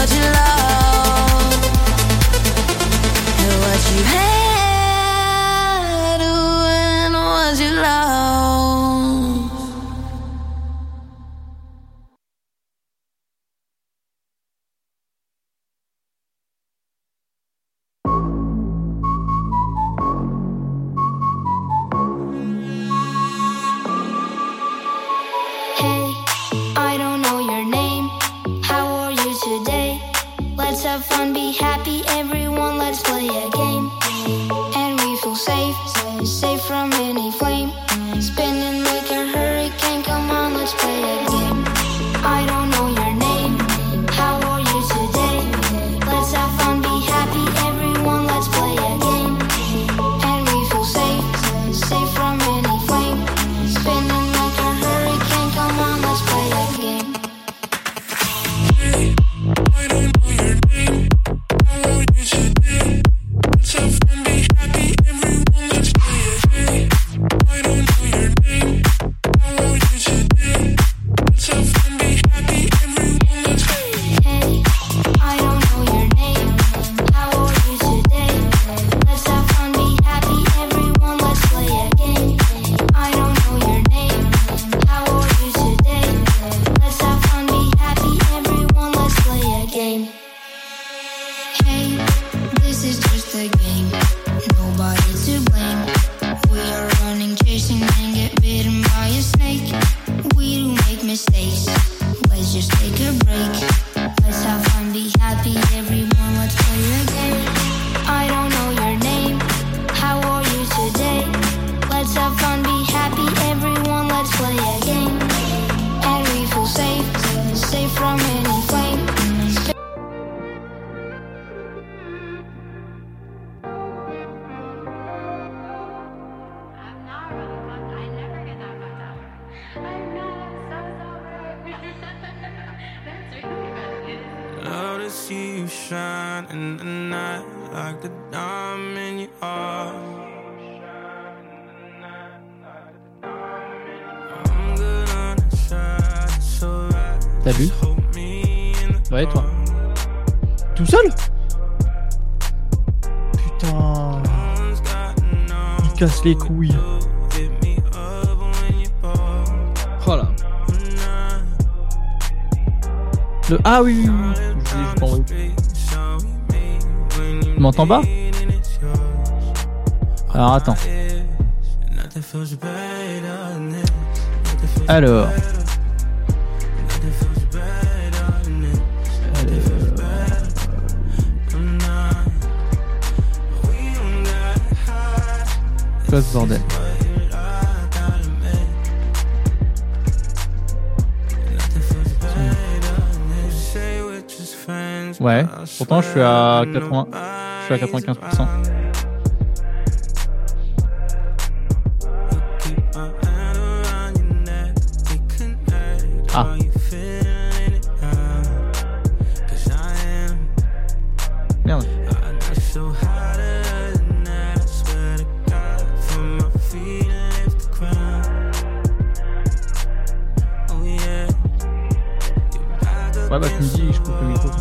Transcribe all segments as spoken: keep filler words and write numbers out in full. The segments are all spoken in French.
what you love, and what you hate, and what you love. Hey, I don't know your name. How are you today? Let's have fun, be happy, everyone. Let's play a game. And we feel safe, safe from any flame. Spinning like a hurricane. Come on, let's play a game. I don't know your name. How are you today? Let's have fun, be happy, everyone. Let's play a game. And we feel safe, safe from any flame. Spinning like a hurricane. Come on, let's play a game. I don't know your name. How are you today? Let's have fun, be happy, everyone. Let's play a game. I don't know your name. How are you today? Let's have fun, be happy, everyone. Let's play. Hey, I don't know your name. How are you today? Let's have fun, be happy, everyone. Let's play a game. I don't know your name. How are you today? Let's have fun, be happy, everyone. Let's play a game. Hey, this is just a game. Nobody to blame. We are running, chasing, and get bitten by a snake. We do make mistakes. Let's just take a break. Let's have fun, be happy, everyone. Let's play a game. I don't know your name. How are you today? Let's have fun, be happy, everyone. Let's play a game. And we feel safe, safe from any flame. Love to see you shine in the night like the diamond you are. I'm good on the side, so right. T'as vu? Hold me in the Ouais, toi. Tout seul? Putain. arms, got no Il casse les couilles. hit me up when you fall. Oh là. Le... Ah oui, oui, oui. Je l'ai juste envoyé. Tu m'entends pas? Alors attends. Alors. Quoi ce bordel? Ouais, pourtant je suis à quatre-vingts, je suis à quatre-vingt-quinze pour cent. Ah. Merde. Ouais bah tu me dis, je coupe le micro.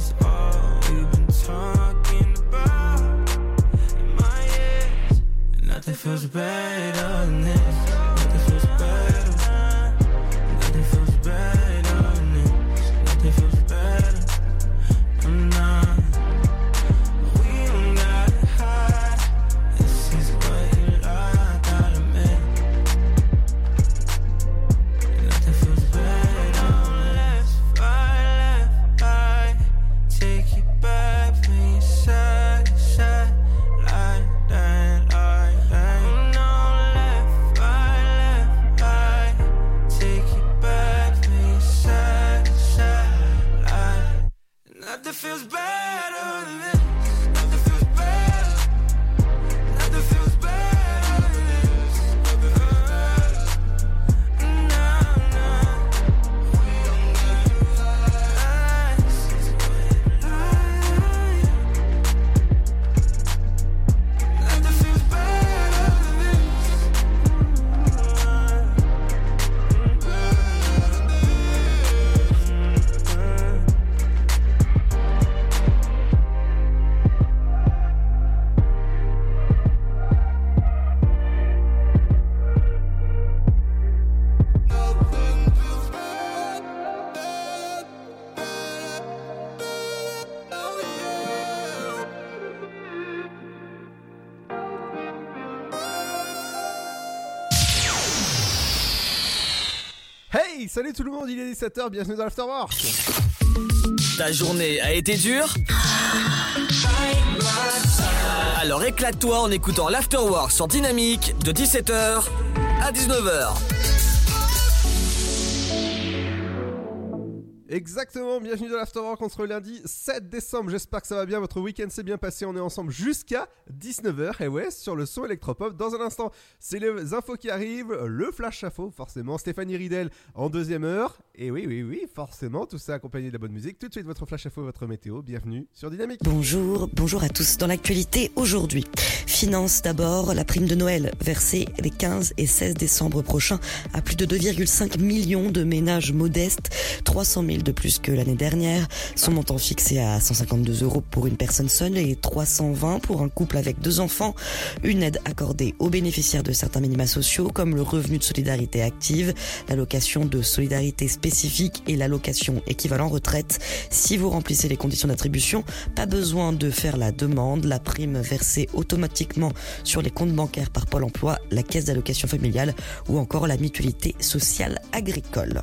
Nothing feels better than this. Nothing feels better. Nothing feels better than this. Nothing feels better. I'm not. We don't gotta hide. This is what you like, gotta admit. Nothing feels better. Left, right, left, right. Take you back from your side to side. Like that, like that. No, left, right, left, right. Take you back from your side to side. Like nothing feels better than this. Nothing feels better. Nothing feels better than this. Nothing feels better. Nah, nah. We don't gotta lie. This is what you like. Nothing feels better than this. Hey, salut tout le monde, il est dix-sept heures, bienvenue dans l'Afterwork. Ta journée a été dure? Alors éclate-toi en écoutant l'Afterwork sur Dynamique de dix-sept heures à dix-neuf heures. Exactement, bienvenue dans l'Afterwork entre le lundi sept décembre, j'espère que ça va bien, votre week-end s'est bien passé, on est ensemble jusqu'à dix-neuf heures, et ouais, sur le son électropop. Dans un instant, c'est les infos qui arrivent, le flash info, forcément, Stéphanie Ridel en deuxième heure, et oui, oui, oui, forcément, tout ça accompagné de la bonne musique. Tout de suite, votre flash info, votre météo, bienvenue sur Dynamique. Bonjour, bonjour à tous. Dans l'actualité aujourd'hui, finance d'abord, la prime de Noël versée les quinze et seize décembre prochains à plus de deux virgule cinq millions de ménages modestes, trois cent mille de plus que l'année dernière. Son montant fixé à cent cinquante-deux euros pour une personne seule et trois cent vingt pour un couple avec deux enfants. Une aide accordée aux bénéficiaires de certains minima sociaux comme le revenu de solidarité active, l'allocation de solidarité spécifique et l'allocation équivalent retraite. Si vous remplissez les conditions d'attribution, pas besoin de faire la demande. La prime versée automatiquement sur les comptes bancaires par Pôle emploi, la caisse d'allocation familiale ou encore la mutualité sociale agricole.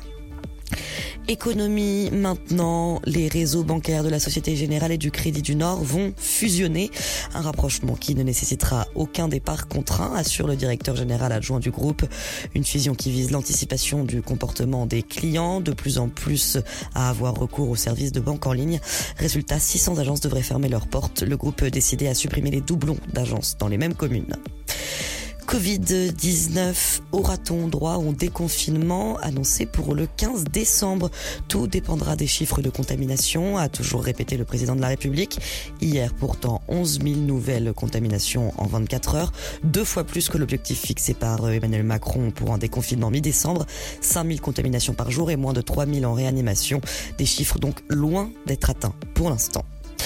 Économie maintenant, les réseaux bancaires de la Société Générale et du Crédit du Nord vont fusionner. Un rapprochement qui ne nécessitera aucun départ contraint, assure le directeur général adjoint du groupe. Une fusion qui vise l'anticipation du comportement des clients, de plus en plus à avoir recours aux services de banque en ligne. Résultat, six cents agences devraient fermer leurs portes. Le groupe décidé à supprimer les doublons d'agences dans les mêmes communes. covid dix-neuf, aura-t-on droit au déconfinement annoncé pour le quinze décembre? Tout dépendra des chiffres de contamination, a toujours répété le président de la République. Hier, pourtant, onze mille nouvelles contaminations en vingt-quatre heures, deux fois plus que l'objectif fixé par Emmanuel Macron pour un déconfinement mi-décembre. cinq mille contaminations par jour et moins de trois mille en réanimation. Des chiffres donc loin d'être atteints pour l'instant.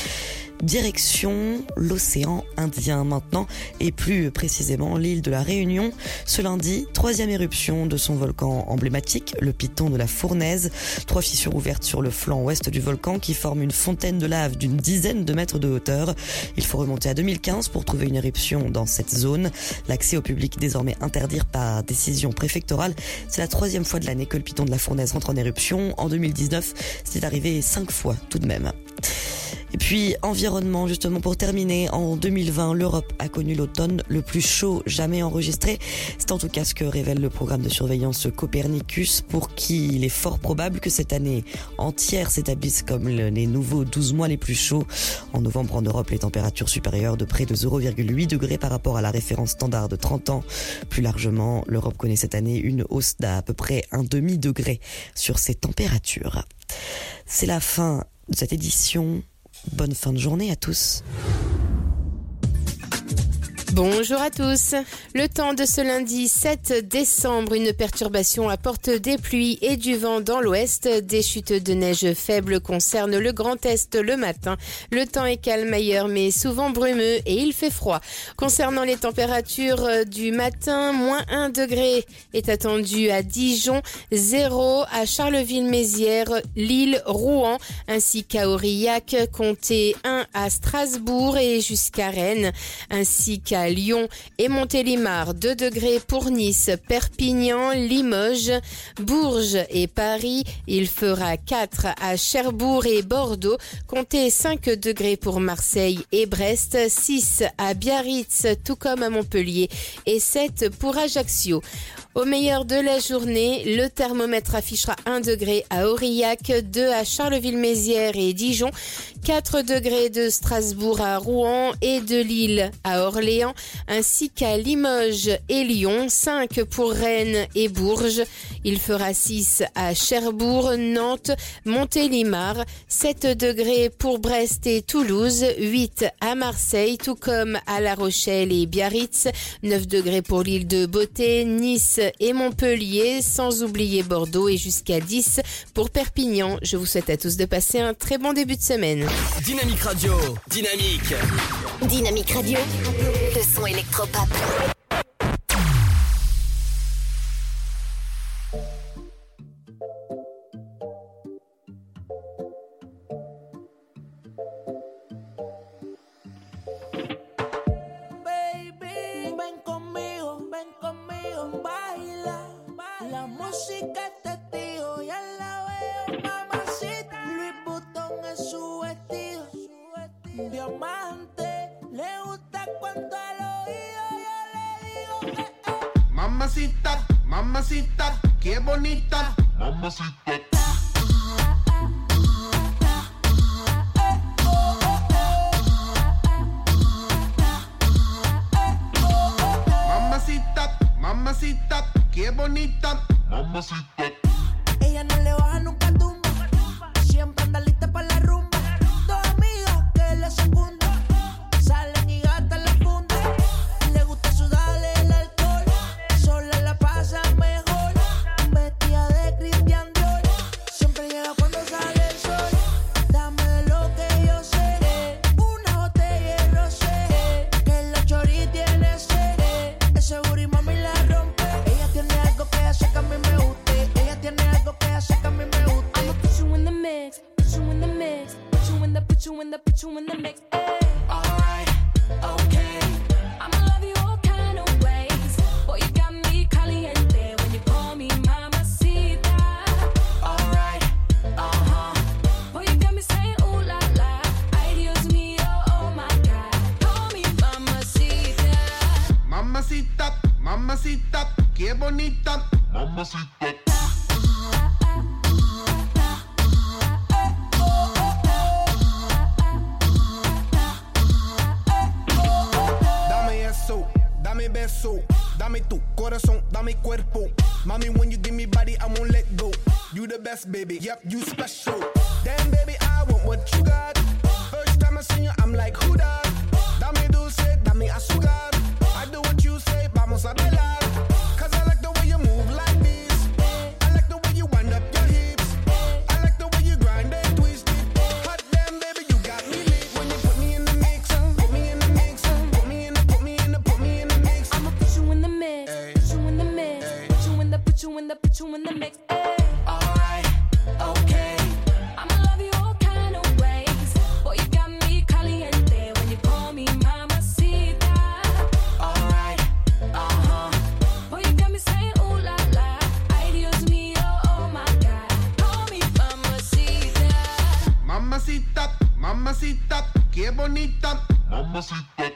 Direction l'océan Indien maintenant, et plus précisément l'île de la Réunion. Ce lundi, troisième éruption de son volcan emblématique, le Piton de la Fournaise. Trois fissures ouvertes sur le flanc ouest du volcan qui forment une fontaine de lave d'une dizaine de mètres de hauteur. Il faut remonter à deux mille quinze pour trouver une éruption dans cette zone. L'accès au public désormais interdit par décision préfectorale. C'est la troisième fois de l'année que le Piton de la Fournaise rentre en éruption. En deux mille dix-neuf, c'est arrivé cinq fois tout de même. Et puis, environnement, justement, pour terminer, en deux mille vingt, l'Europe a connu l'automne le plus chaud jamais enregistré. C'est en tout cas ce que révèle le programme de surveillance Copernicus, pour qui il est fort probable que cette année entière s'établisse comme les nouveaux douze mois les plus chauds. En novembre, en Europe, les températures supérieures de près de zéro virgule huit degrés par rapport à la référence standard de trente ans. Plus largement, l'Europe connaît cette année une hausse d'à peu près un demi-degré sur ses températures. C'est la fin de cette édition. Bonne fin de journée à tous. Bonjour à tous. Le temps de ce lundi sept décembre, une perturbation apporte des pluies et du vent dans l'ouest. Des chutes de neige faibles concernent le Grand Est le matin. Le temps est calme ailleurs mais souvent brumeux et il fait froid. Concernant les températures du matin, moins un degré est attendu à Dijon, zéro à Charleville-Mézières, Lille, Rouen ainsi qu'à Aurillac, comptez un à Strasbourg et jusqu'à Rennes ainsi qu'à Lyon et Montélimar, deux degrés pour Nice, Perpignan, Limoges, Bourges et Paris. Il fera quatre à Cherbourg et Bordeaux, comptez cinq degrés pour Marseille et Brest, six à Biarritz tout comme à Montpellier et sept pour Ajaccio. Au meilleur de la journée, le thermomètre affichera un degré à Aurillac, deux à Charleville-Mézières et Dijon, quatre degrés de Strasbourg à Rouen et de Lille à Orléans, ainsi qu'à Limoges et Lyon, cinq pour Rennes et Bourges. Il fera six à Cherbourg, Nantes, Montélimar, sept degrés pour Brest et Toulouse, huit à Marseille, tout comme à La Rochelle et Biarritz, neuf degrés pour l'île de Beauté, Nice et Montpellier, sans oublier Bordeaux et jusqu'à dix pour Perpignan. Je vous souhaite à tous de passer un très bon début de semaine. Dynamique Radio, Dynamique. Dynamique Radio, le son électropop. Baby, ven conmigo, ven conmigo, baila. La música es testigo su vestido, diamante. Le gusta cuando al oído yo le digo, eh, eh. Mamacita, mamacita, qué bonita. Mamacita. Mamacita, mamacita, qué bonita. Mamacita. Ella no le baja nunca tumba. Siempre anda lista para la rumba. Dos amigas que le secundan. Salen y gastan la funda. Le gusta sudarle el alcohol. Sola la pasa mejor. Vestida de Christian Dior. Siempre llega cuando sale el sol. Dame de lo que yo sé. Una botella de rosé. Que la chori tiene sed. Ese booty mami la rompe. Ella tiene algo que hace que a mí me guste. Ella tiene algo que hace que a mí me guste. I'ma put you in the mix, put you in the mix, put you in the, put you in the, put you in the mix. Ay. Alright, okay. I'ma love you all kind of ways. Boy, you got me caliente when you call me mamacita. Alright, uh-huh. Boy, you got me saying ooh la la. Ay, Dios mío, oh my God. Call me mamacita. Mamacita, mamacita, qué bonita. Mamacita. Dame eso, dame beso, dame tu corazón, dame cuerpo. Mommy, when you give me body, I won't let go. You the best, baby, yep, you special. Damn, baby, I want what you got. First time I seen you, I'm like, who that? Dame dulce, dame azúcar. I do what you say, vamos a bailar. Cause I like the way you move like this. I like the way you wind up your hips. I like the way you grind and twist it. Hot damn, baby, you got me lit. When you put me in the mix, put me in the mix, put me in the, put me in the, put me in the mix. I'ma put you in the mix, Ay. put you in the mix, Ay. put you in the, put you in the, put you in the mix. Ay. Alright, okay. I'ma love you all kind of ways. Boy, you got me caliente when you call me mamacita. Alright, uh-huh. Boy, you got me saying ooh la la. Ay, Dios mío, oh my God. Call me mamacita. Mamacita, mamacita, qué bonita. Mamacita.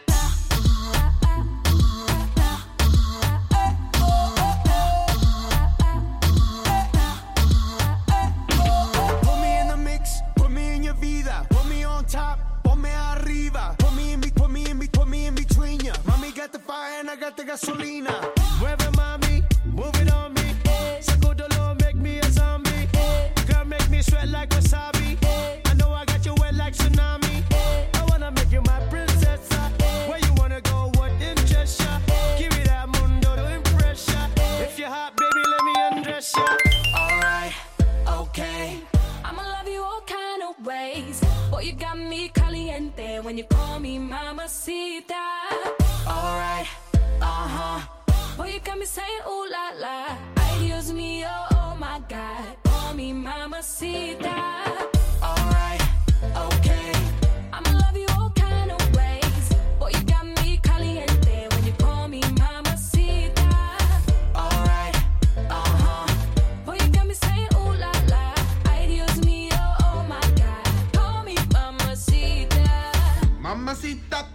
Put me in the mix, put me in your vida. Put me on top, ponme arriba. Put me in, be- put me in, be- put me in between ya. Mommy got the fire and I got the gasolina. Mueve mami, move it on me. Sacudolo, make me a zombie. Girl, make me sweat like wasabi. I know I got you wet like tsunami. I wanna make you my princess. Where you wanna go, what interests ya? Give me that mundo to impress ya. If you're hot, baby, let me undress ya. Alright, okay. I'ma love you all kind of ways. Boy, you got me caliente when you call me mamacita. Alright, uh-huh. Boy, you got me saying ooh la la. Ay, Dios mío, oh my God. Call me mamacita. Alright, okay. I'ma love you all kind of ways. Boy, you got me caliente when you call me mamacita. Alright, uh-huh. Boy, you got me saying ooh la la. Ay, Dios mío, oh my God. Call me mamacita. Mamacita.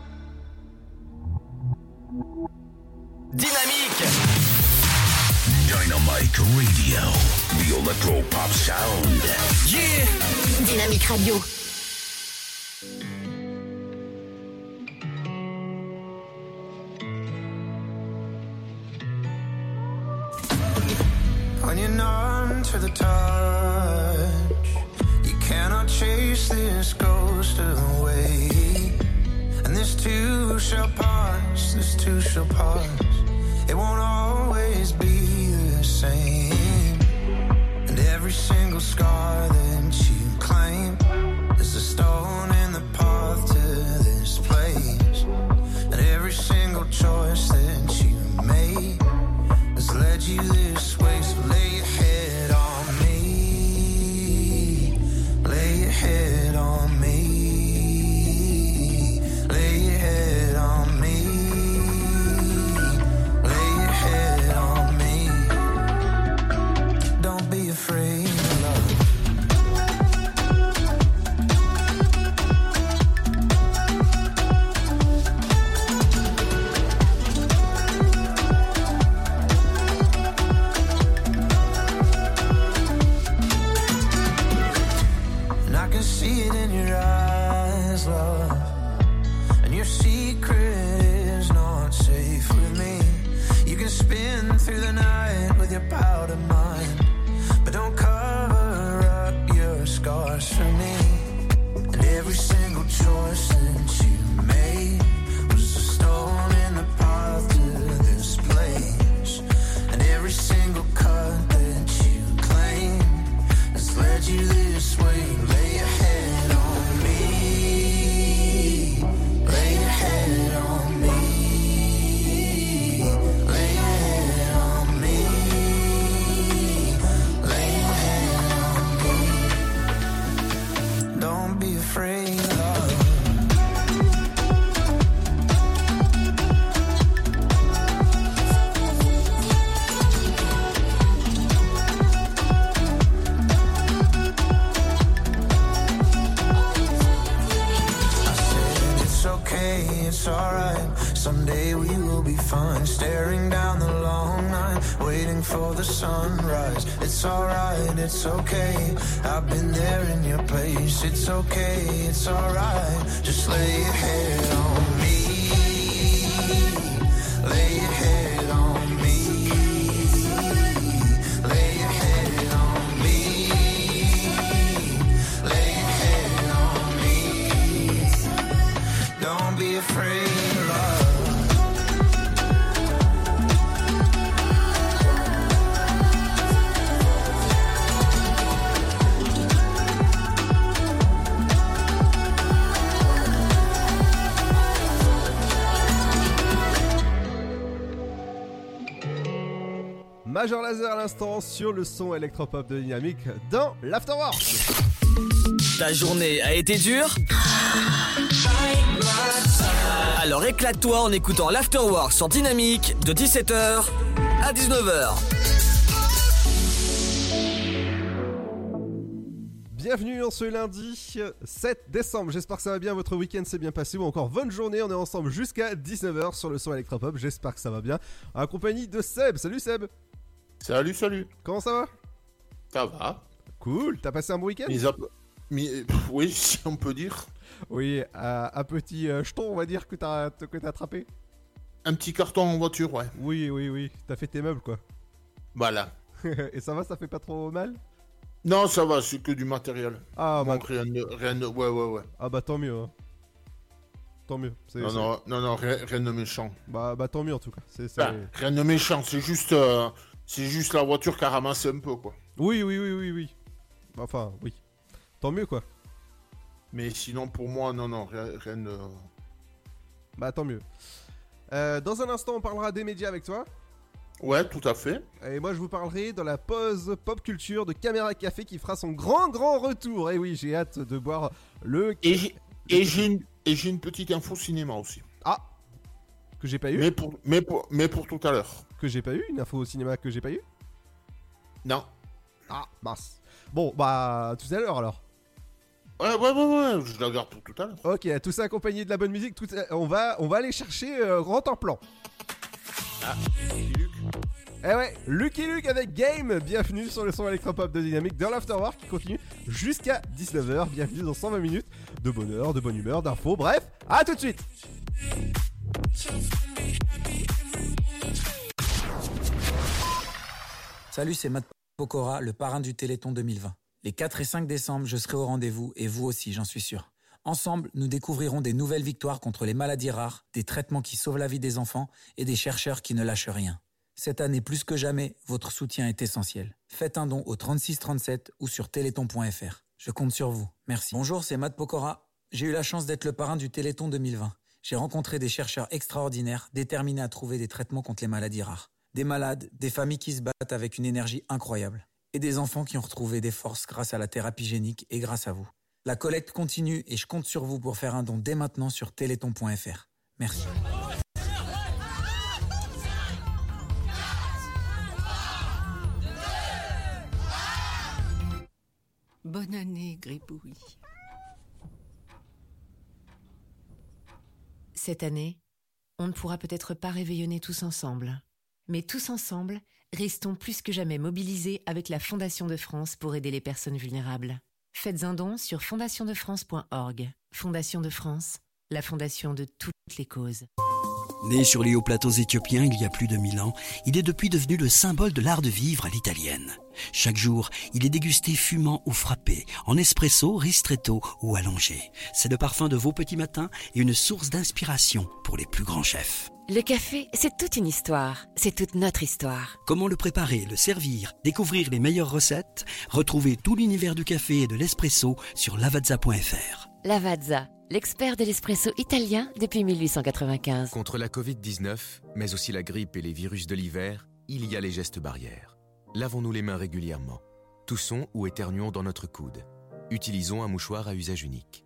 Dynamique. Dynamic Radio, the electro pop sound. Yeah. Dynamique Radio. Hanging on to the touch. You cannot chase this ghost away. And this too shall pass, this too shall pass. It won't always be the same. And every single scar that you claim is a stone in the path to this place. And every single choice that you made has led you this way. So lay your head on me. Lay your head on me. Lay your head on me. Lay your head on me. Don't be afraid of love. afraid, love. It's alright, someday we will be fine. Staring down the long night, waiting for the sunrise. It's alright, it's okay, I've been there in your place. It's okay, it's alright, just lay your head on me. Lay your head on me. Lay your head on me. Lay your head on me. Don't be afraid. Major Lazer à l'instant sur le son électropop de Dynamique dans l'Afterwork. Ta journée a été dure ? Alors éclate-toi en écoutant l'Afterwork sur Dynamique de dix-sept heures à dix-neuf heures. Bienvenue en ce lundi sept décembre, j'espère que ça va bien, votre week-end s'est bien passé ou encore bonne journée, on est ensemble jusqu'à dix-neuf heures sur le son électropop, j'espère que ça va bien, en compagnie de Seb. Salut Seb. Salut, salut. Comment ça va ? Ça va. Cool, t'as passé un bon week-end ? Mis à... Mis... Oui, si on peut dire. Oui, euh, un petit euh, jeton on va dire que t'as, que t'as attrapé. Un petit carton en voiture, ouais. Oui, oui, oui, t'as fait tes meubles quoi. Voilà. Et ça va, ça fait pas trop mal ? Non, ça va, c'est que du matériel. Ah bah... Donc rien de... Rien de... Ouais, ouais, ouais. Ah bah tant mieux, hein. Tant mieux. C'est, non, c'est... non, non, non, rien, rien de méchant. Bah, bah tant mieux en tout cas. C'est, c'est... Bah, rien de méchant, c'est juste... Euh... C'est juste la voiture qui a ramassé un peu, quoi. Oui, oui, oui, oui, oui. Enfin, oui. Tant mieux, quoi. Mais sinon, pour moi, non, non, rien, rien de... Bah, tant mieux. Euh, dans un instant, on parlera des médias avec toi. Ouais, tout à fait. Et moi, je vous parlerai dans la pause pop culture de Caméra Café qui fera son grand, grand retour. Et oui, j'ai hâte de boire le... Et j'ai, et j'ai, une, et j'ai une petite info cinéma aussi. Ah, que j'ai pas eu. Mais pour, mais pour, mais pour tout à l'heure. Que j'ai pas eu, une info au cinéma que j'ai pas eu. Non. Ah, mince. Bon, bah, tout à l'heure alors. Ouais, ouais, ouais, ouais, je la garde pour tout à l'heure. Ok, tout ça accompagné de la bonne musique. Tout... On, va, on va aller chercher euh, Grand en plan. Ah, Lucky Luke. Eh ouais, Lucky Luke avec Game. Bienvenue sur le son électropop de Dynamique dans l'Afterwork qui continue jusqu'à dix-neuf heures. Bienvenue dans cent vingt minutes de bonheur, de bonne humeur, d'infos. Bref, à tout de suite. Salut, c'est Matt Pokora, le parrain du Téléthon deux mille vingt. Les quatre et cinq décembre, je serai au rendez-vous et vous aussi, j'en suis sûr. Ensemble, nous découvrirons des nouvelles victoires contre les maladies rares, des traitements qui sauvent la vie des enfants et des chercheurs qui ne lâchent rien. Cette année, plus que jamais, votre soutien est essentiel. Faites un don au trente-six trente-sept ou sur téléthon point f r. Je compte sur vous. Merci. Bonjour, c'est Matt Pokora. J'ai eu la chance d'être le parrain du Téléthon deux mille vingt. J'ai rencontré des chercheurs extraordinaires, déterminés à trouver des traitements contre les maladies rares. Des malades, des familles qui se battent avec une énergie incroyable. Et des enfants qui ont retrouvé des forces grâce à la thérapie génique et grâce à vous. La collecte continue et je compte sur vous pour faire un don dès maintenant sur téléthon point f r. Merci. Bonne année, Gribouille. Cette année, on ne pourra peut-être pas réveillonner tous ensemble. Mais tous ensemble, restons plus que jamais mobilisés avec la Fondation de France pour aider les personnes vulnérables. Faites un don sur fondation de france point org. Fondation de France, la fondation de toutes les causes. Né sur les hauts plateaux éthiopiens il y a plus de mille ans, il est depuis devenu le symbole de l'art de vivre à l'italienne. Chaque jour, il est dégusté fumant ou frappé, en espresso, ristretto ou allongé. C'est le parfum de vos petits matins et une source d'inspiration pour les plus grands chefs. Le café, c'est toute une histoire. C'est toute notre histoire. Comment le préparer, le servir, découvrir les meilleures recettes? Retrouvez tout l'univers du café et de l'espresso sur lavazza point f r. Lavazza, l'expert de l'espresso italien depuis mille huit cent quatre-vingt-quinze. Contre la covid dix-neuf, mais aussi la grippe et les virus de l'hiver, il y a les gestes barrières. Lavons-nous les mains régulièrement. Toussons ou éternuons dans notre coude. Utilisons un mouchoir à usage unique.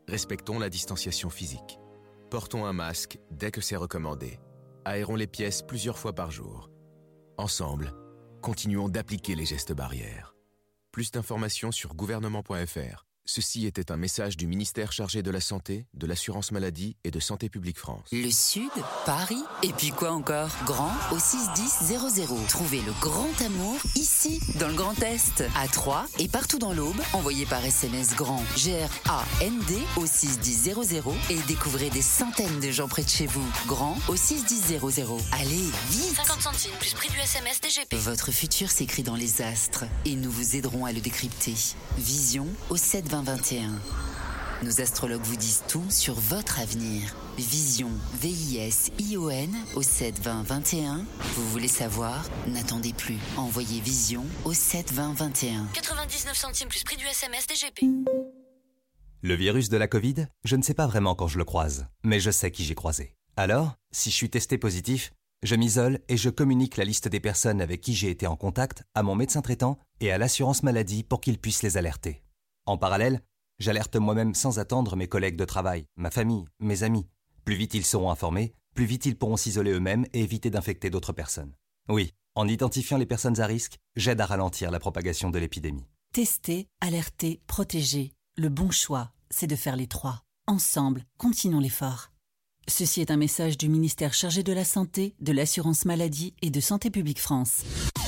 Respectons la distanciation physique. Portons un masque dès que c'est recommandé. Aérons les pièces plusieurs fois par jour. Ensemble, continuons d'appliquer les gestes barrières. Plus d'informations sur gouvernement point f r. Ceci était un message du ministère chargé de la Santé, de l'Assurance Maladie et de Santé Publique France. Le Sud, Paris, et puis quoi encore? Grand au six dix zéro zéro. Trouvez le grand amour ici, dans le Grand Est, à Troyes et partout dans l'Aube. Envoyez par S M S GRAND, G R A N D, au six dix zéro zéro et découvrez des centaines de gens près de chez vous. Grand au six dix zéro zéro. Allez, vite! cinquante centimes plus prix du S M S D G P. Votre futur s'écrit dans les astres et nous vous aiderons à le décrypter. Vision au sept vingt vingt et un. Nos astrologues vous disent tout sur votre avenir. Vision, V I S I O N au sept vingt vingt et un. Vous voulez savoir? N'attendez plus. Envoyez Vision au sept vingt vingt et un. quatre-vingt-dix-neuf centimes plus prix du S M S D G P. Le virus de la Covid, je ne sais pas vraiment quand je le croise, mais je sais qui j'ai croisé. Alors, si je suis testé positif, je m'isole et je communique la liste des personnes avec qui j'ai été en contact à mon médecin traitant et à l'assurance maladie pour qu'ils puissent les alerter. En parallèle, j'alerte moi-même sans attendre mes collègues de travail, ma famille, mes amis. Plus vite ils seront informés, plus vite ils pourront s'isoler eux-mêmes et éviter d'infecter d'autres personnes. Oui, en identifiant les personnes à risque, j'aide à ralentir la propagation de l'épidémie. Tester, alerter, protéger. Le bon choix, c'est de faire les trois. Ensemble, continuons l'effort. Ceci est un message du ministère chargé de la Santé, de l'Assurance Maladie et de Santé Publique France.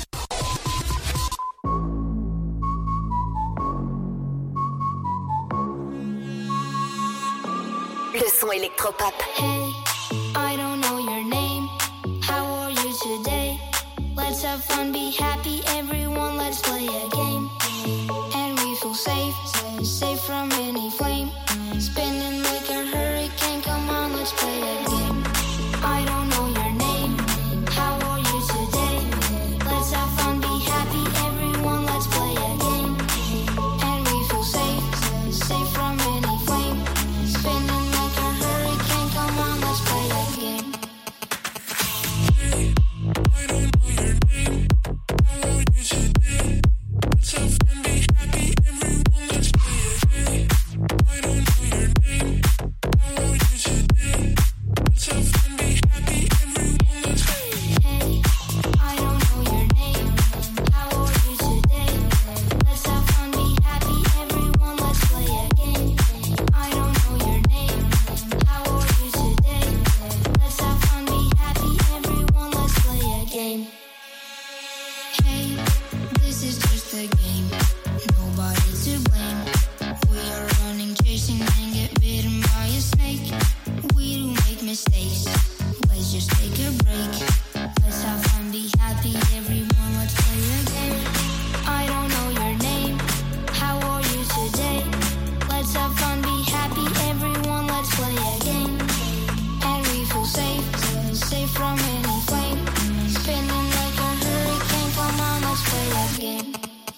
Le son électropop. Hey, I don't know your name. How are you today? Let's have fun, be happy, everyone. Let's play a game. And we feel safe, safe from any flame. Spinning like a hurricane. Come on, let's play a game. I don't know your name. How are you today? Let's have fun, be happy, everyone. Let's play a game. And we feel safe, safe from any flame. Spinning like a hurricane. Come on, let's play a game. I don't know your name. How are you today? Let's have fun, be happy, everyone. Let's play a game. I don't know your name. How are you today? Let's have fun, be happy, everyone. Let's play a game. Hey, I don't know your name. How are you today? Let's have fun, be happy, everyone. Let's play a game. I don't know your name. How are you today? Let's have fun, be happy, everyone. Let's play a game. Hey, this is just a game. Nobody to blame. We are running, chasing, and get bitten by a snake. We do make mistakes. Let's just take a break. Let's have fun, be happy, everyone. Let's play a game. I don't know your name. How are you today? Let's have fun, be happy, everyone. Let's play a game. And we feel safe, safe from any flame. Spinning like a hurricane. Come on, let's play a game.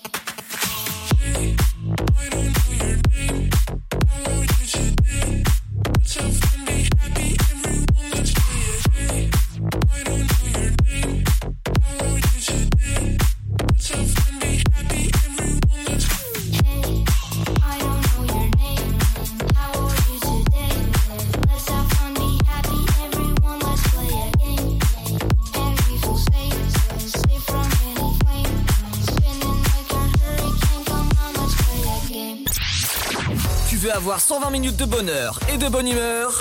I don't know your name. How are you today? Let's have fun, be happy, everyone. Let's play a game. I don't know your name. How are you today? Let's have fun, be happy, everyone. Let's play a game. Hey, I don't know your name. How are you today? Let's have fun, be happy, everyone. Let's play a game. And we feel safe, safe from any flame. Spinning like a hurricane. Come on, let's play a game. Tu veux avoir cent vingt minutes de bonheur et de bonne humeur?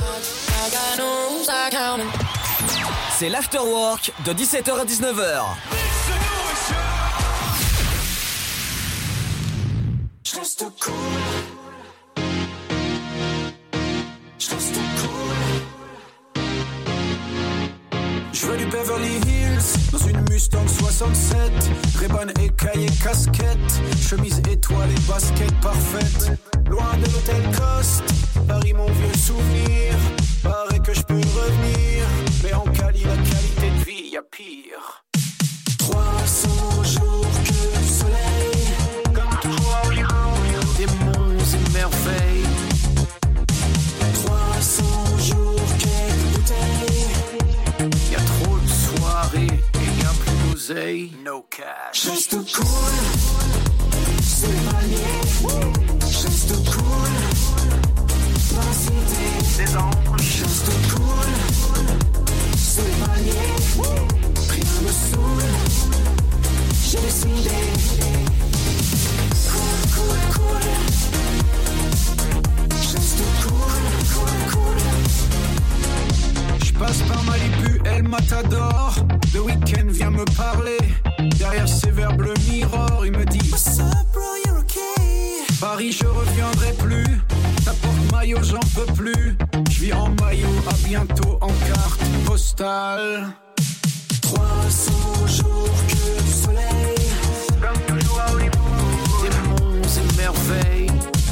C'est l'Afterwork de dix-sept heures à dix-neuf heures. Je reste cool. Je reste cool. Je veux du Beverly Hills dans une Mustang soixante-sept. Ray-Ban, écaille et casquette. Chemise étoile et basket parfaite. Loin de l'hôtel Coste, Paris mon vieux souvenir. Paraît que je peux revenir, mais en Cali la qualité de vie y'a pire. trois cents jours que du soleil, comme toi, des monts et merveilles. trois cents jours quelques bouteilles, y'a trop de soirées et y'a plus d'oseille. No cash. Reste cool, c'est manier. Reste cool, matador. The Weeknd vient me parler. Derrière ses verbes le mirror, il me dit What's up bro, you're okay. Paris je reviendrai plus. Ta porte-maillot j'en peux plus. Je vis en maillot, à bientôt en carte postale. trois cents jours que du soleil. Comme toujours à Hollywood. Des monts et merveilles.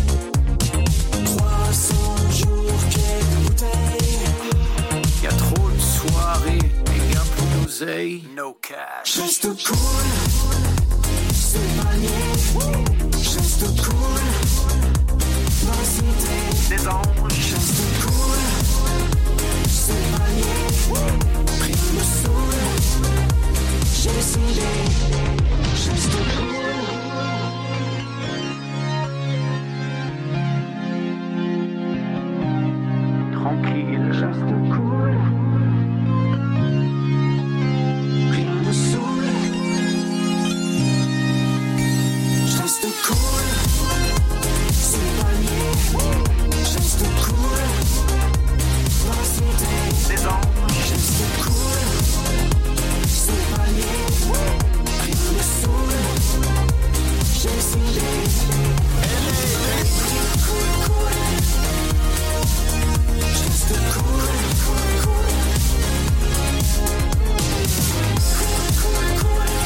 trois cents jours quelques bouteilles. Y'a trop de soirées et bien plus d'oseille. No cash. J'reste cool. C'est pas nier. J'reste cool. Dans la cité des anges. J'reste cool. C'est pas nier. Rien me saoule. J'ai décidé. J'reste cool. Tranquille. J'reste cool. Rien me saoule. J'reste cool. C'est pas nier. J'reste cool. Dans la cité des anges. J'reste cool. C'est pas nier. Rien me saoule. J'ai décidé. Cool, cool, cool. J'reste cool, cool, cool. Cool, cool, cool.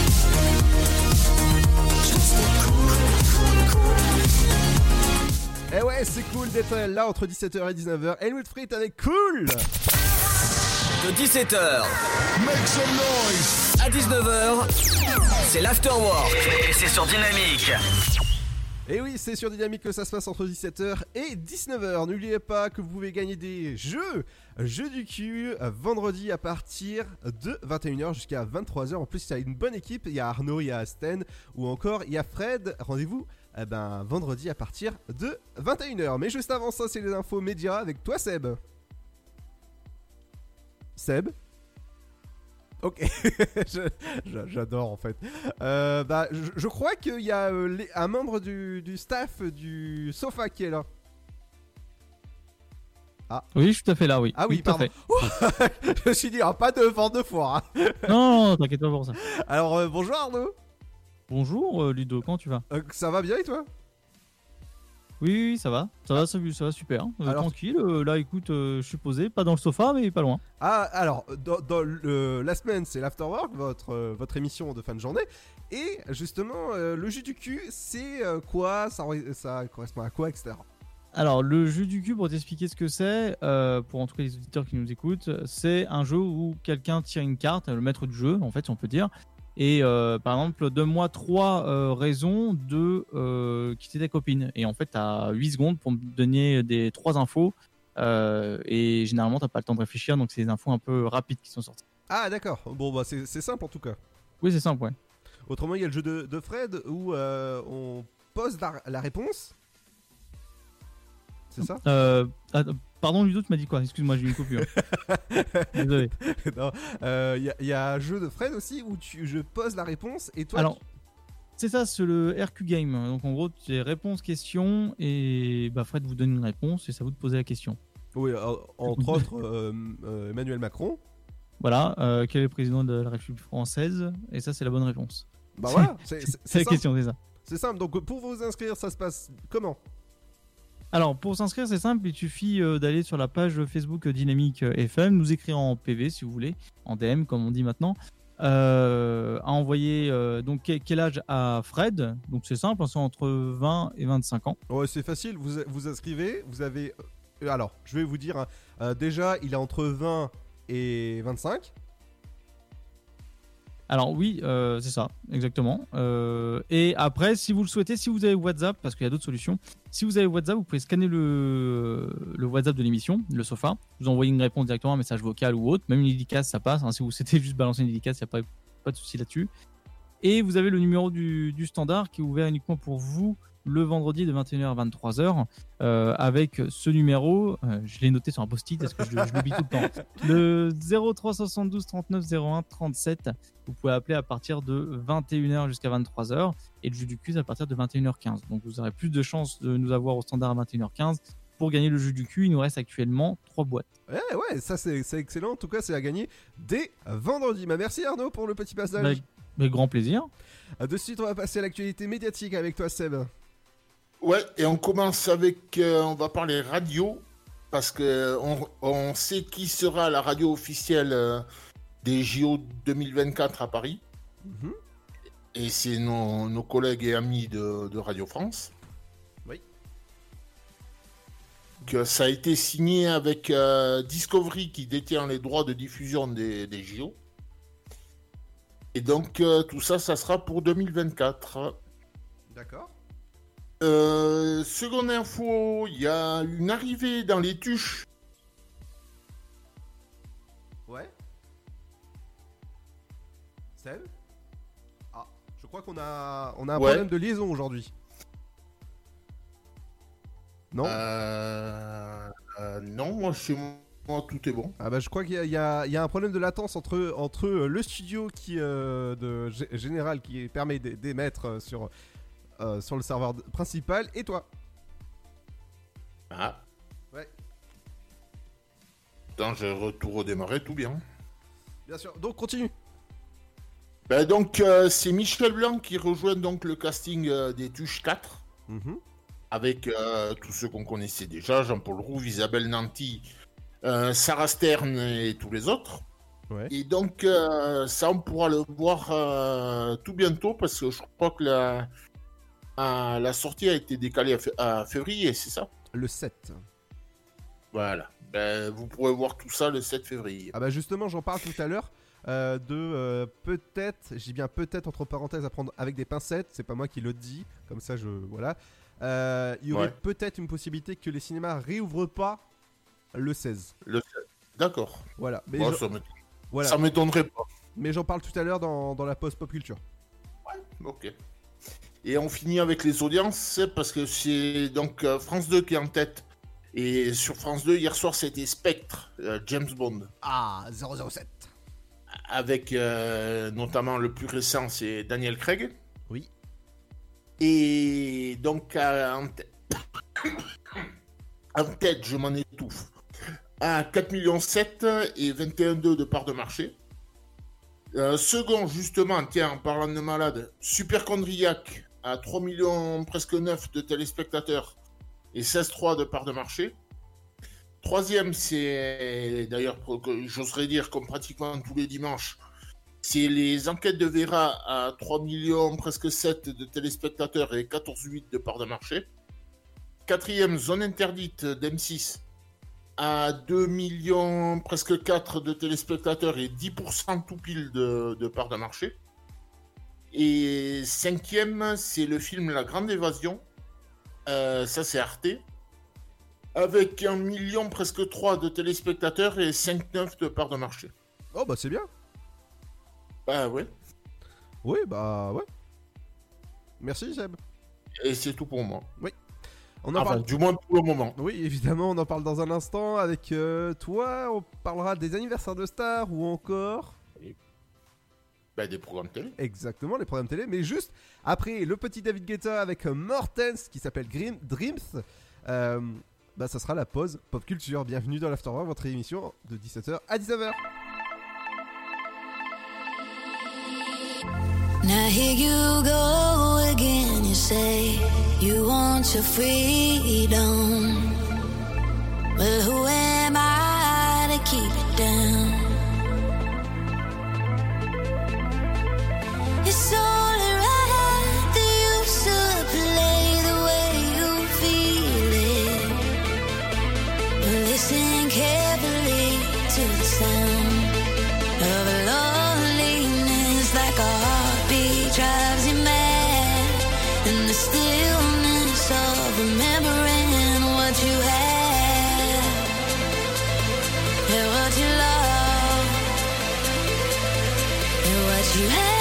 J'reste cool, cool, cool. Eh ouais, c'est cool d'être là entre dix-sept heures et dix-neuf heures. Helmut Frit avec Cool. De dix-sept heures Make some noise. À dix-neuf heures, c'est l'Afterwork et c'est sur Dynamique. Et oui, c'est sur Dynamique que ça se passe entre dix-sept heures et dix-neuf heures. N'oubliez pas que vous pouvez gagner des jeux, jeux du cul, vendredi à partir de vingt et une heures jusqu'à vingt-trois heures. En plus, il y a une bonne équipe. Il y a Arnaud, il y a Asten ou encore il y a Fred. Rendez-vous eh ben, vendredi à partir de vingt et une heures. Mais juste avant ça, c'est les infos médias avec toi, Seb. Seb Ok, je, je, j'adore en fait. Euh, bah, je, je crois qu'il y a euh, les, un membre du, du staff du Sofa qui est là. Ah. Oui, je suis tout à fait là, oui. Ah oui, oui tout pardon. À fait. Je me suis dit, ah, pas de vent de foire. Hein. Non, non, t'inquiète pas pour ça. Alors, euh, bonjour Arnaud. Bonjour euh, Ludo, comment tu vas? euh, Ça va bien et toi? Oui, oui, ça va, ça va, ça, ça va super. Euh, alors, tranquille, euh, là écoute, euh, je suis posé, pas dans le sofa, mais pas loin. Ah, alors, dans, dans le, la semaine, c'est l'Afterwork, votre, euh, votre émission de fin de journée. Et justement, euh, le jeu du cul, c'est euh, quoi ça, ça correspond à quoi, et cetera. Alors, le jeu du cul, pour t'expliquer ce que c'est, euh, pour en tout cas les auditeurs qui nous écoutent, c'est un jeu où quelqu'un tire une carte, le maître du jeu, en fait, si on peut dire. Et euh, par exemple, donne-moi trois euh, raisons de euh, quitter ta copine. Et en fait, tu as huit secondes pour me donner des trois infos. Euh, et généralement, tu n'as pas le temps de réfléchir. Donc, c'est des infos un peu rapides qui sont sorties. Ah, d'accord. Bon, bah, c'est, c'est simple en tout cas. Oui, c'est simple, ouais. Autrement, il y a le jeu de, de Fred où euh, on pose la, la réponse. C'est ça euh, attends, Pardon, Ludo, tu m'as dit quoi? Excuse-moi, j'ai eu une coupure. Désolé. Il euh, y, y a un jeu de Fred aussi où tu, je pose la réponse et toi. Alors, tu... c'est ça, c'est le R Q Game. Donc en gros, tu as réponse, question et bah, Fred vous donne une réponse et c'est à vous de poser la question. Oui, euh, entre autres, euh, euh, Emmanuel Macron. Voilà, euh, quel est le président de la République française? Et ça, c'est la bonne réponse. Bah voilà, c'est, c'est, c'est, c'est la question, c'est ça. C'est simple. Donc pour vous inscrire, ça se passe comment? Alors, pour s'inscrire, c'est simple, il suffit euh, d'aller sur la page Facebook Dynamique F M, nous écrire en P V si vous voulez, en D M comme on dit maintenant, euh, à envoyer euh, donc quel âge a Fred. Donc c'est simple, c'est entre vingt et vingt-cinq ans. Ouais, c'est facile, vous vous inscrivez, vous avez... Euh, alors, je vais vous dire, hein, euh, déjà, il est entre vingt et vingt-cinq. Alors oui, euh, c'est ça, exactement. Euh, et après, si vous le souhaitez, si vous avez WhatsApp, parce qu'il y a d'autres solutions, si vous avez WhatsApp, vous pouvez scanner le, le WhatsApp de l'émission, le sofa, vous envoyez une réponse directement, un message vocal ou autre, même une dédicace, ça passe. Hein, si vous souhaitez juste balancer une dédicace, il n'y a pas, pas de souci là-dessus. Et vous avez le numéro du, du standard qui est ouvert uniquement pour vous le vendredi de vingt et une heures à vingt-trois heures euh, avec ce numéro, euh, je l'ai noté sur un post-it parce que je, je l'oublie tout le temps, le zéro trois soixante-douze trente-neuf zéro un trente-sept. Vous pouvez appeler à partir de vingt et une heures jusqu'à vingt-trois heures et le jeu du quiz à partir de vingt et une heures quinze. Donc vous aurez plus de chances de nous avoir au standard à vingt et une heures quinze pour gagner le jeu du cul, il nous reste actuellement trois boîtes. Ouais, ouais, ça c'est, c'est excellent. En tout cas, c'est à gagner dès vendredi. Bah, merci Arnaud pour le petit passage. Avec, avec grand plaisir. De suite, on va passer à l'actualité médiatique avec toi, Seb. Ouais, et on commence avec, euh, on va parler radio, parce que on, on sait qui sera la radio officielle euh, des J O deux mille vingt-quatre à Paris. Mm-hmm. Et c'est nos, nos collègues et amis de, de Radio France. Oui. Que ça a été signé avec euh, Discovery qui détient les droits de diffusion des, des J O. Et donc euh, tout ça, ça sera pour deux mille vingt-quatre. D'accord. Euh, seconde info, il y a une arrivée dans les tuches. Ouais. Seb ? Ah, je crois qu'on a, on a un ouais. problème de liaison aujourd'hui. Non euh, euh, Non, moi chez moi tout est bon. Ah bah je crois qu'il y a, il y a, il y a un problème de latence entre, entre le studio qui, euh, de G- général qui permet d'émettre sur... Euh, sur le serveur principal et toi. Ah. Ouais. Attends, j'ai retour redémarré, tout bien. Bien sûr, donc continue. Ben donc euh, c'est Michel Blanc qui rejoint donc le casting euh, des Tuches quatre. Mm-hmm. Avec euh, tous ceux qu'on connaissait déjà, Jean-Paul Rouve, Isabelle Nanty, euh, Sarah Stern et tous les autres. Ouais. Et donc euh, ça on pourra le voir euh, tout bientôt parce que je crois que la... Ah, la sortie a été décalée à, f- à février, c'est ça ? Le sept. Voilà. Ben, vous pourrez voir tout ça le sept février. Ah bah justement, j'en parle tout à l'heure euh, de euh, peut-être, je dis bien peut-être entre parenthèses à prendre avec des pincettes, c'est pas moi qui le dis, comme ça je... Voilà. Euh, il y aurait ouais. peut-être une possibilité que les cinémas réouvrent pas le seize. Le seize. D'accord. Voilà. Mais bon, je... ça, m'éton... voilà. ça m'étonnerait pas. Mais j'en parle tout à l'heure dans, dans la post pop culture. Ouais, ok. Et on finit avec les audiences, parce que c'est donc euh, France deux qui est en tête. Et sur France deux, hier soir, c'était Spectre, euh, James Bond. Ah, zéro zéro sept. Avec euh, notamment le plus récent, c'est Daniel Craig. Oui. Et donc, euh, en, t- en tête, je m'en étouffe, à quatre virgule sept millions et vingt et un virgule deux de part de marché. Euh, second, justement, tiens, en parlant de malade, Superchondriac à trois millions presque neuf de téléspectateurs et seize virgule trois de part de marché. Troisième, c'est d'ailleurs, j'oserais dire, comme pratiquement tous les dimanches, c'est les enquêtes de Vera à trois millions presque sept de téléspectateurs et quatorze virgule huit de part de marché. Quatrième, Zone interdite d'M six à deux millions presque quatre de téléspectateurs et dix pour cent tout pile de, de part de marché. Et cinquième, c'est le film La Grande Évasion. Euh, ça, c'est Arte. Avec un million presque trois de téléspectateurs et cinq virgule neuf de part de marché. Oh, bah c'est bien. Bah ouais. Oui, bah ouais. Merci, Seb. Et c'est tout pour moi. Oui. On en enfin, parle du moins pour le moment. Oui, évidemment, on en parle dans un instant avec euh, toi. On parlera des anniversaires de stars ou encore... Bah, des programmes télé. Exactement, les programmes télé. Mais juste après le petit David Guetta avec Mortens qui s'appelle Dream, Dreams, euh, bah, ça sera la pause pop culture. Bienvenue dans l'Afterwork, votre émission de dix-sept heures à dix-neuf heures. Now here you go again, you say you want your freedom. Well, who am I to keep it down? It's only right that you should play the way you feel it. But listen carefully to the sound of a loneliness like a heartbeat drives you mad. And the stillness of remembering what you had and what you love and what you had.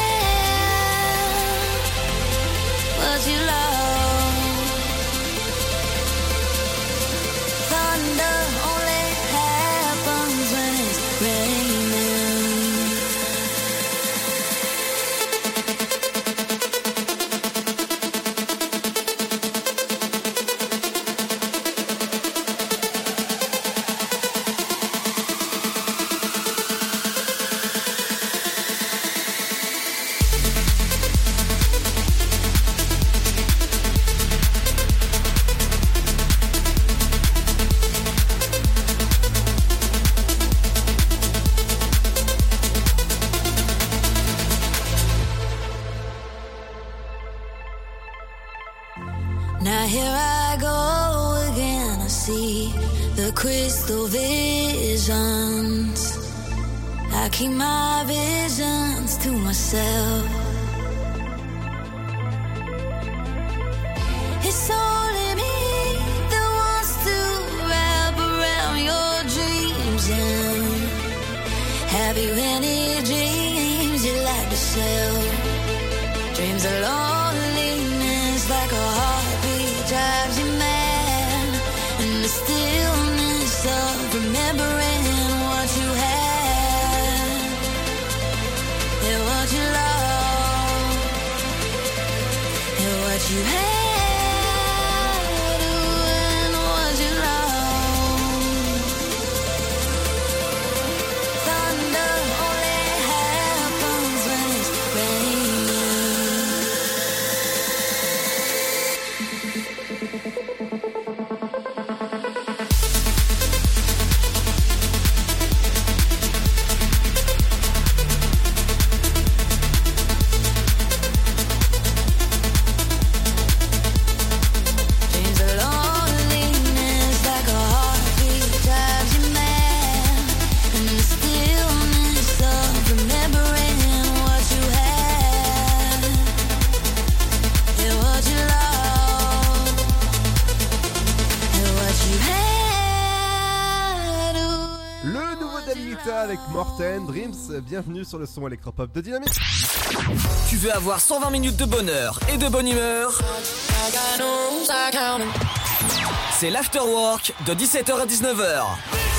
What you love. Thunder only happens when it's raining. see the crystal visions. I keep my visions to myself. It's only me that wants to wrap around your dreams. And have you any dreams you'd like to sell? Dreams of loneliness like a heartbeat drives you mad. And the stillness of remembering what you had and what you lost and what you had. Avec Morten, Dreams, bienvenue sur le son électropop de Dynamique. Tu veux avoir cent vingt minutes de bonheur et de bonne humeur? C'est l'Afterwork de dix-sept heures à dix-neuf heures.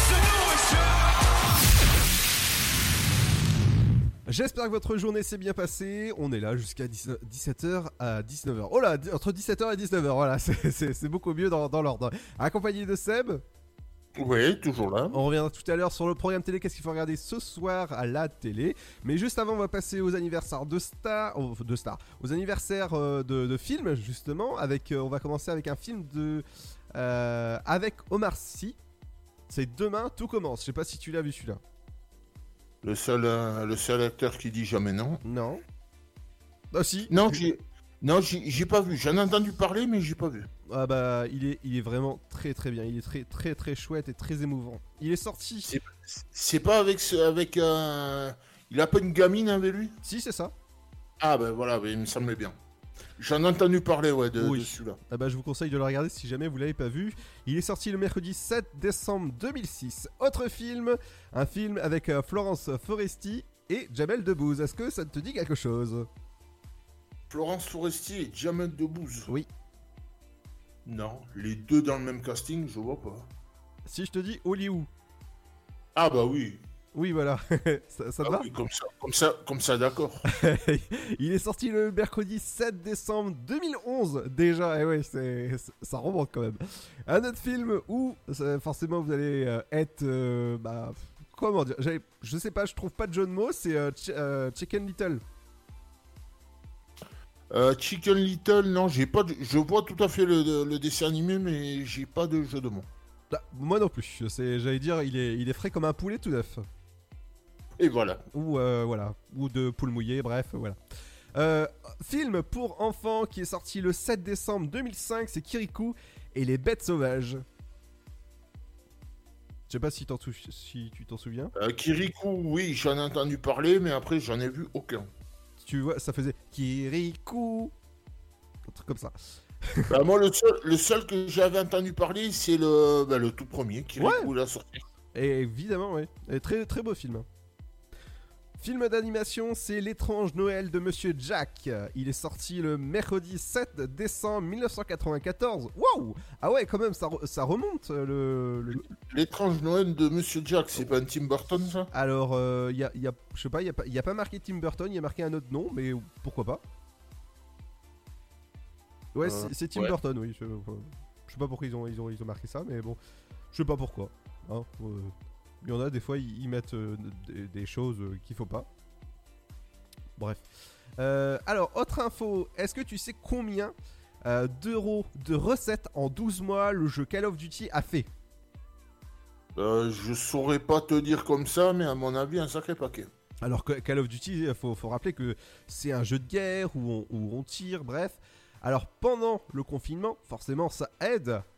J'espère que votre journée s'est bien passée. On est là jusqu'à dix-sept heures à dix-neuf heures. Oh là, entre dix-sept heures et dix-neuf heures, voilà, c'est, c'est, c'est beaucoup mieux dans, dans l'ordre. Accompagné de Seb. Oui, toujours là. On reviendra tout à l'heure sur le programme télé, qu'est-ce qu'il faut regarder ce soir à la télé. Mais juste avant, on va passer aux anniversaires de stars, oh, de stars, aux anniversaires euh, de, de films justement. Avec, euh, on va commencer avec un film de, euh, avec Omar Sy. C'est Demain, tout commence. Je sais pas si tu l'as vu celui-là. Le seul, euh, le seul acteur qui dit jamais non. Non. Ah si. Non, j'ai, non, j'ai, j'ai pas vu. J'en ai entendu parler, mais j'ai pas vu. Ah bah il est, il est vraiment très très bien, il est très très très chouette et très émouvant. Il est sorti. C'est, c'est pas avec ce, avec euh, il a pas une gamine avec lui? Si, c'est ça. Ah bah voilà, bah, il me semblait bien. J'en ai entendu parler ouais de, oui. de celui-là. Ah bah je vous conseille de le regarder si jamais vous l'avez pas vu. Il est sorti le mercredi sept décembre deux mille six. Autre film, un film avec euh, Florence Foresti et Jamel Debbouze. Est-ce que ça te dit quelque chose? Florence Foresti et Jamel Debbouze. Oui. Non, les deux dans le même casting, je vois pas. Si je te dis Hollywood. Ah bah oui. Oui, voilà. ça, ça te ah va oui, comme ça, comme ça, comme ça, d'accord. Il est sorti le mercredi sept décembre deux mille onze déjà. Et ouais, c'est, ça remonte quand même. Un autre film où forcément vous allez euh, être, euh, bah, comment dire, je sais pas, je trouve pas de jeu de mots. C'est euh, ch- euh, Chicken Little. Euh, Chicken Little, non, j'ai pas de... je vois tout à fait le, le dessin animé, mais j'ai pas de jeu de mots. Ah, moi non plus, c'est, j'allais dire, il est, il est frais comme un poulet tout neuf. Et voilà. Ou euh, voilà, ou de poule mouillée, bref, voilà. Euh, film pour enfants qui est sorti le sept décembre deux mille cinq, c'est Kirikou et les bêtes sauvages. Je sais pas si, t'en sou... si tu t'en souviens. Euh, Kirikou, oui, j'en ai entendu parler, mais après j'en ai vu aucun. Tu vois, ça faisait Kirikou, un truc comme ça. Bah, moi, le seul, le seul que j'avais entendu parler, c'est le, bah, le tout premier, Kirikou, ouais. l'a sorti. Et évidemment, oui. Et très, très beau film. Film d'animation, c'est L'étrange Noël de Monsieur Jack. Il est sorti le mercredi sept décembre mille neuf cent quatre-vingt-quatorze. Waouh! Ah ouais, quand même, ça, ça remonte. Le, le... L'étrange Noël de Monsieur Jack, c'est pas un Tim Burton, ça? Alors, il euh, y, a, y a, je sais pas, il n'y a, a pas marqué Tim Burton, il y a marqué un autre nom, mais pourquoi pas? Ouais, euh, c'est, c'est Tim ouais. Burton, oui. Je, je sais pas pourquoi ils ont, ils, ont, ils ont marqué ça, mais bon, je sais pas pourquoi. Hein, euh... Il y en a, des fois, ils mettent euh, des, des choses euh, qu'il faut pas. Bref. Euh, alors, autre info. Est-ce que tu sais combien euh, d'euros de recettes en douze mois le jeu Call of Duty a fait? euh, Je saurais pas te dire comme ça, mais à mon avis, un sacré paquet. Alors, Call of Duty, il faut, faut rappeler que c'est un jeu de guerre où on, où on tire, bref. Alors, pendant le confinement, forcément, ça aide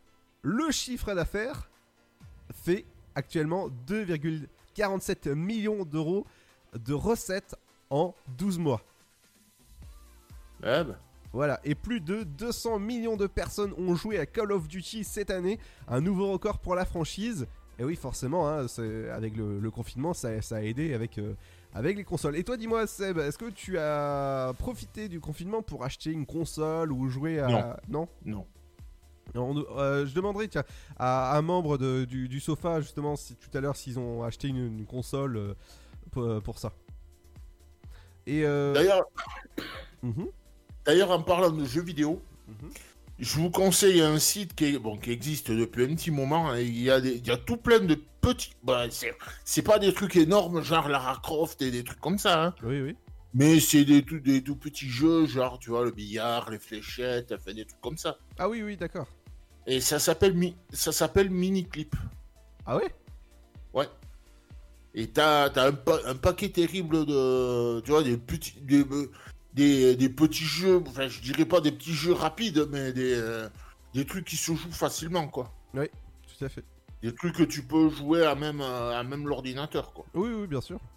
Le chiffre d'affaires fait actuellement deux virgule quarante-sept millions d'euros de recettes en douze mois. Ouais, bah. Voilà, et plus de deux cents millions de personnes ont joué à Call of Duty cette année, un nouveau record pour la franchise. Et oui, forcément, hein, c'est, avec le, le confinement, ça, ça a aidé avec, euh, avec les consoles. Et toi, dis-moi, Seb, est-ce que tu as profité du confinement pour acheter une console ou jouer à... Non. Non Non. On, euh, je demanderai tiens, à un membre de, du, du sofa, justement, si, tout à l'heure, s'ils ont acheté une, une console euh, pour, pour ça. Et euh... D'ailleurs... Mm-hmm. D'ailleurs, en parlant de jeux vidéo, mm-hmm. je vous conseille un site qui, est, bon, qui existe depuis un petit moment. Hein, il, y a des, il y a tout plein de petits... Bah, c'est, c'est pas des trucs énormes, genre Lara Croft et des trucs comme ça. Hein. Oui, oui. Mais c'est des, tout, des tout petits jeux, genre, tu vois, le billard, les fléchettes, enfin, des trucs comme ça. Ah oui, oui, d'accord. Et ça s'appelle, mi- ça s'appelle Miniclip. Ah ouais? Ouais. Et t'as, t'as un, pa- un paquet terrible de... Tu vois, des petits... Des, Des, des petits jeux, enfin je dirais pas des petits jeux rapides, mais des, euh, des trucs qui se jouent facilement, quoi. Oui, tout à fait. Des trucs que tu peux jouer à même, à même l'ordinateur, quoi. Oui, oui, bien sûr.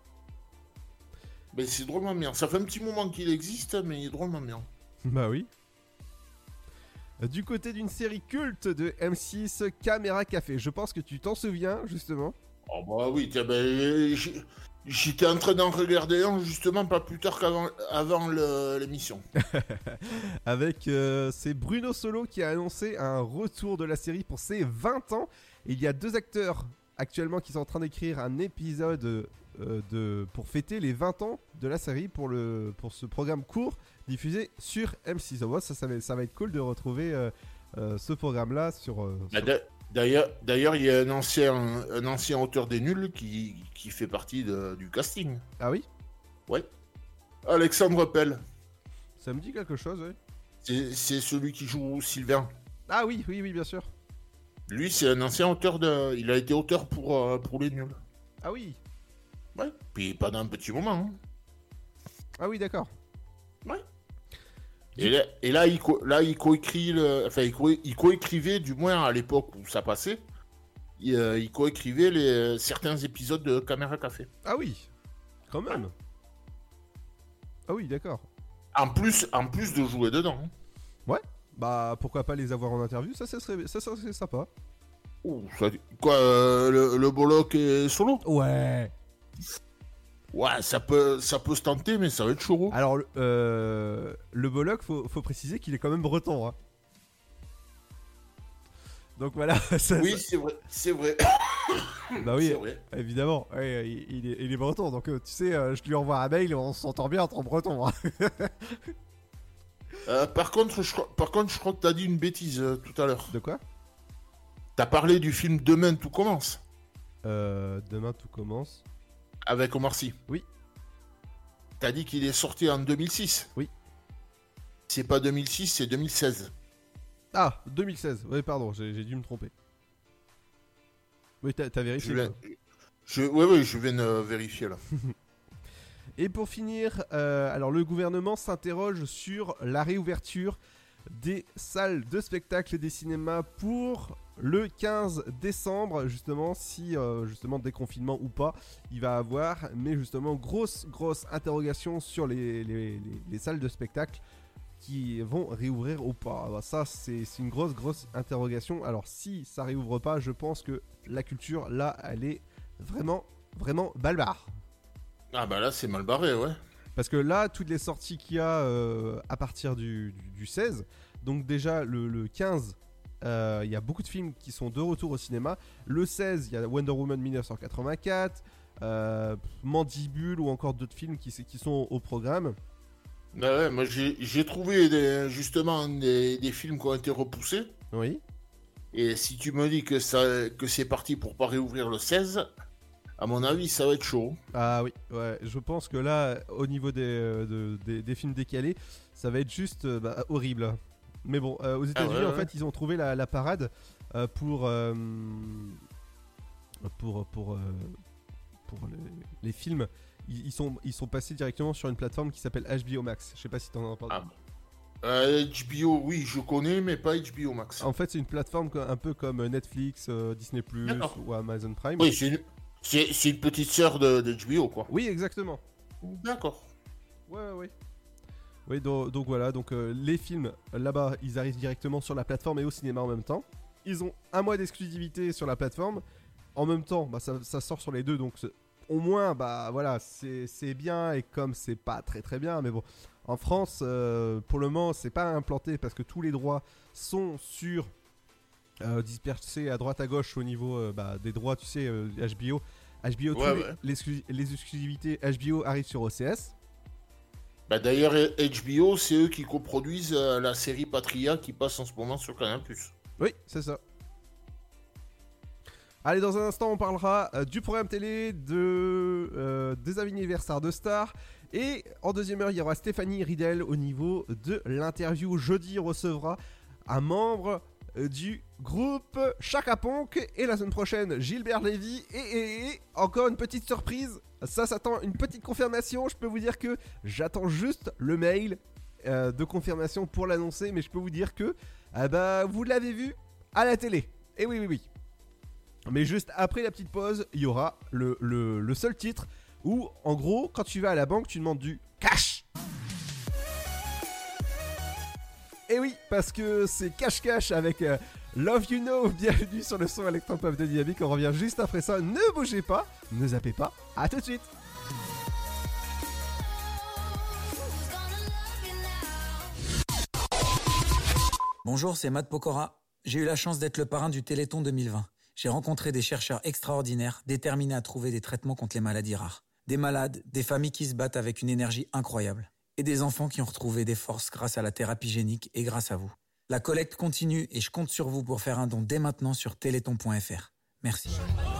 Mais c'est drôlement bien. Ça fait un petit moment qu'il existe, mais il est drôlement bien. Bah oui. Du côté d'une série culte de M six, Caméra Café. Je pense que tu t'en souviens, justement. Oh bah oui, tiens, ben... J'ai... J'étais en train d'en regarder un justement pas plus tard qu'avant avant le, l'émission. Avec euh, c'est Bruno Solo qui a annoncé un retour de la série pour ses vingt ans. Et il y a deux acteurs actuellement qui sont en train d'écrire un épisode euh, de, pour fêter les vingt ans de la série pour, le, pour ce programme court diffusé sur M six. Oh, ça, ça, va, ça va être cool de retrouver euh, euh, ce programme-là sur... Euh, sur... D'ailleurs, d'ailleurs, il y a un ancien, un ancien auteur des Nuls qui, qui fait partie de, du casting. Ah oui? Ouais. Alexandre Pell. Ça me dit quelque chose, oui. C'est, c'est celui qui joue Sylvain. Ah oui, oui, oui, bien sûr. Lui, c'est un ancien auteur de... Il a été auteur pour, euh, pour les Nuls. Ah oui. Ouais, puis pendant un petit moment. Hein. Ah oui, d'accord. Ouais. Et là, et là, il, co- là, il coécrit, le, enfin, il, co- il coécrivait, du moins à l'époque où ça passait, il, euh, il coécrivait les, certains épisodes de Caméra Café. Ah oui, quand même. Ouais. Ah oui, d'accord. En plus, en plus de jouer dedans. Hein. Ouais, bah pourquoi pas les avoir en interview, ça, ça, serait, ça, ça serait sympa. Ouh, ça, quoi, euh, le, le Bollock est solo? Ouais. Ouais, ça peut, ça peut se tenter, mais ça va être chaud. Alors, euh, le Bollock, faut, faut préciser qu'il est quand même breton. Hein. Donc voilà. Ça, oui, ça... c'est vrai. C'est vrai. Bah oui, c'est vrai. Évidemment. Ouais, il, il, est, il est breton. Donc, euh, tu sais, euh, je lui envoie un mail et on s'entend bien entre bretons. Hein. euh, par, contre, je, par contre, je crois que t'as dit une bêtise euh, tout à l'heure. De quoi? T'as parlé du film Demain tout commence. Euh, Demain tout commence. Avec Omar Sy. Oui. T'as dit qu'il est sorti en deux mille six. Oui. C'est pas deux mille six, c'est deux mille seize. Ah, deux mille seize. Oui, pardon, j'ai, j'ai dû me tromper. Oui, t'as, t'as vérifié. Je, je, oui, oui, je viens de vérifier là. Et pour finir, euh, alors le gouvernement s'interroge sur la réouverture des salles de spectacle et des cinémas pour le quinze décembre, justement, si euh, justement déconfinement ou pas, il va avoir, mais justement grosse grosse interrogation sur les, les, les, les salles de spectacle qui vont réouvrir ou pas. Alors ça c'est, c'est une grosse grosse interrogation. Alors si ça réouvre pas, je pense que la culture là elle est vraiment vraiment balbar. Ah bah là c'est mal barré, ouais. Parce que là toutes les sorties qu'il y a euh, à partir du, du, du seize, donc déjà le, le quinze, il euh, y a beaucoup de films qui sont de retour au cinéma. Le seize, il y a Wonder Woman dix-neuf cent quatre-vingt-quatre, euh, Mandibule ou encore d'autres films qui, qui sont au programme. Bah ouais, moi j'ai, j'ai trouvé des, justement des, des films qui ont été repoussés. Oui. Et si tu me dis que, ça, que c'est parti pour pas réouvrir le seize, à mon avis ça va être chaud. Ah oui, ouais, je pense que là, au niveau des, de, des, des films décalés, ça va être juste bah, horrible. Mais bon, euh, aux États-Unis, ah ouais, ouais. en fait, ils ont trouvé la, la parade euh, pour, euh, pour pour euh, pour les, les films. Ils, ils sont ils sont passés directement sur une plateforme qui s'appelle H B O Max. Je sais pas si t'en as entendu. Ah. Euh, H B O, oui, je connais, mais pas H B O Max. En fait, c'est une plateforme un peu comme Netflix, euh, Disney plus, D'accord. ou Amazon Prime. Oui, c'est une, c'est, c'est une petite sœur de, de H B O, quoi. Oui, exactement. D'accord. Ouais, ouais, ouais. Oui, donc, donc voilà, donc euh, les films, là-bas, ils arrivent directement sur la plateforme et au cinéma en même temps. Ils ont un mois d'exclusivité sur la plateforme. En même temps, bah, ça, ça sort sur les deux, donc au moins, bah voilà, c'est, c'est bien. Et comme c'est pas très très bien, mais bon, en France, euh, pour le moment, c'est pas implanté parce que tous les droits sont sur euh, dispersés à droite à gauche au niveau euh, bah, des droits, tu sais, euh, H B O. H B O, Ouais, tous ouais. Les, l'exclu- les exclusivités H B O arrivent sur O C S. Bah, d'ailleurs, H B O, c'est eux qui coproduisent euh, la série Patria qui passe en ce moment sur Canal plus. Oui, c'est ça. Allez, dans un instant, on parlera euh, du programme télé, de, euh, des anniversaires de stars. Et en deuxième heure, il y aura Stéphanie Ridel au niveau de l'interview. Jeudi, on recevra un membre euh, du groupe Chaka Ponk. Et la semaine prochaine, Gilbert Lévy. Et, et, et encore une petite surprise. Ça s'attend une petite confirmation. Je peux vous dire que j'attends juste le mail euh, de confirmation pour l'annoncer. Mais je peux vous dire que ah bah, vous l'avez vu à la télé. Et oui, oui, oui. Mais juste après la petite pause, il y aura le, le, le seul titre où, en gros, quand tu vas à la banque, tu demandes du cash. Et oui, parce que c'est Cash Cash avec euh, Love You Know. Bienvenue sur le son électropop de Dynamique. On revient juste après ça. Ne bougez pas, ne zappez pas. À tout de suite. Bonjour, c'est Matt Pokora. J'ai eu la chance d'être le parrain du Téléthon deux mille vingt. J'ai rencontré des chercheurs extraordinaires, déterminés à trouver des traitements contre les maladies rares. Des malades, des familles qui se battent avec une énergie incroyable. Et des enfants qui ont retrouvé des forces grâce à la thérapie génique et grâce à vous. La collecte continue et je compte sur vous pour faire un don dès maintenant sur téléthon point f r. Merci.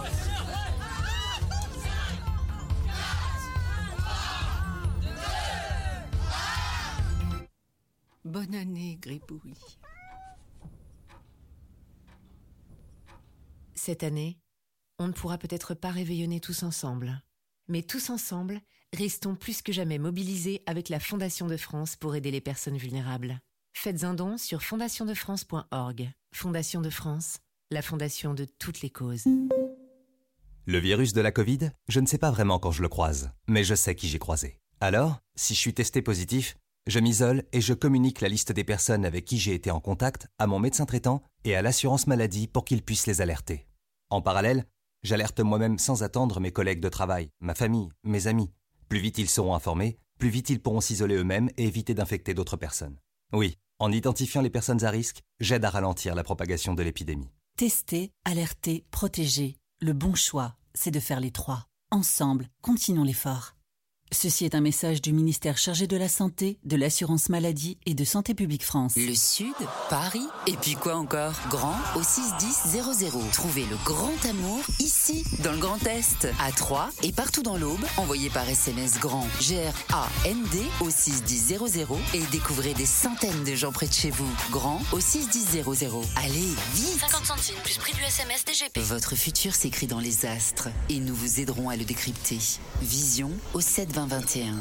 Bonne année, Gribouille. Cette année, on ne pourra peut-être pas réveillonner tous ensemble. Mais tous ensemble, restons plus que jamais mobilisés avec la Fondation de France pour aider les personnes vulnérables. Faites un don sur fondation de france point org. Fondation de France, la fondation de toutes les causes. Le virus de la Covid, je ne sais pas vraiment quand je le croise, mais je sais qui j'ai croisé. Alors, si je suis testé positif, je m'isole et je communique la liste des personnes avec qui j'ai été en contact à mon médecin traitant et à l'assurance maladie pour qu'ils puissent les alerter. En parallèle, j'alerte moi-même sans attendre mes collègues de travail, ma famille, mes amis. Plus vite ils seront informés, plus vite ils pourront s'isoler eux-mêmes et éviter d'infecter d'autres personnes. Oui, en identifiant les personnes à risque, j'aide à ralentir la propagation de l'épidémie. Tester, alerter, protéger. Le bon choix, c'est de faire les trois. Ensemble, continuons l'effort. Ceci est un message du ministère chargé de la Santé, de l'Assurance Maladie et de Santé Publique France. Le Sud, Paris, et puis quoi encore? Grand au six dix zéro zéro. Trouvez le grand amour ici, dans le Grand Est, à Troyes et partout dans l'Aube. Envoyez par S M S GRAND, G R A N D, au six dix zéro zéro et découvrez des centaines de gens près de chez vous. Grand au six dix zéro zéro. Allez, vite! cinquante centimes plus prix du S M S D G P. Votre futur s'écrit dans les astres et nous vous aiderons à le décrypter. Vision au sept vingt vingt et un.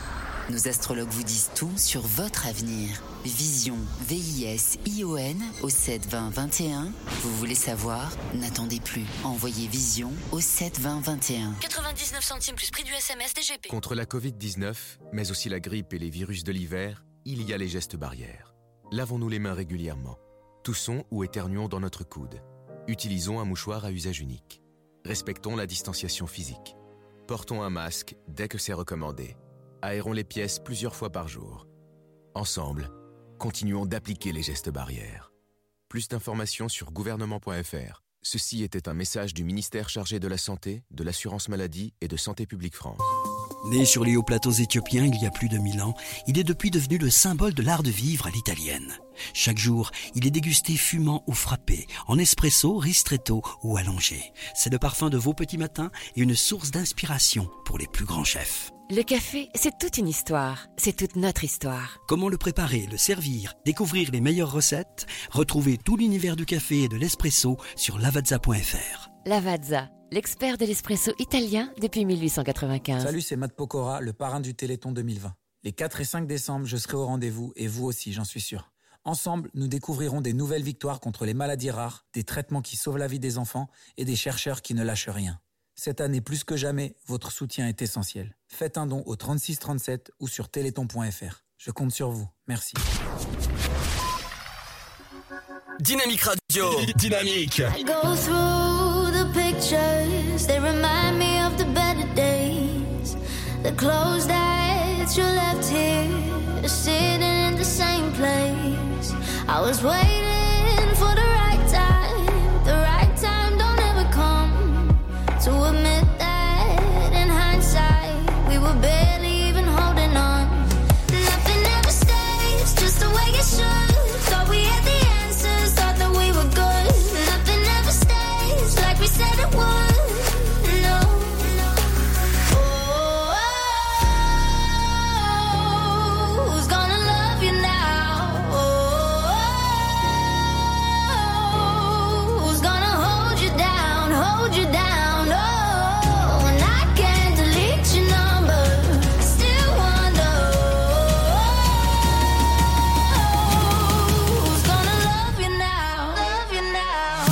Nos astrologues vous disent tout sur votre avenir. Vision, V I S I O N au sept vingt vingt et un. Vous voulez savoir? N'attendez plus. Envoyez Vision au sept vingt vingt et un. quatre-vingt-dix-neuf centimes plus prix du S M S D G P. Contre la covid dix-neuf, mais aussi la grippe et les virus de l'hiver, il y a les gestes barrières. Lavons-nous les mains régulièrement. Toussons ou éternuons dans notre coude. Utilisons un mouchoir à usage unique. Respectons la distanciation physique. Portons un masque dès que c'est recommandé. Aérons les pièces plusieurs fois par jour. Ensemble, continuons d'appliquer les gestes barrières. Plus d'informations sur gouvernement point f r. Ceci était un message du ministère chargé de la Santé, de l'Assurance Maladie et de Santé Publique France. Né sur les hauts plateaux éthiopiens il y a plus de mille ans, il est depuis devenu le symbole de l'art de vivre à l'italienne. Chaque jour, il est dégusté fumant ou frappé, en espresso, ristretto ou allongé. C'est le parfum de vos petits matins et une source d'inspiration pour les plus grands chefs. Le café, c'est toute une histoire. C'est toute notre histoire. Comment le préparer, le servir, découvrir les meilleures recettes? Retrouvez tout l'univers du café et de l'espresso sur lavazza point f r. Lavazza, l'expert de l'espresso italien depuis mille huit cent quatre-vingt-quinze. Salut, c'est Matt Pokora, le parrain du Téléthon deux mille vingt. Les quatre et cinq décembre, je serai au rendez-vous et vous aussi, j'en suis sûr. Ensemble, nous découvrirons des nouvelles victoires contre les maladies rares, des traitements qui sauvent la vie des enfants et des chercheurs qui ne lâchent rien. Cette année, plus que jamais, votre soutien est essentiel. Faites un don au trente-six trente-sept ou sur téléthon point f r. Je compte sur vous. Merci. Dynamique Radio. Dynamique. I go through the pictures, they remind me of the better days. The clothes that you left here, sitting in the same place. I was waiting for the right time, the right time don't ever come. To admit that in hindsight, we were barely even holding on. Nothing ever stays just the way it should. Thought we had the answers, thought that we were good. Nothing ever stays like we said it would. No. Oh, who's gonna love you now? Oh, who's gonna hold you down, hold you down? Oh, and I can't delete your number. Still wonder, oh, who's gonna love you now, love you now?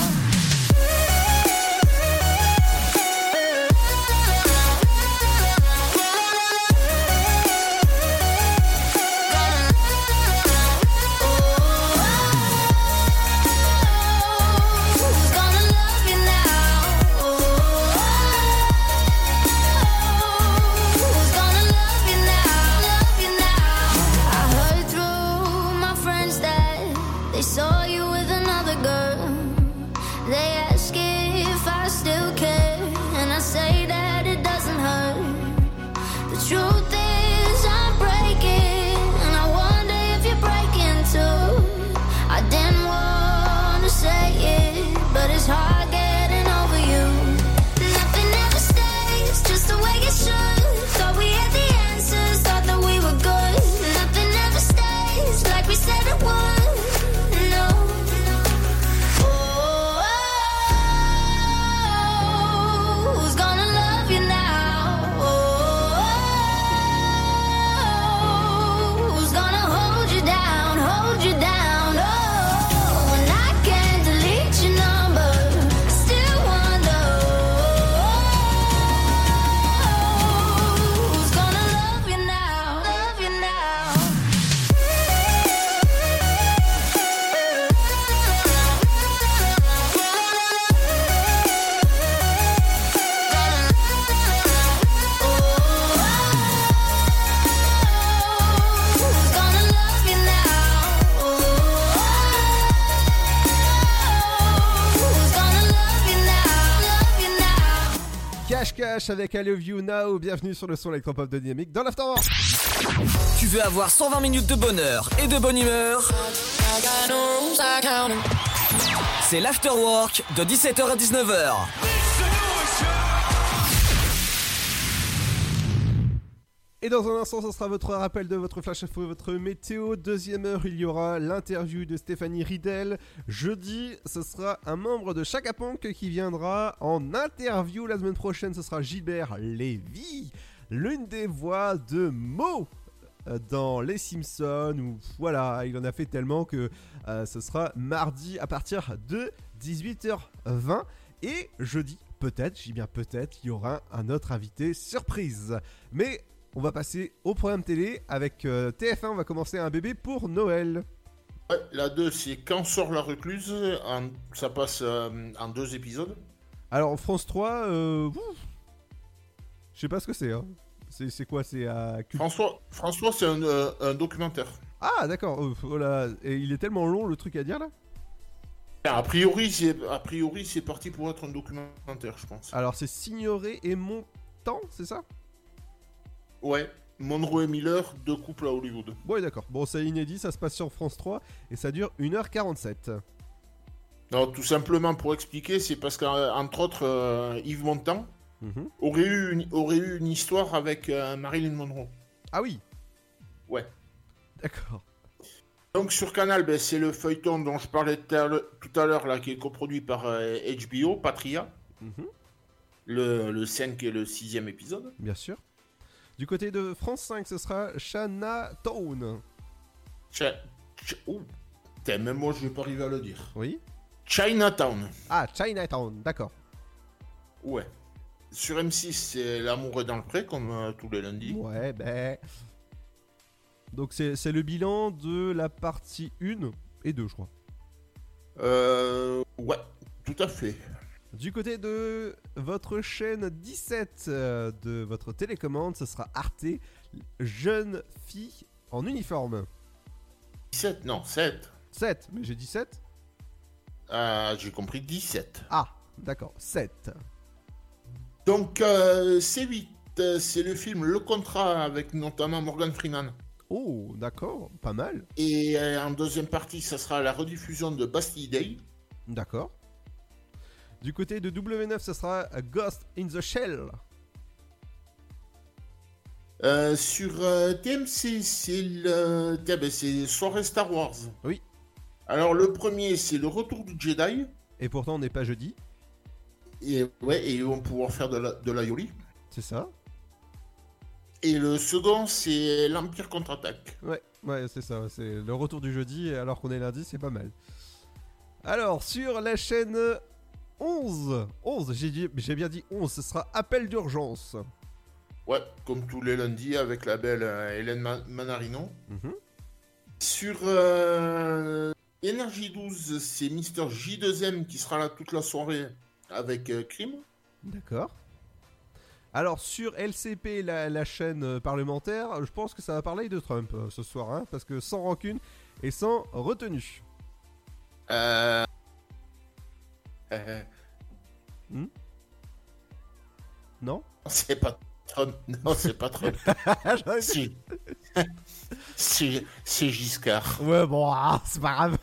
Who's gonna love you now? Who's gonna love you now, love you now? I heard through my friends that they saw you with another girl. They ask if I still care, and I say that it doesn't hurt. The truth is I'm breaking, and I wonder if you're breaking too. I didn't wanna say it, but it's hard getting over you. Nothing ever stays just the way it should. Thought we had the answers, thought that we were good. Nothing ever stays like we said it would. No. Oh, who's gonna love you now? Oh, who's gonna hold you down, hold you down? Oh, and I can't delete your number. Still wonder, oh, who's gonna love you now, love you now? Who's gonna love you now? Who's gonna love you now, love you now? Cash Cash avec I Love You Now. Bienvenue sur le son électropop de Dynamique dans l'Afterwork. Tu veux avoir cent vingt minutes de bonheur et de bonne humeur? C'est l'Afterwork de dix-sept heures à dix-neuf heures. Et dans un instant, ce sera votre rappel de votre flash info, votre météo. Deuxième heure, il y aura l'interview de Stéphanie Riedel. Jeudi, ce sera un membre de Chaka Ponk qui viendra en interview. La semaine prochaine, ce sera Gilbert Lévy, l'une des voix de Mo euh, dans Les Simpsons. Où, voilà, il en a fait tellement que euh, ce sera mardi à partir de dix-huit heures vingt. Et jeudi, peut-être, je dis bien peut-être, il y aura un autre invité surprise. Mais on va passer au programme télé avec euh, T F un. On va commencer un bébé pour Noël. Ouais, la deux, c'est Quand sort la recluse. En- ça passe euh, en deux épisodes. Alors en France trois, euh, ouf, je sais pas ce que c'est. Hein. C'est, c'est quoi? C'est à Cult- François, François c'est un, euh, un documentaire. Ah d'accord. Oh, oh là. Et il est tellement long le truc à dire là. A priori, c'est, a priori, c'est parti pour être un documentaire, je pense. Alors c'est Signoret et Montan, c'est ça? Ouais, Monroe et Miller, deux couples à Hollywood. Ouais d'accord. Bon c'est inédit, ça se passe sur France trois et ça dure une heure quarante-sept. Non, tout simplement pour expliquer, c'est parce qu'entre autres, euh, Yves Montand Mhm. aurait, eu une, aurait eu une histoire avec euh, Marilyn Monroe. Ah oui. Ouais. D'accord. Donc sur Canal, ben, c'est le feuilleton dont je parlais tout à l'heure, tout à l'heure là, qui est coproduit par euh, H B O, Patria. Mhm. Le, le cinq et le sixième épisode. Bien sûr. Du côté de France cinq, ce sera Chinatown. Cha... Ch... Ouh. Putain, même moi, je vais pas arriver à le dire. Oui. Chinatown. Ah, Chinatown, d'accord. Ouais. Sur M six, c'est L'amour est dans le pré, comme euh, tous les lundis. Ouais, ben... Donc c'est, c'est le bilan de la partie un et deux, je crois. Euh... Ouais, tout à fait. Du côté de votre chaîne dix-sept euh, de votre télécommande, ce sera Arte, jeune fille en uniforme. dix-sept, non, sept. sept, mais j'ai dit sept. Euh, j'ai compris dix-sept. Ah, d'accord, sept. Donc, euh, C huit, euh, c'est le film Le Contrat avec notamment Morgan Freeman. Oh, d'accord, pas mal. Et euh, en deuxième partie, ça sera la rediffusion de Bastille Day. D'accord. Du côté de W neuf, ce sera Ghost in the Shell. Euh, sur euh, T M C, c'est le... Tiens, ben, c'est Soirée Star Wars. Oui. Alors, le premier, c'est Le Retour du Jedi. Et pourtant, on n'est pas jeudi. Et ouais, et ils vont pouvoir faire de la, de la Yoli. C'est ça. Et le second, c'est l'Empire contre-attaque. Ouais, ouais, c'est ça. C'est le retour du jeudi, alors qu'on est lundi, c'est pas mal. Alors, sur la chaîne onze, onze, j'ai, dit, j'ai bien dit onze, ce sera Appel d'urgence. Ouais, comme tous les lundis, avec la belle euh, Hélène Ma- Manarino. Mm-hmm. Sur euh, Énergie douze, c'est Mister J deux M qui sera là toute la soirée avec euh, Crime. D'accord. Alors sur L C P, la, la chaîne euh, parlementaire, je pense que ça va parler de Trump euh, ce soir, hein, parce que sans rancune et sans retenue. Euh... euh... Hmm non. C'est pas Trump. Non, c'est pas Trump. c'est... c'est... c'est Giscard. Ouais, bon, ah, c'est pas grave.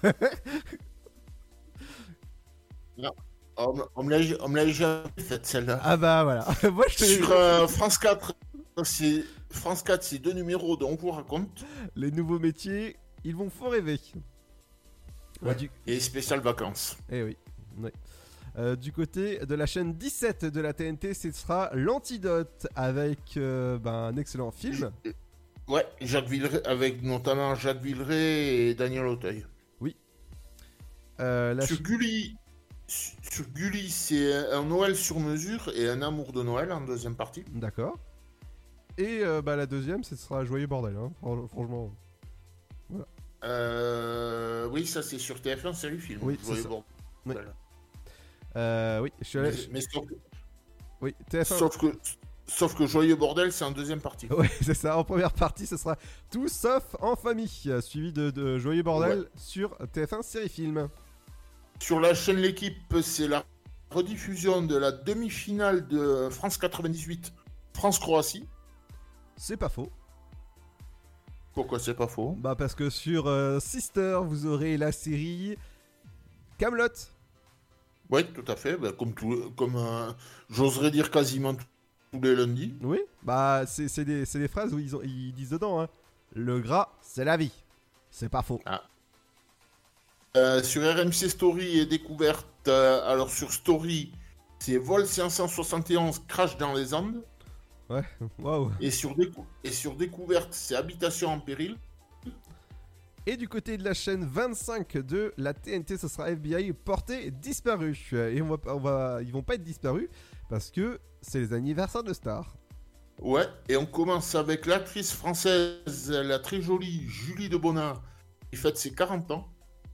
Non. On, on, me l'a, on me l'a déjà faite celle-là. Ah bah voilà. Moi, je Sur euh, France quatre, c'est... France quatre, c'est deux numéros dont on vous raconte. Les nouveaux métiers, ils vont fort rêver. Ouais. Du... Et spécial vacances. Eh oui. Ouais. Euh, du côté de la chaîne dix-sept de la T N T, ce sera L'Antidote avec euh, ben, un excellent film. Ouais, Jacques Villeray, avec notamment Jacques Villeray et Daniel Auteuil. Oui. Euh, la sur ch... Gulli, sur Gulli, c'est un Noël sur mesure et un amour de Noël en deuxième partie. D'accord. Et euh, bah, la deuxième, ce sera Joyeux Bordel, hein, franchement. Voilà. Euh... Oui, ça c'est sur T F un, série film. Oui, Joyeux c'est ça. Bordel. Oui. Euh, oui, je suis allé... Mais, mais sauf... Oui, T F un. Sauf que, sauf que Joyeux Bordel, c'est en deuxième partie. Oui, c'est ça. En première partie, ce sera Tout sauf en famille, suivi de, de Joyeux Bordel ouais. sur T F un série film. Sur la chaîne L'équipe, c'est la rediffusion de la demi-finale de France quatre-vingt-dix-huit, France-Croatie. C'est pas faux. Pourquoi c'est pas faux? Bah parce que sur euh, Sister, vous aurez la série Kaamelott. Oui, tout à fait. Bah, comme tout, comme euh, j'oserais dire quasiment tous les lundis. Oui, bah c'est, c'est, des, c'est des phrases où ils, ont, ils disent dedans, hein. Le gras, c'est la vie. C'est pas faux. Ah. Euh, sur R M C Story et Découverte, euh, alors sur Story, c'est Vol cinq cent soixante et onze, Crash dans les Andes. Ouais, waouh. Et sur, décou- et sur Découverte, c'est Habitation en péril. Et du côté de la chaîne vingt-cinq de la T N T, ce sera F B I porté disparu. Et on va, on va, ils vont pas être disparus parce que c'est les anniversaires de stars. Ouais, et on commence avec l'actrice française, la très jolie Julie de Bonnard, qui fête ses quarante ans.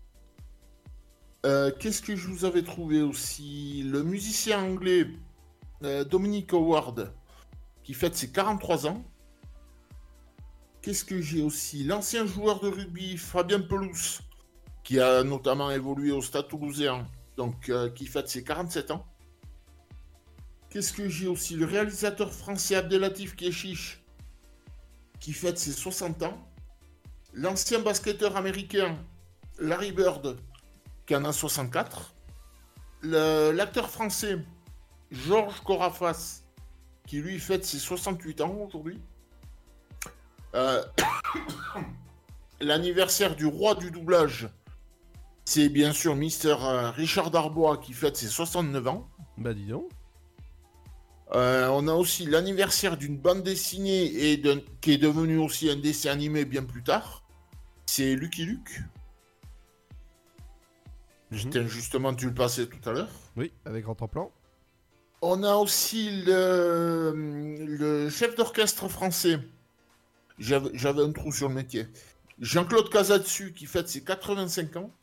Euh, qu'est-ce que je vous avais trouvé aussi? Le musicien anglais euh, Dominic Howard, qui fête ses quarante-trois ans. Qu'est-ce que j'ai aussi? L'ancien joueur de rugby Fabien Pelouse, qui a notamment évolué au Stade Toulousain, donc euh, qui fête ses quarante-sept ans. Qu'est-ce que j'ai aussi? Le réalisateur français Abdelatif Kechiche, qui fête ses soixante ans. L'ancien basketteur américain Larry Bird, qui en a soixante-quatre. Le, l'acteur français Georges Corafas, qui lui fête ses soixante-huit ans aujourd'hui. Euh, l'anniversaire du roi du doublage, c'est bien sûr Mister Richard Darbois, qui fête ses soixante-neuf ans. Bah dis donc. Euh, on a aussi l'anniversaire d'une bande dessinée et d'un... qui est devenue aussi un dessin animé bien plus tard. C'est Lucky Luke. Mhm. Tiens, justement, tu le passais tout à l'heure. Oui, avec grand en plan. On a aussi le, le chef d'orchestre français. J'avais, j'avais un trou sur le métier. Jean-Claude Casatsu qui fête ses quatre-vingt-cinq ans.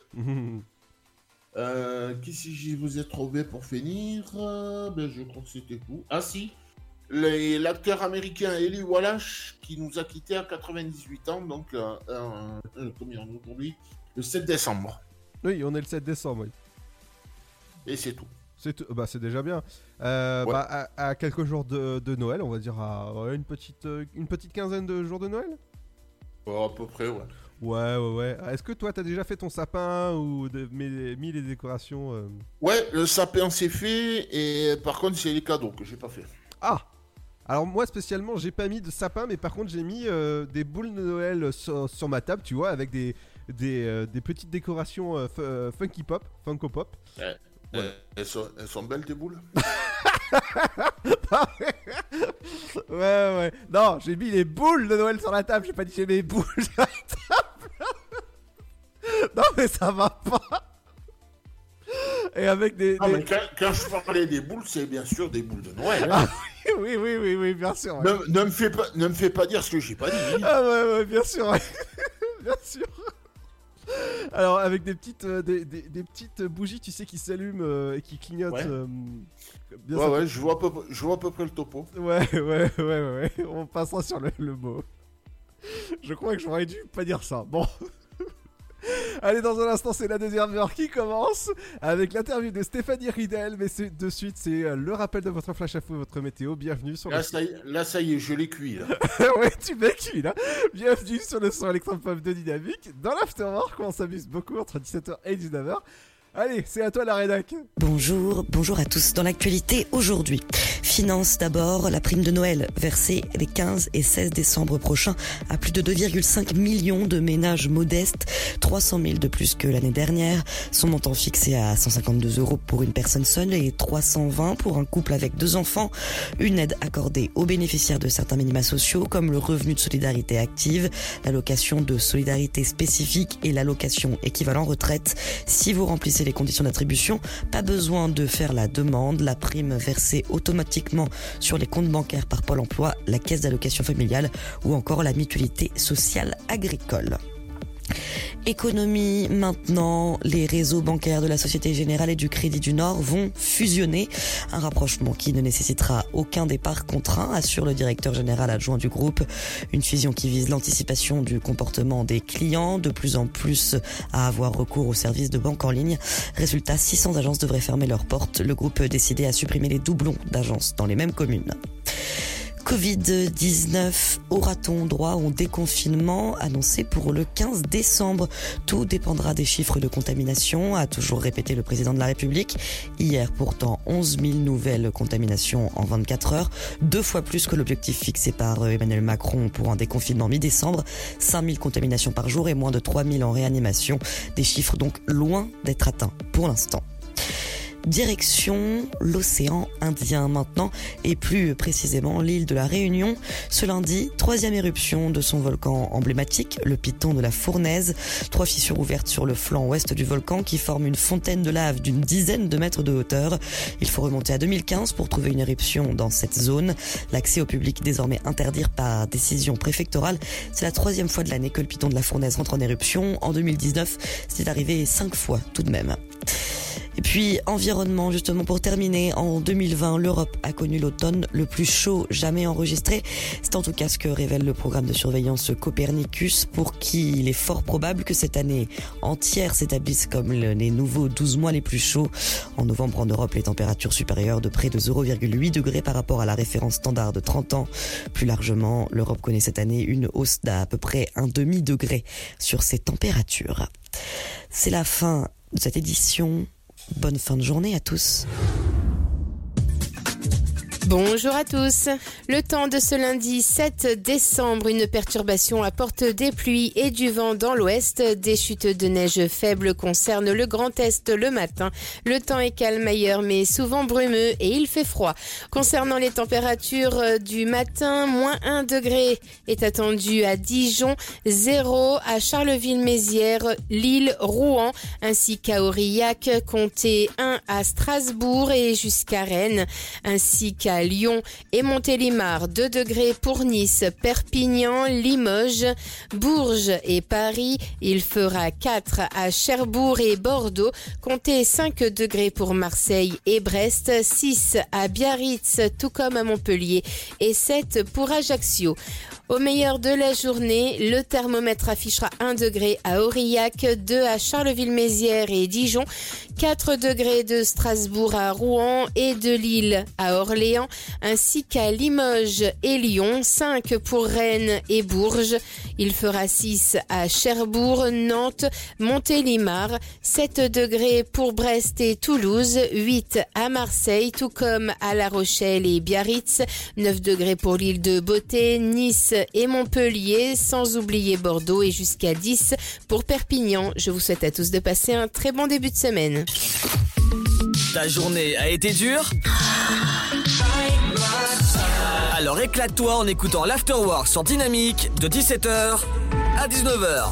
Euh, qu'est-ce que je vous ai trouvé pour finir euh, ben, je crois que c'était tout. Ah si, Les, l'acteur américain Eli Wallach qui nous a quittés à quatre-vingt-dix-huit ans, donc euh, euh, euh, combien aujourd'hui le sept décembre. Oui, on est le sept décembre, oui. Et c'est tout. C'est tout. Bah, c'est déjà bien. Euh, Ouais. bah, à, à quelques jours de, de Noël, on va dire à ouais, une, petite, euh, une petite quinzaine de jours de Noël. Oh, à peu près, ouais. Ouais, ouais, ouais. Est-ce que toi, t'as déjà fait ton sapin ou de, mis, mis les décorations euh... Ouais, le sapin c'est fait, et par contre, c'est les cadeaux que j'ai pas fait. Ah! Alors moi spécialement j'ai pas mis de sapin, mais par contre j'ai mis euh, des boules de Noël sur, sur ma table, tu vois, avec des, des, euh, des petites décorations euh, f- euh, funky pop, funko pop. Ouais. Ouais. Euh, elles, sont, elles sont belles tes boules. Ouais, ouais. Non, j'ai mis les boules de Noël sur la table, j'ai pas dit j'ai mis les boules sur la table. Non mais ça va pas. Et avec des... Non, des... mais quand, quand je parlais des boules, c'est bien sûr des boules de Noël. Ah Hein. oui, oui, oui, oui, bien sûr. Ouais. Ne, ne, me fais pas, ne me fais pas dire ce que j'ai pas dit. Ah ouais, ouais, bien sûr, ouais. Bien sûr. Alors avec des petites, euh, des, des, des petites bougies, tu sais, qui s'allument euh, et qui clignotent. Ouais. euh, bien Ouais, ça- ouais, je vois, à peu, je vois à peu près le topo. Ouais, ouais, ouais, ouais, ouais. On passera sur le, le mot. Je crois que j'aurais dû pas dire ça. Bon. Allez, dans un instant, c'est la deuxième heure qui commence avec l'interview de Stéphanie Ridel. Mais c'est, de suite, c'est euh, le rappel de votre flash info, votre météo. Bienvenue sur Là, le... ça y, est- là, ça y est, je l'ai cuit, là. Ouais, tu m'as cuit, là. Bienvenue sur le son électropop de Dynamique. Dans l'afterwork, on s'amuse beaucoup entre dix-sept heures et dix-neuf heures. Allez, c'est à toi la rédac. Bonjour, bonjour à tous. Dans l'actualité aujourd'hui, finance d'abord, la prime de Noël versée les quinze et seize décembre prochains à plus de deux virgule cinq millions de ménages modestes, trois cent mille de plus que l'année dernière. Son montant fixé à cent cinquante-deux euros pour une personne seule et trois cent vingt pour un couple avec deux enfants. Une aide accordée aux bénéficiaires de certains minima sociaux comme le revenu de solidarité active, l'allocation de solidarité spécifique et l'allocation équivalent retraite. Si vous remplissez les conditions d'attribution, pas besoin de faire la demande, la prime versée automatiquement sur les comptes bancaires par Pôle emploi, la caisse d'allocation familiale ou encore la mutualité sociale agricole. Économie maintenant, les réseaux bancaires de la Société Générale et du Crédit du Nord vont fusionner. Un rapprochement qui ne nécessitera aucun départ contraint, assure le directeur général adjoint du groupe. Une fusion qui vise l'anticipation du comportement des clients, de plus en plus à avoir recours aux services de banque en ligne. Résultat, six cents agences devraient fermer leurs portes. Le groupe décidé à supprimer les doublons d'agences dans les mêmes communes. covid dix-neuf, aura-t-on droit au déconfinement annoncé pour le quinze décembre? Tout dépendra des chiffres de contamination, a toujours répété le président de la République. Hier, pourtant, onze mille nouvelles contaminations en vingt-quatre heures, deux fois plus que l'objectif fixé par Emmanuel Macron pour un déconfinement mi-décembre. cinq mille contaminations par jour et moins de trois mille en réanimation. Des chiffres donc loin d'être atteints pour l'instant. Direction l'océan Indien maintenant, et plus précisément l'île de la Réunion. Ce lundi, troisième éruption de son volcan emblématique, le Piton de la Fournaise. Trois fissures ouvertes sur le flanc ouest du volcan qui forment une fontaine de lave d'une dizaine de mètres de hauteur. Il faut remonter à deux mille quinze pour trouver une éruption dans cette zone. L'accès au public désormais interdit par décision préfectorale. C'est la troisième fois de l'année que le Piton de la Fournaise rentre en éruption. En deux mille dix-neuf, c'est arrivé cinq fois tout de même. Et puis, environnement, justement, pour terminer, en deux mille vingt, l'Europe a connu l'automne le plus chaud jamais enregistré. C'est en tout cas ce que révèle le programme de surveillance Copernicus, pour qui il est fort probable que cette année entière s'établisse comme les nouveaux douze mois les plus chauds. En novembre, en Europe, les températures supérieures de près de zéro virgule huit degrés par rapport à la référence standard de trente ans. Plus largement, l'Europe connaît cette année une hausse d'à peu près un demi-degré sur ses températures. C'est la fin de cette édition. Bonne fin de journée à tous. Bonjour à tous. Le temps de ce lundi sept décembre, une perturbation apporte des pluies et du vent dans l'ouest. Des chutes de neige faibles concernent le Grand Est le matin. Le temps est calme ailleurs mais souvent brumeux et il fait froid. Concernant les températures du matin, moins un degré est attendu à Dijon, zéro à Charleville-Mézières, Lille, Rouen ainsi qu'à Aurillac, comptez un à Strasbourg et jusqu'à Rennes ainsi qu'à à Lyon et Montélimar, deux degrés pour Nice, Perpignan, Limoges, Bourges et Paris. Il fera quatre à Cherbourg et Bordeaux, comptez cinq degrés pour Marseille et Brest, six à Biarritz, tout comme à Montpellier et sept pour Ajaccio. Au meilleur de la journée, le thermomètre affichera un degré à Aurillac, deux à Charleville-Mézières et Dijon, quatre degrés de Strasbourg à Rouen et de Lille à Orléans, ainsi qu'à Limoges et Lyon, cinq pour Rennes et Bourges. Il fera six à Cherbourg, Nantes, Montélimar, sept degrés pour Brest et Toulouse, huit à Marseille, tout comme à La Rochelle et Biarritz, neuf degrés pour l'île de Beauté, Nice et Montpellier, sans oublier Bordeaux et jusqu'à dix pour Perpignan. Je vous souhaite à tous de passer un très bon début de semaine. Ta journée a été dure ? Alors éclate-toi en écoutant l'Afterwork sur Dynamique de dix-sept heures à dix-neuf heures.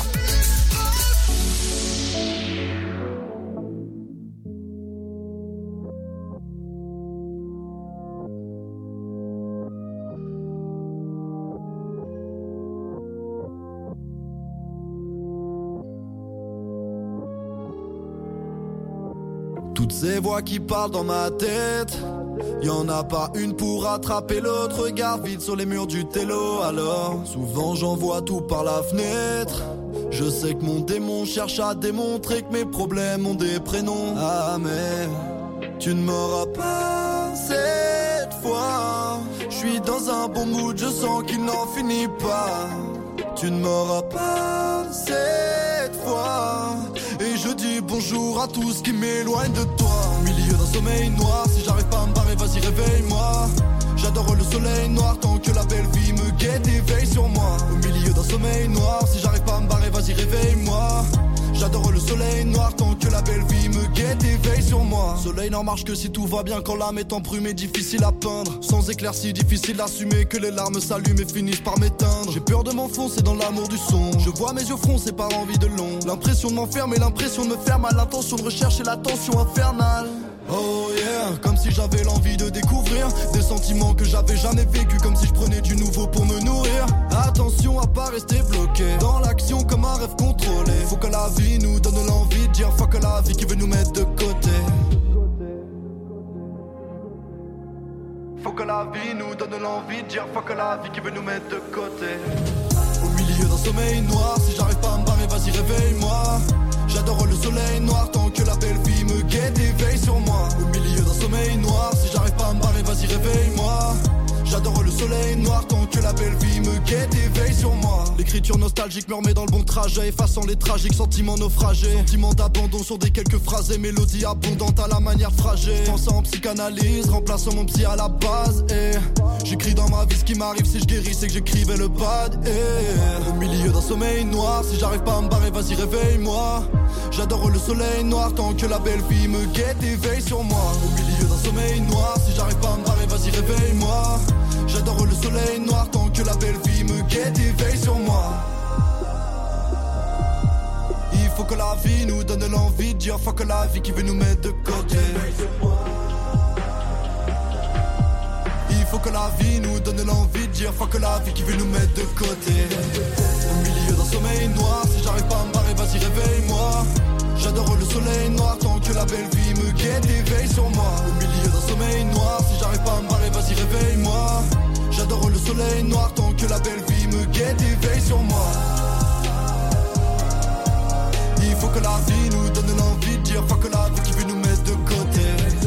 Toutes ces voix qui parlent dans ma tête, y'en a pas une pour attraper l'autre. Regard vide sur les murs du télo. Alors souvent j'en vois tout par la fenêtre. Je sais que mon démon cherche à démontrer que mes problèmes ont des prénoms. Ah mais tu ne m'auras pas cette fois. Je suis dans un bon mood, je sens qu'il n'en finit pas. Tu ne m'auras pas cette fois. Et je dis bonjour à tout ce qui m'éloigne de toi. Au milieu d'un sommeil noir, si j'arrive pas à me barrer, vas-y réveille-moi. J'adore le soleil noir tant que la belle vie me guette et veille sur moi. Au milieu d'un sommeil noir, si j'arrive pas à me barrer, vas-y réveille-moi. J'adore le soleil noir tant que la belle vie me guette et veille sur moi. Soleil n'en marche que si tout va bien, quand l'âme est embrumée, difficile à peindre. Sans éclaircie, difficile d'assumer que les larmes s'allument et finissent par m'éteindre. J'ai peur de m'enfoncer dans l'amour du son. Je vois mes yeux froncés par envie de long. L'impression de m'enfermer, l'impression de me faire mal. L'intention de rechercher la tension infernale. Oh yeah, comme si j'avais l'envie de découvrir des sentiments que j'avais jamais vécu, comme si je prenais du nouveau pour me nourrir. Attention à pas rester bloqué dans l'action comme un rêve contrôlé. Faut que la vie nous donne l'envie de dire fuck la vie qui veut nous mettre de côté. Faut que la vie nous donne l'envie de dire fuck la vie qui veut nous mettre de côté. Au milieu d'un sommeil noir, si j'arrive pas à me barrer, vas-y réveille-moi. J'adore le soleil noir tant que la belle vie me guette et veille sur moi. Au milieu d'un sommeil noir, si j'arrive pas à me barrer, vas-y réveille-moi. J'adore le soleil noir tant que la belle vie me guette et veille sur moi. L'écriture nostalgique me remet dans le bon trajet, effaçant les tragiques sentiments naufragés. Sentiments d'abandon sur des quelques phrases et mélodies abondantes à la manière fragile. Pensant en psychanalyse, remplaçant mon psy à la base. Et j'écris dans ma vie ce qui m'arrive, si je guéris c'est que j'écrivais le bad. Et au milieu d'un sommeil noir, si j'arrive pas à me barrer, vas-y réveille-moi. J'adore le soleil noir tant que la belle vie me guette et veille sur moi. Au milieu d'un sommeil noir, si j'arrive pas à me barrer, vas-y réveille-moi. J'adore le soleil noir tant que la belle vie me guette et veille sur moi. Il faut que la vie nous donne l'envie de dire fuck la vie qui veut nous mettre de côté. Il faut que la vie nous donne l'envie de dire fuck la vie qui veut nous mettre de côté. Au milieu d'un sommeil noir, si j'arrive pas à me barrer, vas-y réveille-moi. J'adore le soleil noir tant que la belle vie me guette et veille sur moi. Au milieu d'un sommeil noir, si j'arrive pas à me barrer, vas-y réveille-moi. J'adore le soleil noir tant que la belle vie me guette et veille sur moi. Il faut que la vie nous donne l'envie de dire fuck la vie qui veut nous mettre de côté.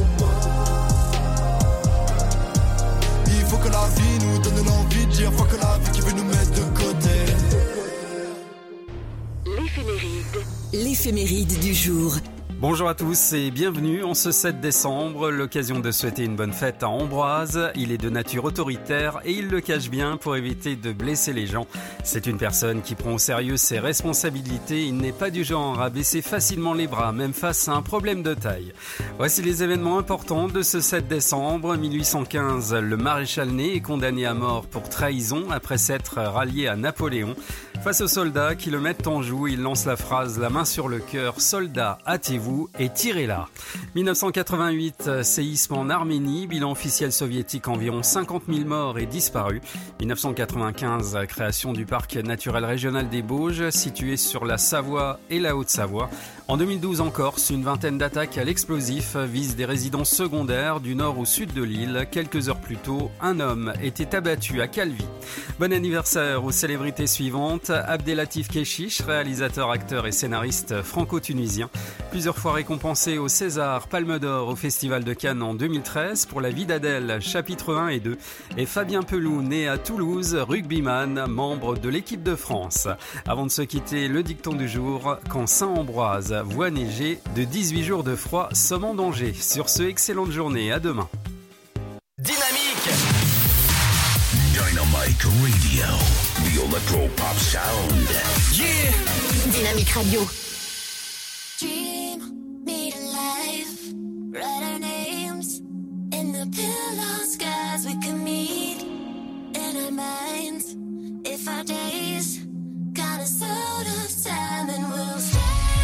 Il faut que la vie nous donne l'envie de dire fuck la vie qui veut nous mettre de côté. L'éphéméride. L'éphéméride du jour. Bonjour à tous et bienvenue en ce sept décembre, l'occasion de souhaiter une bonne fête à Ambroise. Il est de nature autoritaire et il le cache bien pour éviter de blesser les gens. C'est une personne qui prend au sérieux ses responsabilités. Il n'est pas du genre à baisser facilement les bras, même face à un problème de taille. Voici les événements importants de ce sept décembre. mille huit cent quinze, le maréchal Ney est condamné à mort pour trahison après s'être rallié à Napoléon. Face aux soldats qui le mettent en joue, il lance la phrase « La main sur le cœur, soldats, hâtez-vous et tirez-la ». dix-neuf cent quatre-vingt-huit, séisme en Arménie, bilan officiel soviétique environ cinquante mille morts et disparus. dix-neuf cent quatre-vingt-quinze, création du parc naturel régional des Bauges, situé sur la Savoie et la Haute-Savoie. En deux mille douze en Corse, une vingtaine d'attaques à l'explosif visent des résidences secondaires du nord au sud de l'île. Quelques heures plus tôt, un homme était abattu à Calvi. Bon anniversaire aux célébrités suivantes. Abdelatif Kechiche, réalisateur, acteur et scénariste franco-tunisien. Plusieurs fois récompensé au César, Palme d'Or au Festival de Cannes en deux mille treize pour La vie d'Adèle, chapitres un et deux. Et Fabien Pelou, né à Toulouse, rugbyman, membre de l'équipe de France. Avant de se quitter, le dicton du jour, quand Saint-Ambroise voit neiger, de dix-huit jours de froid sommes en danger. Sur ce, excellente journée, à demain. Dynamique Dynamique Radio, the electro pop sound. Yeah. Dynamique Radio. Dream me to life, write our names in the pillow skies. We can meet in our minds. If our days got us out of time, then we'll stay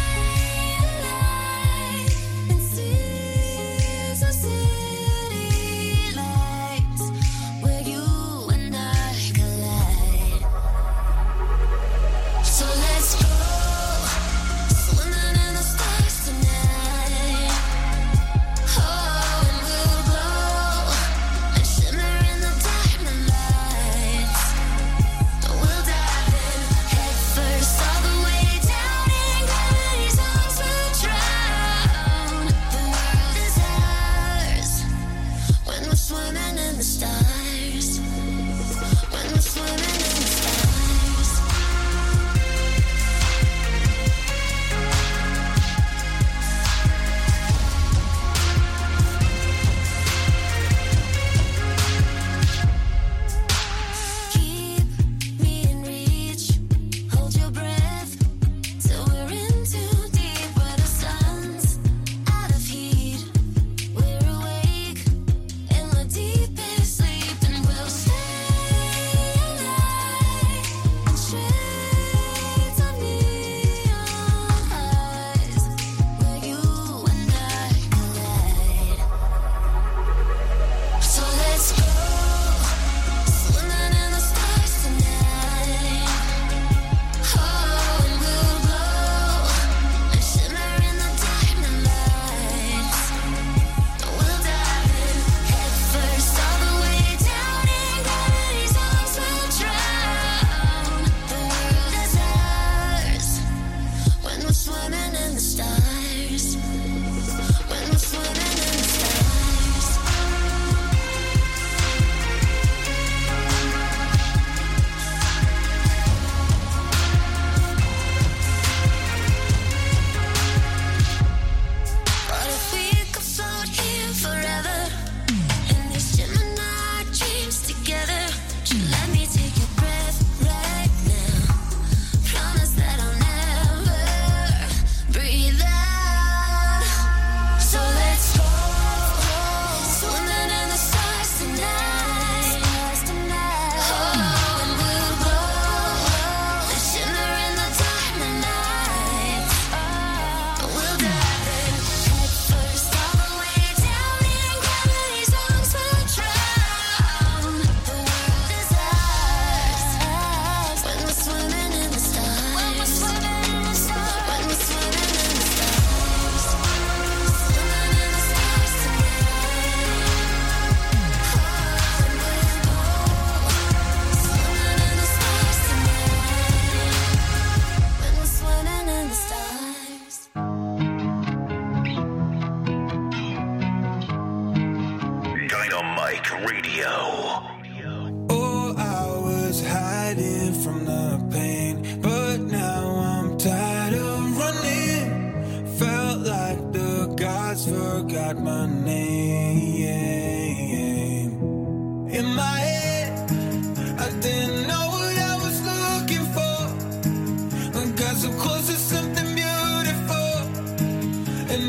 alive and see so city lights where you and I collide. So let's go. Oh, I was hiding from the pain, but now I'm tired of running. Felt like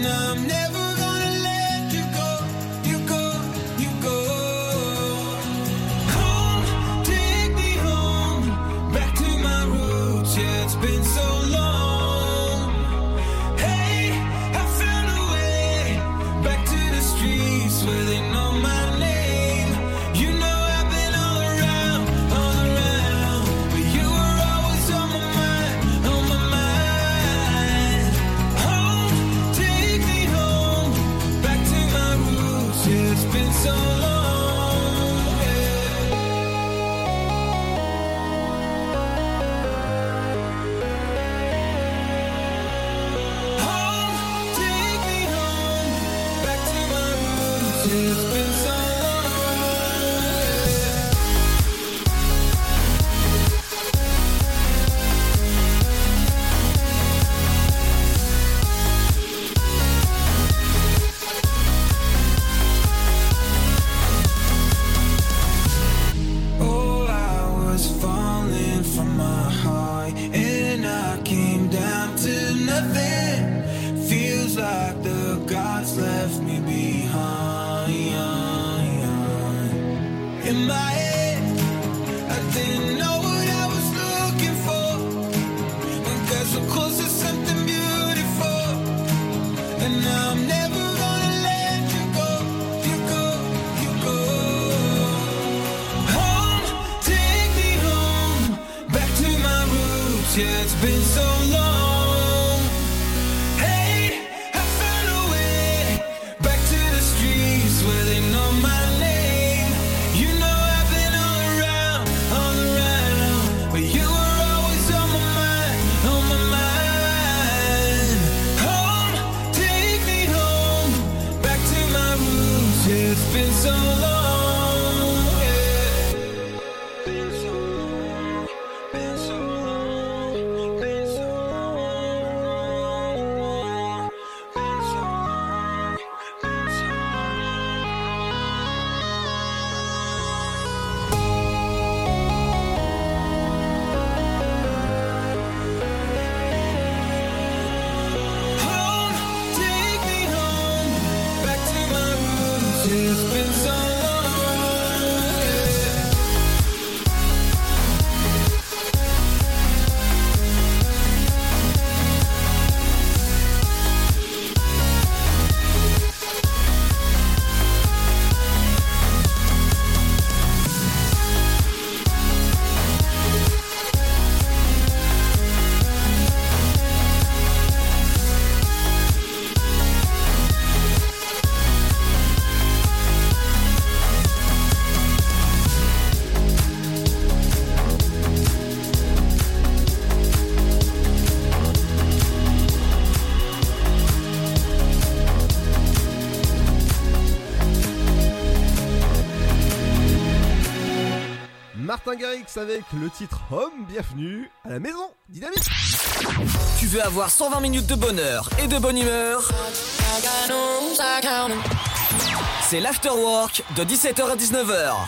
And I'm never gonna let you go, you go, you go. Home, take me home, back to my roots. Yeah, it's been so long. Hey, I found a way back to the streets where they know my name. You know I've been all around, all around, but you were always on my mind, on my mind. Home, take me home, back to my roots. Yeah, it's been so long. Home, take me home, back to my roots. Yeah, it's been so long. Oh, I was falling from my high, and I came down to nothing. Feels like the gods left me behind. In my head, I didn't know what I was looking for. When got so close to something beautiful, and now I'm never gonna let you go, you go, you go. Home, take me home, back to my roots. Yeah, it's been so long. Hey, I found a way back to the streets where they know my name. You know I've been all around, all around, but you were always on my mind, on my mind. Home, take me home, back to my roots. Yeah, it's been so long. Yeah. Been so long, been so long, been so long, been so long, been so Home, take me home, back to my roots. Yeah, it's been so long. Martin Garrix avec le titre Home, bienvenue à la maison Dynamique. Tu veux avoir cent vingt minutes de bonheur et de bonne humeur? C'est l'Afterwork de dix-sept heures à dix-neuf heures.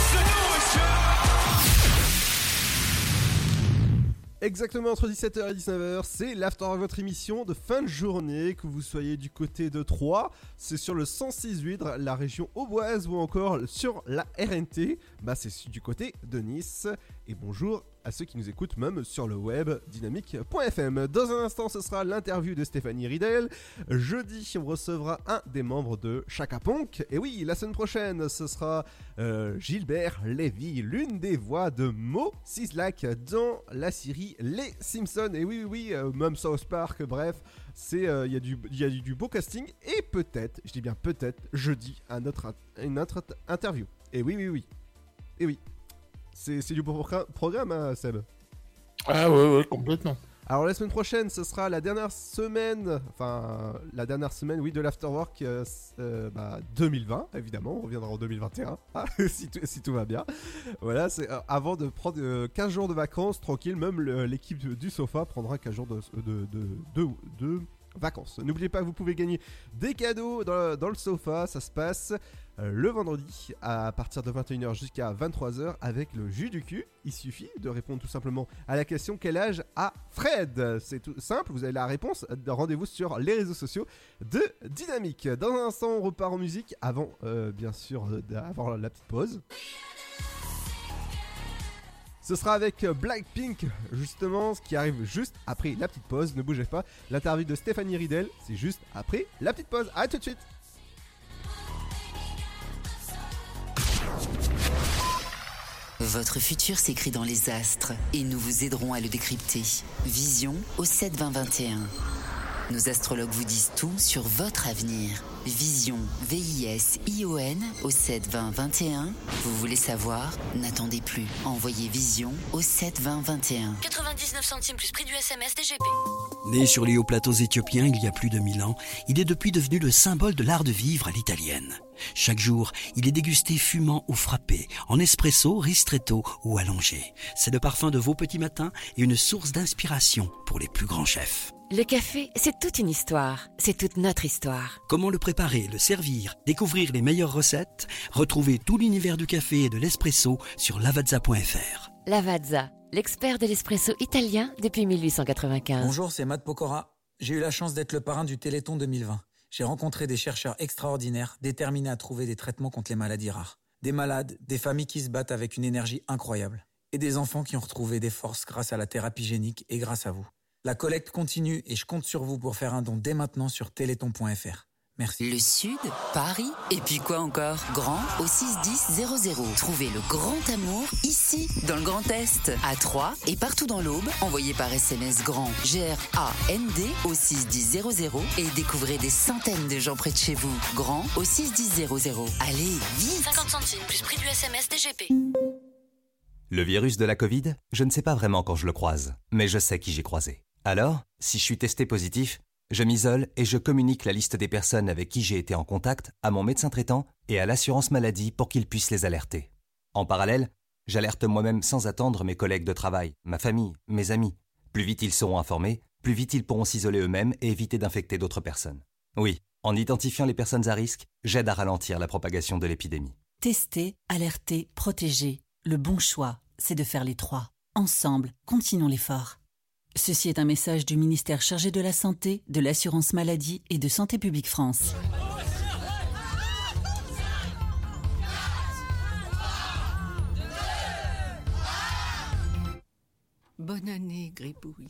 Exactement entre dix-sept heures et dix-neuf heures, c'est l'Afterwork, votre émission de fin de journée, que vous soyez du côté de Troyes, c'est sur le cent six virgule huit, la région auboise, ou encore sur la R N T, bah c'est du côté de Nice. Et bonjour à ceux qui nous écoutent même sur le web dynamique point f m. Dans un instant, ce sera l'interview de Stéphanie Ridel. Jeudi, on recevra un des membres de Chaka Ponk. Et oui, la semaine prochaine, ce sera euh, Gilbert Lévy, l'une des voix de Mo Sislak dans la série Les Simpsons. Et oui, oui, oui, euh, même South Park, bref, c'est il euh, y a du il y a du, du beau casting. Et peut-être, je dis bien peut-être, jeudi, un autre, une autre interview. Et oui, oui, oui. Et oui. C'est, c'est du beau programme, hein, Seb. Ah ouais, ouais, complètement. Alors la semaine prochaine, ce sera la dernière semaine, enfin la dernière semaine, oui, de l'Afterwork euh, euh, bah, deux mille vingt, évidemment, on reviendra en deux mille vingt et un, ah, si, tout, si tout va bien. Voilà, c'est euh, avant de prendre euh, quinze jours de vacances, tranquille, même le, l'équipe du sofa prendra quinze jours de, de, de, de, de vacances. N'oubliez pas que vous pouvez gagner des cadeaux dans, dans le sofa, ça se passe euh, le vendredi à partir de vingt et une heures jusqu'à vingt-trois heures avec le jus du cul. Il suffit de répondre tout simplement à la question quel âge a Fred. C'est tout simple, vous avez la réponse. Rendez-vous sur les réseaux sociaux de Dynamique. Dans un instant, on repart en musique avant, euh, bien sûr, euh, avant la petite pause. Ce sera avec Blackpink, justement, ce qui arrive juste après la petite pause. Ne bougez pas, l'interview de Stéphanie Riedel, c'est juste après la petite pause. A tout de suite. Votre futur s'écrit dans les astres et nous vous aiderons à le décrypter. Vision au sept vingt vingt et un. Nos astrologues vous disent tout sur votre avenir. Vision, V I S I O N au sept vingt vingt et un. Vous voulez savoir? N'attendez plus. Envoyez Vision au sept vingt vingt et un. quatre-vingt-dix-neuf centimes plus prix du S M S D G P. Né sur les hauts plateaux éthiopiens il y a plus de mille ans, il est depuis devenu le symbole de l'art de vivre à l'italienne. Chaque jour, il est dégusté fumant ou frappé, en espresso, ristretto ou allongé. C'est le parfum de vos petits matins et une source d'inspiration pour les plus grands chefs. Le café, c'est toute une histoire. C'est toute notre histoire. Comment le préparer, le servir, découvrir les meilleures recettes? Retrouvez tout l'univers du café et de l'espresso sur lavazza point f r. Lavazza, l'expert de l'espresso italien depuis mille huit cent quatre-vingt-quinze. Bonjour, c'est Matt Pokora. J'ai eu la chance d'être le parrain du Téléthon deux mille vingt. J'ai rencontré des chercheurs extraordinaires, déterminés à trouver des traitements contre les maladies rares. Des malades, des familles qui se battent avec une énergie incroyable. Et des enfants qui ont retrouvé des forces grâce à la thérapie génique et grâce à vous. La collecte continue et je compte sur vous pour faire un don dès maintenant sur téléthon point f r. Merci. Le Sud, Paris, et puis quoi encore? Grand au six dix zéro zéro. Trouvez le grand amour ici, dans le Grand Est, à Troyes et partout dans l'Aube. Envoyez par S M S grand G R A N D au six dix zéro zéro et découvrez des centaines de gens près de chez vous. Grand au six dix zéro zéro. Allez, vite! cinquante centimes plus prix du S M S D G P. Le virus de la Covid, je ne sais pas vraiment quand je le croise, mais je sais qui j'ai croisé. Alors, si je suis testé positif, je m'isole et je communique la liste des personnes avec qui j'ai été en contact à mon médecin traitant et à l'assurance maladie pour qu'ils puissent les alerter. En parallèle, j'alerte moi-même sans attendre mes collègues de travail, ma famille, mes amis. Plus vite ils seront informés, plus vite ils pourront s'isoler eux-mêmes et éviter d'infecter d'autres personnes. Oui, en identifiant les personnes à risque, j'aide à ralentir la propagation de l'épidémie. Tester, alerter, protéger. Le bon choix, c'est de faire les trois. Ensemble, continuons l'effort. Ceci est un message du ministère chargé de la Santé, de l'Assurance Maladie et de Santé Publique France. Bonne année, Gribouille.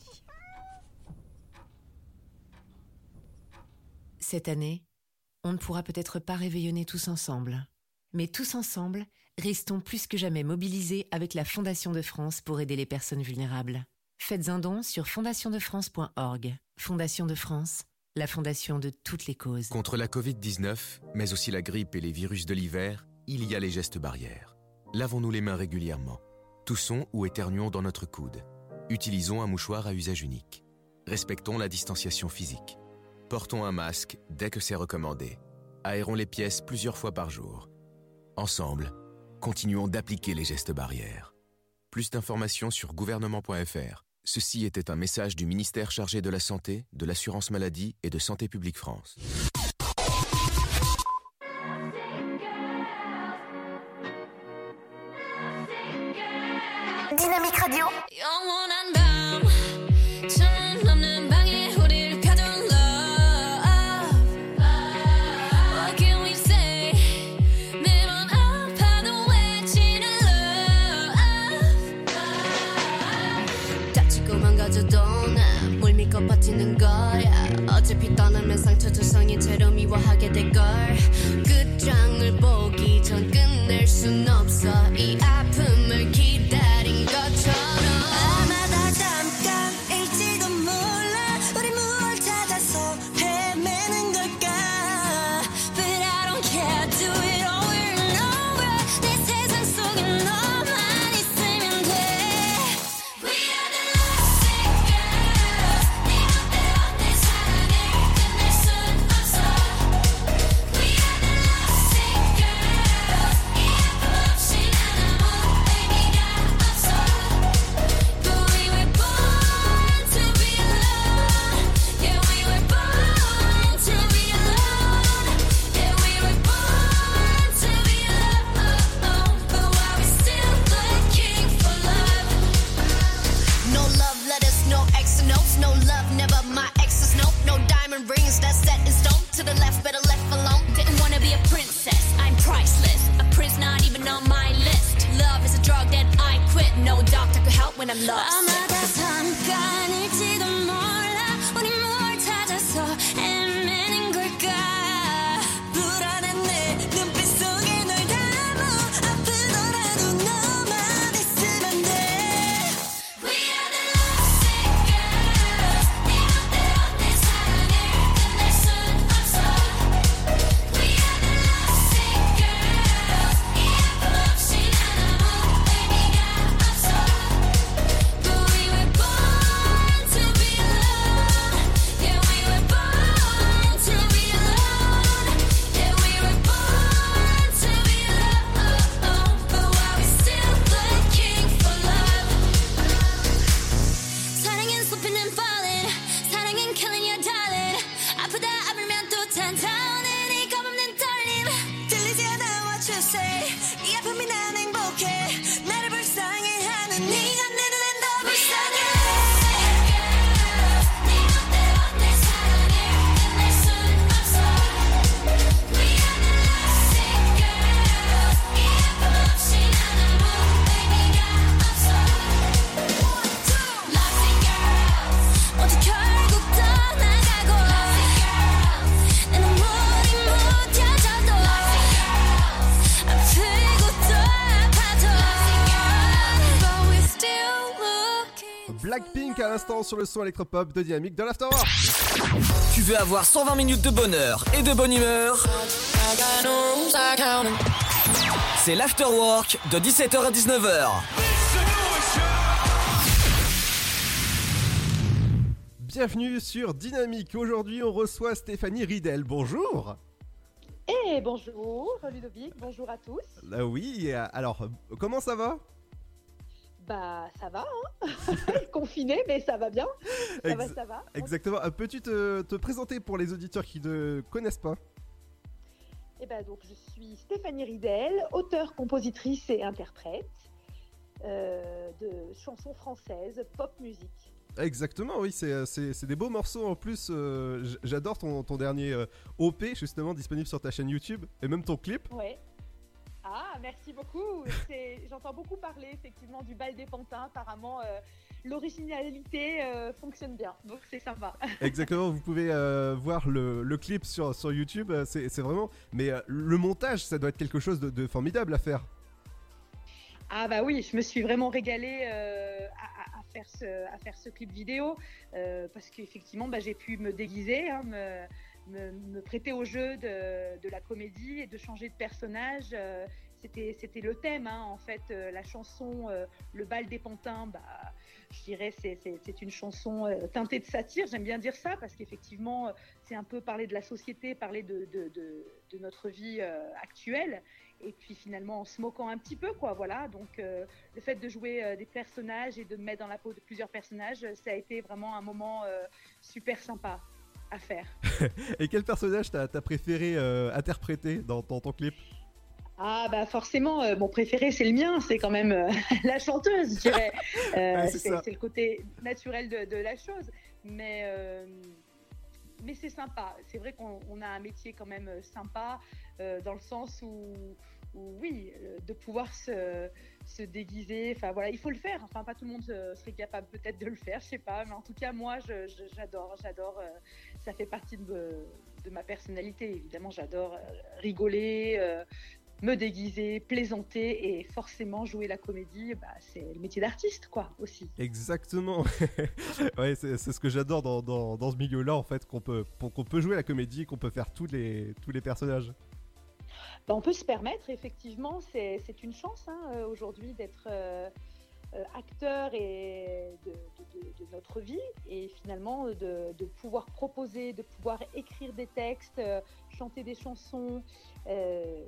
Cette année, on ne pourra peut-être pas réveillonner tous ensemble. Mais tous ensemble, restons plus que jamais mobilisés avec la Fondation de France pour aider les personnes vulnérables. Faites un don sur fondation de france point org. Fondation de France, la fondation de toutes les causes. Contre la covid dix-neuf, mais aussi la grippe et les virus de l'hiver, il y a les gestes barrières. Lavons-nous les mains régulièrement. Toussons ou éternuons dans notre coude. Utilisons un mouchoir à usage unique. Respectons la distanciation physique. Portons un masque dès que c'est recommandé. Aérons les pièces plusieurs fois par jour. Ensemble, continuons d'appliquer les gestes barrières. Plus d'informations sur gouvernement point f r. Ceci était un message du ministère chargé de la Santé, de l'Assurance Maladie et de Santé Publique France. Dynamique Radio. 버티는 거야 어차피 떠나면 상처투성인 채로 미워하게 될걸 끝장을 보기 전 끝낼 순 없어 이 아픔을 기다린 것처럼 아마 다 잠깐일지도 몰라 우리 무얼 찾아서 헤매는 걸까 But I don't care do it over and over 내 세상 속에 너만 있으면 돼 We are the lost girls We are the lost girls, 이 아픔 없이 아마도 잠깐일지도 몰라 우리 뭘 찾아서 헤매는 걸까 불안한 내 눈빛 속에 널 담아 아프더라도 너만 있으면 돼 We are the lovesick girls 네 멋대로 내 사랑을 끝낼 순 없어 We are the lovesick girls 이 아픔 없이 난 아무 의미가 없어 But we were born to be alone Yeah we were born to be alone Yeah we were born to be alone But why we still looking for love 사랑은 쏟히는 falling 사랑은 killing your darling 아프다 아물면 또 탄타오는 이 겁없는 떨림 들리지 않아 what you say 이 아픔이 난 행복해 나를 불쌍해 하는 네가 내 눈엔 더 불쌍해 네 멋대로 내 사랑을 끝낼 순 없어 We are the lovesick girls 이 아픔 없이 난 아무 의미가 없어 Lovesick girls 모두 결국 떠나가고 Lovesick girls 내 눈물이 묻혀져도 Lovesick girls 아프고 또 아파도 Lovesick girls But we still looking Blackpink à l'instant sur le son électropop de Dynamique dans l'Afterwork. Tu veux avoir cent vingt minutes de bonheur et de bonne humeur? C'est l'Afterwork de dix-sept heures à dix-neuf heures. Bienvenue sur Dynamique. Aujourd'hui, on reçoit Stéphanie Ridel. Bonjour. Et bonjour Ludovic, bonjour à tous. Ah oui, euh, alors, euh, comment ça va? Bah ça va, hein. Confiné, mais ça va bien. Ça Ex- va, ça va. Exactement. Euh, Peux-tu te, te présenter pour les auditeurs qui ne connaissent pas? Et ben donc je suis Stéphanie Ridel, auteure, compositrice et interprète euh, de chansons françaises, pop musique. Exactement, oui, c'est, c'est, c'est des beaux morceaux en plus. euh, j- J'adore ton, ton dernier euh, O P, justement, disponible sur ta chaîne YouTube, et même ton clip. Ouais. Ah, merci beaucoup. C'est- J'entends beaucoup parler effectivement du bal des pantins. Apparemment, euh, l'originalité euh, fonctionne bien, donc c'est sympa. Exactement, vous pouvez euh, voir le, le clip sur, sur YouTube, euh, c'est, c'est vraiment... Mais euh, le montage, ça doit être quelque chose de, de formidable à faire. Ah bah oui, je me suis vraiment régalée euh, à, à- à faire ce, à faire ce clip vidéo euh, parce qu'effectivement bah, j'ai pu me déguiser, hein, me, me, me prêter au jeu de, de la comédie et de changer de personnage. euh, c'était, c'était le thème hein, en fait, euh, la chanson euh, Le bal des pantins, bah, je dirais c'est, c'est, c'est une chanson euh, teintée de satire, j'aime bien dire ça parce qu'effectivement euh, c'est un peu parler de la société, parler de, de, de, de notre vie euh, actuelle. Et puis finalement en se moquant un petit peu quoi, voilà. Donc euh, le fait de jouer euh, des personnages et de me mettre dans la peau de plusieurs personnages, euh, ça a été vraiment un moment euh, super sympa à faire. Et quel personnage t'as, t'as préféré euh, interpréter dans, dans ton clip? Ah bah forcément, euh, mon préféré c'est le mien, c'est quand même euh, la chanteuse, je dirais. Euh, Ouais, c'est c'est, ça. c'est le côté naturel de, de la chose, mais euh, mais c'est sympa. C'est vrai qu'on on a un métier quand même euh, sympa euh, dans le sens où, où oui, euh, de pouvoir se, se déguiser. Enfin voilà, il faut le faire. Enfin pas tout le monde euh, serait capable peut-être de le faire, je sais pas. Mais en tout cas moi, je, je- j'adore, j'adore. euh, ça fait partie de, de ma personnalité. Évidemment, j'adore euh, rigoler. euh, me déguiser, plaisanter et forcément jouer la comédie, bah, c'est le métier d'artiste quoi aussi. Exactement. Ouais, c'est, c'est ce que j'adore dans, dans, dans ce milieu-là, en fait, qu'on peut, pour- qu'on peut jouer la comédie, qu'on peut faire tous les, tous les personnages. Bah, on peut se permettre, effectivement, c'est, c'est une chance hein, euh, aujourd'hui d'être euh, euh, acteur et de, de- de- de notre vie et finalement de, de pouvoir proposer, de pouvoir écrire des textes, euh, chanter des chansons. euh,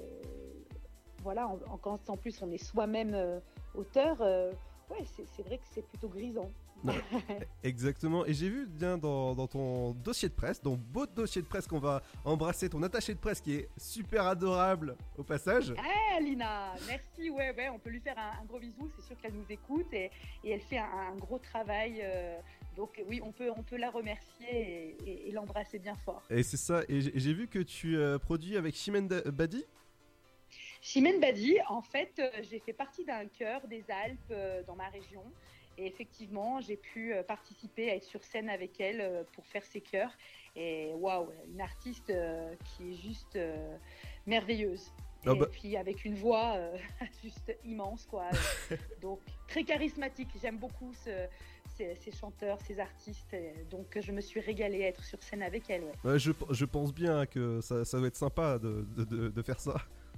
voilà, en, en- quand en plus on est soi-même euh, auteur, euh, ouais, c'est, c'est vrai que c'est plutôt grisant. Non, exactement. Et j'ai vu bien dans, dans ton dossier de presse, ton beau dossier de presse qu'on va embrasser, ton attaché de presse qui est super adorable au passage. Eh Lina, merci, ouais, ouais, on peut lui faire un, un gros bisou, c'est sûr qu'elle nous écoute et, et elle fait un, un gros travail, euh, donc oui, on peut, on peut la remercier et, et- et l'embrasser bien fort. Et c'est ça. Et j'ai, et j'ai vu que tu euh, produis avec Chimène Da- Badi. Chimène Badi, en fait, euh, j'ai fait partie d'un chœur des Alpes euh, dans ma région Et effectivement, j'ai pu euh, participer à être sur scène avec elle euh, pour faire ses chœurs. Et waouh, une artiste euh, qui est juste euh, merveilleuse. Oh Et bah. puis avec une voix euh, juste immense, quoi. Donc très charismatique. J'aime beaucoup ce, ces, ces chanteurs, ces artistes. Et donc je me suis régalée à être sur scène avec elle. Ouais. Ouais, je, je pense bien que ça, ça doit être sympa de, de, de, de faire ça.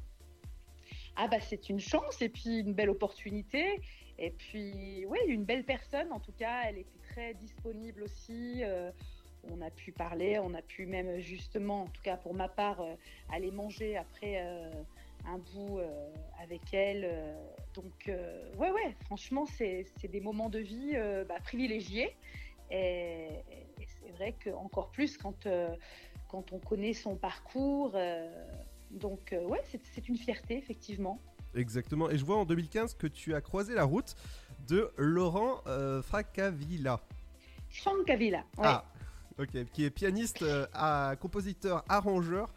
Ah bah c'est une chance et puis une belle opportunité. Et puis oui, une belle personne. En tout cas, elle était très disponible aussi. Euh, On a pu parler, on a pu même justement, en tout cas pour ma part, euh, aller manger après euh, un bout euh, avec elle. Euh, donc, euh, ouais, ouais, franchement, c'est, c'est des moments de vie euh, bah, privilégiés. Et, et c'est vrai qu'encore plus quand, euh, quand on connaît son parcours. Euh, donc, euh, ouais, c'est, c'est une fierté, effectivement. Exactement. Et je vois en deux mille quinze que tu as croisé la route de Laurent euh, Francavilla. Francavilla, ouais. Ah. Ok, qui est pianiste, euh, à, compositeur, arrangeur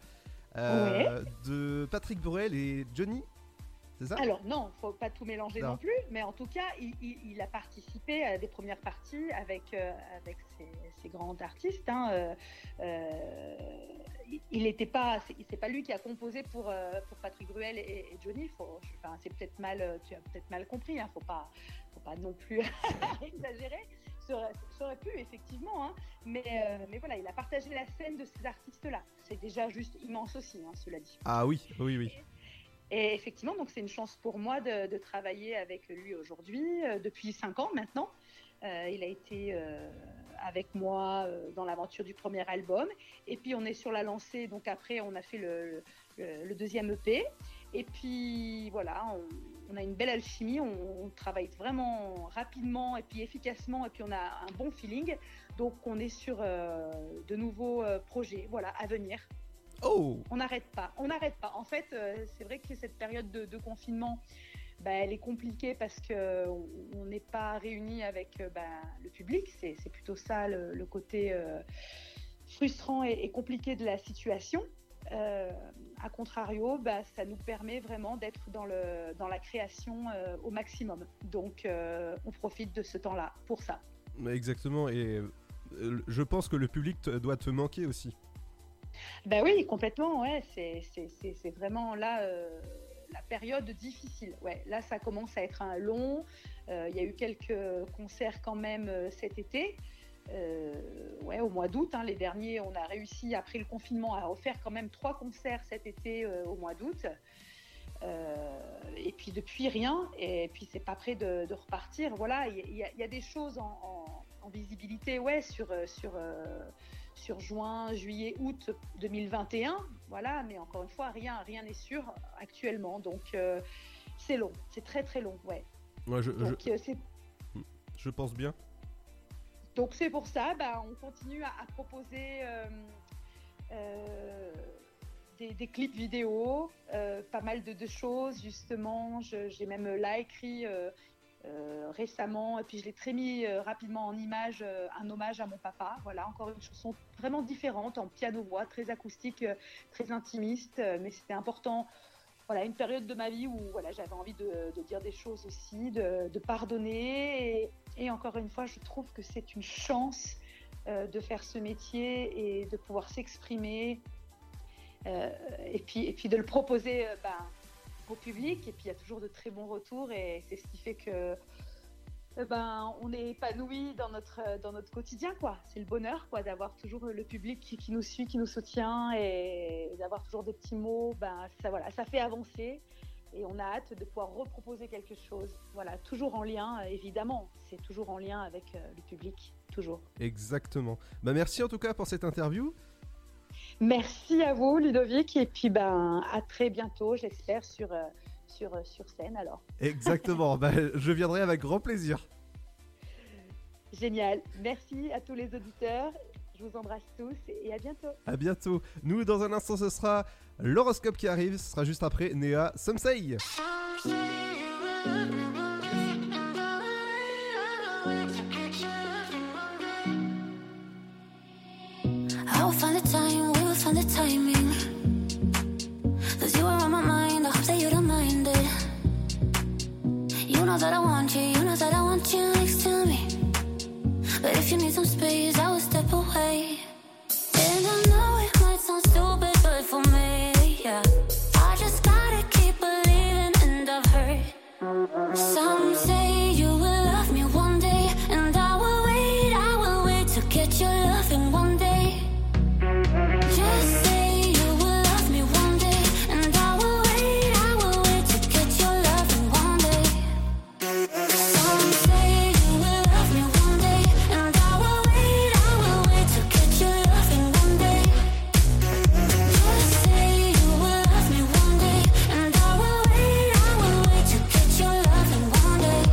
euh, ouais. de Patrick Bruel et Johnny, c'est ça? Alors non, faut pas tout mélanger non, non plus, mais en tout cas, il, il, il a participé à des premières parties avec, euh, avec ces, ces grands artistes. Hein, euh, euh, il n'était pas, c'est, c'est pas lui qui a composé pour, euh, pour Patrick Bruel et, et Johnny. Faut, enfin, c'est peut-être mal, tu as peut-être mal compris. Hein, faut pas, faut pas non plus exagérer. Ça aurait, ça aurait pu, effectivement, hein. mais, euh, mais voilà, il a partagé la scène de ces artistes-là. C'est déjà juste immense aussi, hein, cela dit. Ah oui, oui, oui. Et, et effectivement, donc c'est une chance pour moi de, de travailler avec lui aujourd'hui, euh, depuis cinq ans maintenant. Euh, il a été euh, avec moi euh, dans l'aventure du premier album. Et puis, on est sur la lancée. Donc après, on a fait le, le, le deuxième E P. Et puis, voilà, on, on a une belle alchimie. On, on travaille vraiment rapidement et puis efficacement. Et puis, on a un bon feeling. Donc, on est sur euh, de nouveaux euh, projets, voilà, à venir. Oh! On n'arrête pas. On n'arrête pas. En fait, euh, c'est vrai que cette période de, de confinement, bah, elle est compliquée parce qu'on n'est pas réunis avec euh, bah, le public. C'est, c'est plutôt ça le, le côté euh, frustrant et, et compliqué de la situation. Euh, a contrario, bah, ça nous permet vraiment d'être dans, le, dans la création euh, au maximum. Donc, euh, on profite de ce temps-là pour ça. Exactement. Et euh, je pense que le public te, doit te manquer aussi. Ben oui, complètement. Ouais. C'est, c'est, c'est, c'est vraiment là... Euh, la période difficile. Ouais, là, ça commence à être un long. Euh, il y a eu quelques concerts quand même euh, cet été. Euh, ouais, au mois d'août, hein, les derniers, on a réussi, après le confinement, à refaire quand même trois concerts cet été euh, au mois d'août. Euh, et puis depuis, rien. Et puis, c'est pas prêt de, de repartir. Voilà, il y, y, y a des choses en, en, en visibilité, ouais, sur... sur euh, sur juin, juillet, août deux mille vingt et un, voilà, mais encore une fois, rien rien n'est sûr actuellement, donc euh, c'est long, c'est très très long, ouais. Ouais, je, donc, je... Euh, c'est... je pense bien. Donc c'est pour ça, bah, on continue à, à proposer euh, euh, des, des clips vidéo, euh, pas mal de, de choses, justement, je, j'ai même là écrit... Euh, Euh, récemment, et puis je l'ai très mis euh, rapidement en image, euh, un hommage à mon papa. Voilà, encore une chanson vraiment différente, en piano-voix, très acoustique, euh, très intimiste, euh, mais c'était important. Voilà, une période de ma vie où voilà, j'avais envie de, de dire des choses aussi, de, de pardonner. Et, et encore une fois, je trouve que c'est une chance euh, de faire ce métier et de pouvoir s'exprimer. Euh, et, puis, et puis de le proposer. Euh, ben, au public, et puis il y a toujours de très bons retours, et c'est ce qui fait que eh ben, on est épanoui dans notre, dans notre quotidien, quoi. C'est le bonheur, quoi, d'avoir toujours le public qui, qui nous suit, qui nous soutient, et d'avoir toujours des petits mots, ben, ça, voilà, ça fait avancer, et on a hâte de pouvoir reproposer quelque chose. Voilà, toujours en lien, évidemment, c'est toujours en lien avec le public, toujours. Exactement. Bah, merci en tout cas pour cette interview. Merci à vous, Ludovic, et puis ben, à très bientôt, j'espère, sur, euh, sur, euh, sur scène alors. Exactement, bah, je viendrai avec grand plaisir. Génial, merci à tous les auditeurs, je vous embrasse tous et à bientôt. À bientôt. Nous, dans un instant, ce sera l'horoscope qui arrive, ce sera juste après Néa Somsei. I'll find the time, we will find the timing. Cause you are on my mind, I hope that you don't mind it. You know that I want you, you know that I want you next to me. If you need some space, I will step away. And I know it might sound stupid, but for me, yeah, I just gotta keep believing, and I've heard some say you will love me one day, and I will wait, I will wait to get your loving one day. Just say you will love me one day, and I will wait, I will wait to get your loving one day. Some say you will love me one day, and I will wait, I will wait to get your loving one day. Just say you will love me one day, and I will wait, I will wait to get your loving one day.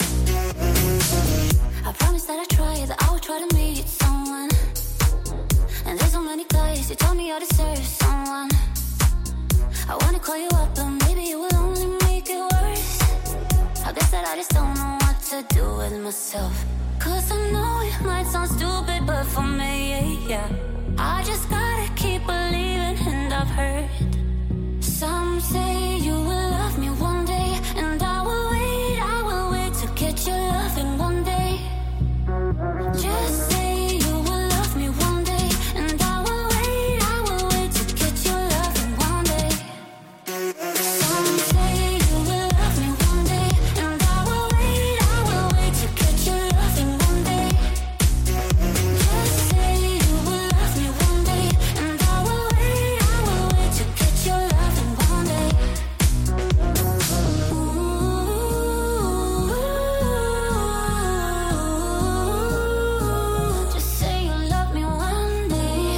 I promise that I try, that I will try to meet someone. And there's so many guys who told me I deserve someone. I wanna call you up, but maybe it will only make it worse. I guess that I just don't know what to do with myself. Cause I know it might sound stupid, but for me, yeah, I just gotta keep believing, and I've heard some say you will love me one day, and I will wait, I will wait to get your loving one day. Just say you will love me one day, and I will wait, I will wait to get your loving one day. Some say you will love me one day, and I will wait, I will wait to get your loving one day. Just say you will love me one day, and I will wait, I will wait to get your loving one day. Ooh, just say you love me one day.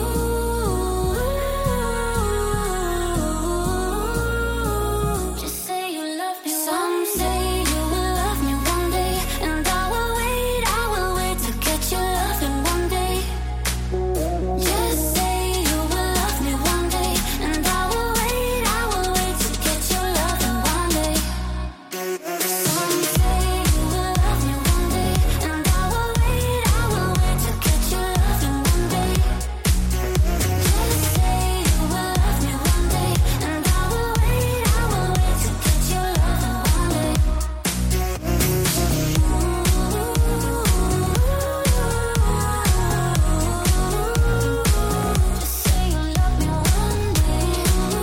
Just say you love me. Some say you will love me one day, and I will wait, I will wait to get your loving one day. Just say you will love me one day, and I will wait, I will wait to get your loving one day. Some say you will love me one day, and I will wait, I will wait to get your loving one day. Just say you will love me one day, and I will wait, I will wait to get your loving one day. Just say you love me one day.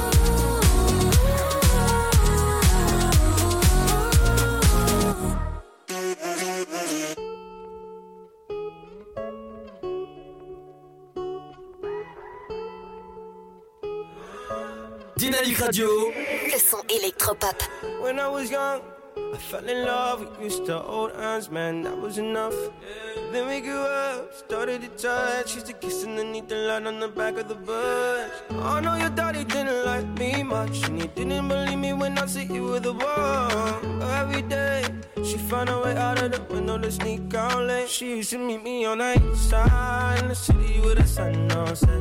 Dynamique Radio. Le son électropop. When I was young, I fell in love. We used to hold hands, man, that was enough. Then we grew up, started to touch. Used to kiss underneath the light on the back of the bus. I know your daddy didn't like me much, and he didn't believe me when I said you were the one. But every day, she found a way out of the window to sneak out late. She used to meet me on the east side in the city with the sun on set.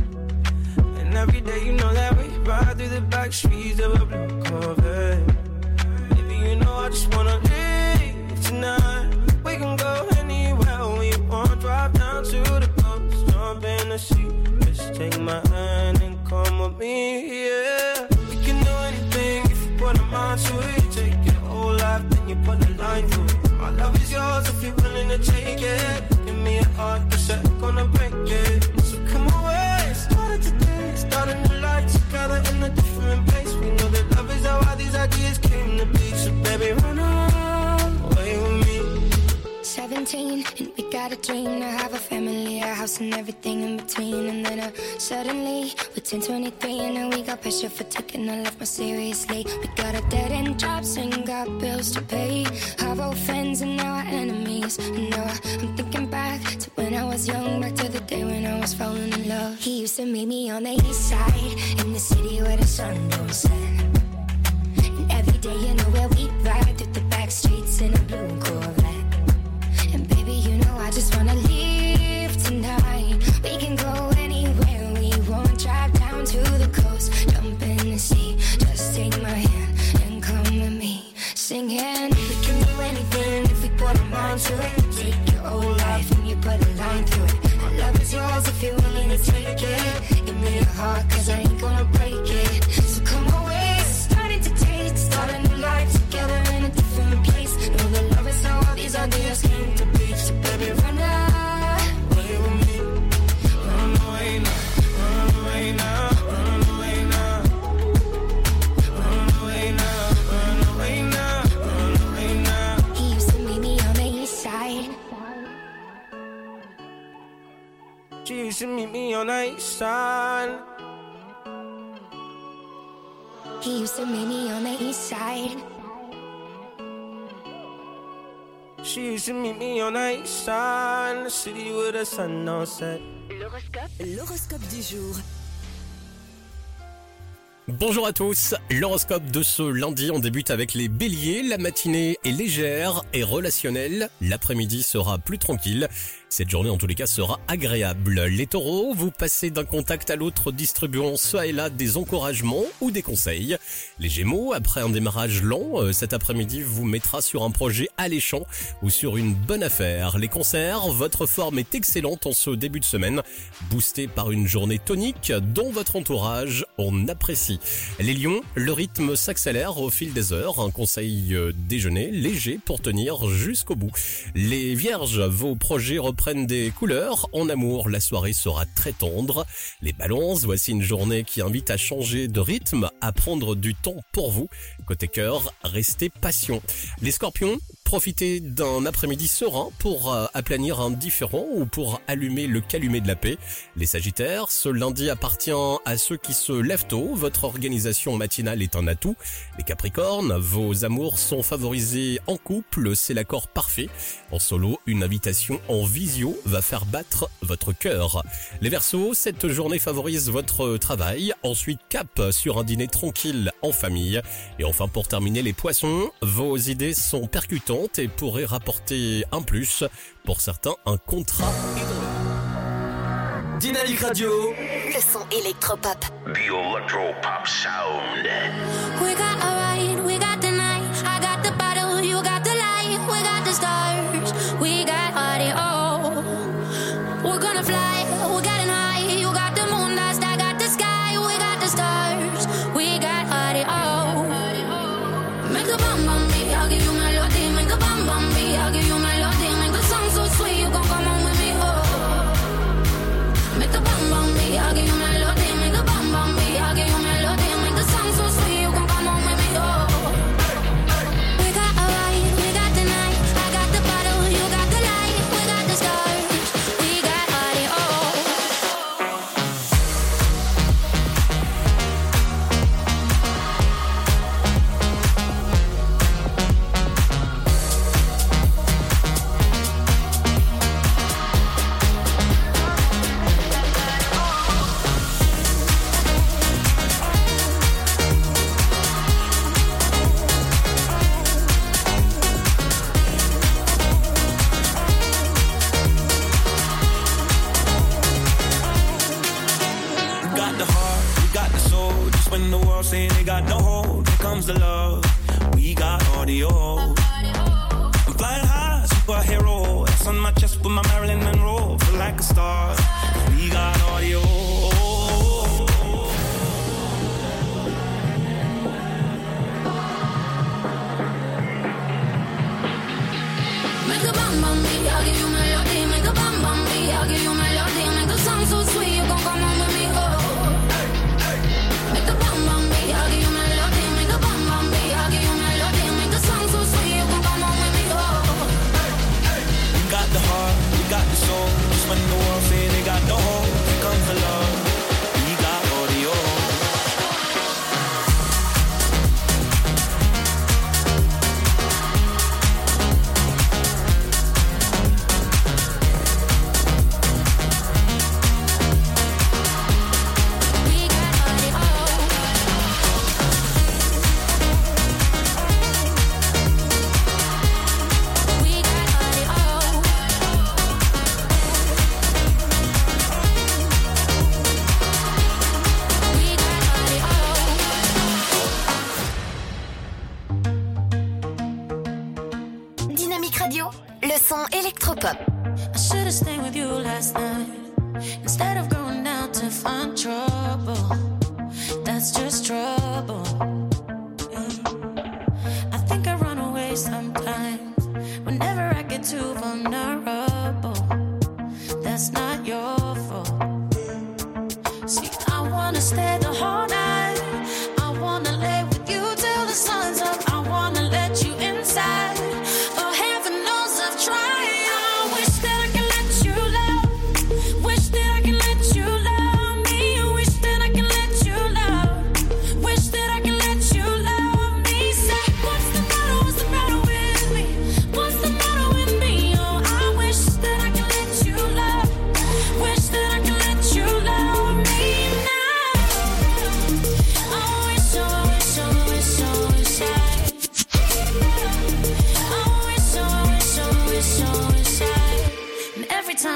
And every day you know that we ride through the back streets of a blue Corvette. Baby, you know I just wanna leave tonight. We can go anywhere we want. Drive down to the coast, jump in the sea. Just take my hand and come with me, yeah. We can do anything if you put a mind to it. Take your whole life, then you put a line through it. My love is yours if you're willing to take it. Give me a heart, cause I'm gonna break it. So come away, started today. Start a new life together in a different place. We know that love is how all these ideas came to be. So baby, run away with me. seventeen, and we got a dream to have a family, a house and everything in between. And then uh, suddenly, we're ten twenty-three, and now we got pressure for taking our life more seriously. We got a dead end jobs and got bills to pay. Our old friends and now our enemies. And now I, I'm thinking back to when I was young, back to the day when I was falling in love. He used to meet me on the east side, in the city where the sun don't set. And every day, you know where we ride through the back streets in a blue Corvette. And baby, you know I just wanna leave tonight. We can go anywhere we want. Drive down to the coast, jump in the sea. Just take my hand and come with me. Singing, we can do anything if we put a mind to it. Take your whole life and you put a line through it. My love is yours if you're willing to take it. Give me your heart, cause I ain't gonna break it. So come away, starting to taste. Start a new life together in a different place. Know that love is how all these ideas came to be. So baby, run out. used to meet me on the east side. He used to meet me on the east side. She used to meet me on the east side, in the city with the sun on set. L'horoscope, l'horoscope du jour. Bonjour à tous, l'horoscope de ce lundi, on débute avec les béliers, la matinée est légère et relationnelle, l'après-midi sera plus tranquille, cette journée en tous les cas sera agréable. Les taureaux, vous passez d'un contact à l'autre distribuant ça et là des encouragements ou des conseils. Les gémeaux, après un démarrage lent, cet après-midi vous mettra sur un projet alléchant ou sur une bonne affaire. Les cancers, votre forme est excellente en ce début de semaine, boostée par une journée tonique dont votre entourage on apprécie. Les lions, le rythme s'accélère au fil des heures, un conseil déjeuner léger pour tenir jusqu'au bout. Les vierges, vos projets reprennent des couleurs, en amour la soirée sera très tendre. Les balances, voici une journée qui invite à changer de rythme, à prendre du temps pour vous. Côté cœur, restez patient. Les scorpions, profitez d'un après-midi serein pour euh, aplanir un différend ou pour allumer le calumet de la paix. Les sagittaires, ce lundi appartient à ceux qui se lèvent tôt, votre organisation matinale est un atout. Les capricornes, vos amours sont favorisés en couple, c'est l'accord parfait. En solo, une invitation en visio va faire battre votre cœur. Les verseaux, cette journée favorise votre travail, ensuite cap sur un dîner tranquille en famille. Et enfin pour terminer les poissons, vos idées sont percutantes et pourraient rapporter un plus, pour certains un contrat. Dynamique Radio. Le son électropop. The electropop sound. We got a ride, we got the night. I got the bottle, you got the light. We got the stars, we got audio. We're gonna fly, we're getting high. You got the moon, that's I got the sky. We got the stars, we got audio. Make the bum bum beat, I'll give you melody. Make the bum bum beat, I'll give you melody. Make the song so sweet, you gon' come on with me, oh. Make the bum bum beat, I'll give you melody. Make the bum bum beat, I'll give you melody. Make the song so sweet, you gon' come on with me, oh. We got a ride, we got the night. I got the bottle, you got the light. We got the stars, we got audio. We got the heart, we got the soul. Just when the world saying they got no hold, here comes the love. We got audio. I'm flying high, superhero. X on my chest with my Marilyn Monroe. Feel like a star. We got audio. Make the bum bum beat, I'll give you melody. Make the bum bum beat, I'll give you melody. Make the song so sweet, you gon' come on with me, oh. Make the bum bum beat, I'll give you melody. Make the bum bum beat, I'll give you melody. Make the song so sweet, you gon' come on with me, oh. We got the heart, we got the soul. Just when the world saying they got no hope, here comes the love. We got audio. Dynamique Radio, le son électropop. I should've stayed with you last night instead of going out to find trouble. That's just trouble. Yeah. I think I run away sometimes whenever I get too vulnerable. That's not your fault. See, I wanna stay the whole night. I wanna lay with you till the sun's up. I wanna let you inside. Oh, heaven knows I've tried. I wish that I could let you love. Wish that I could let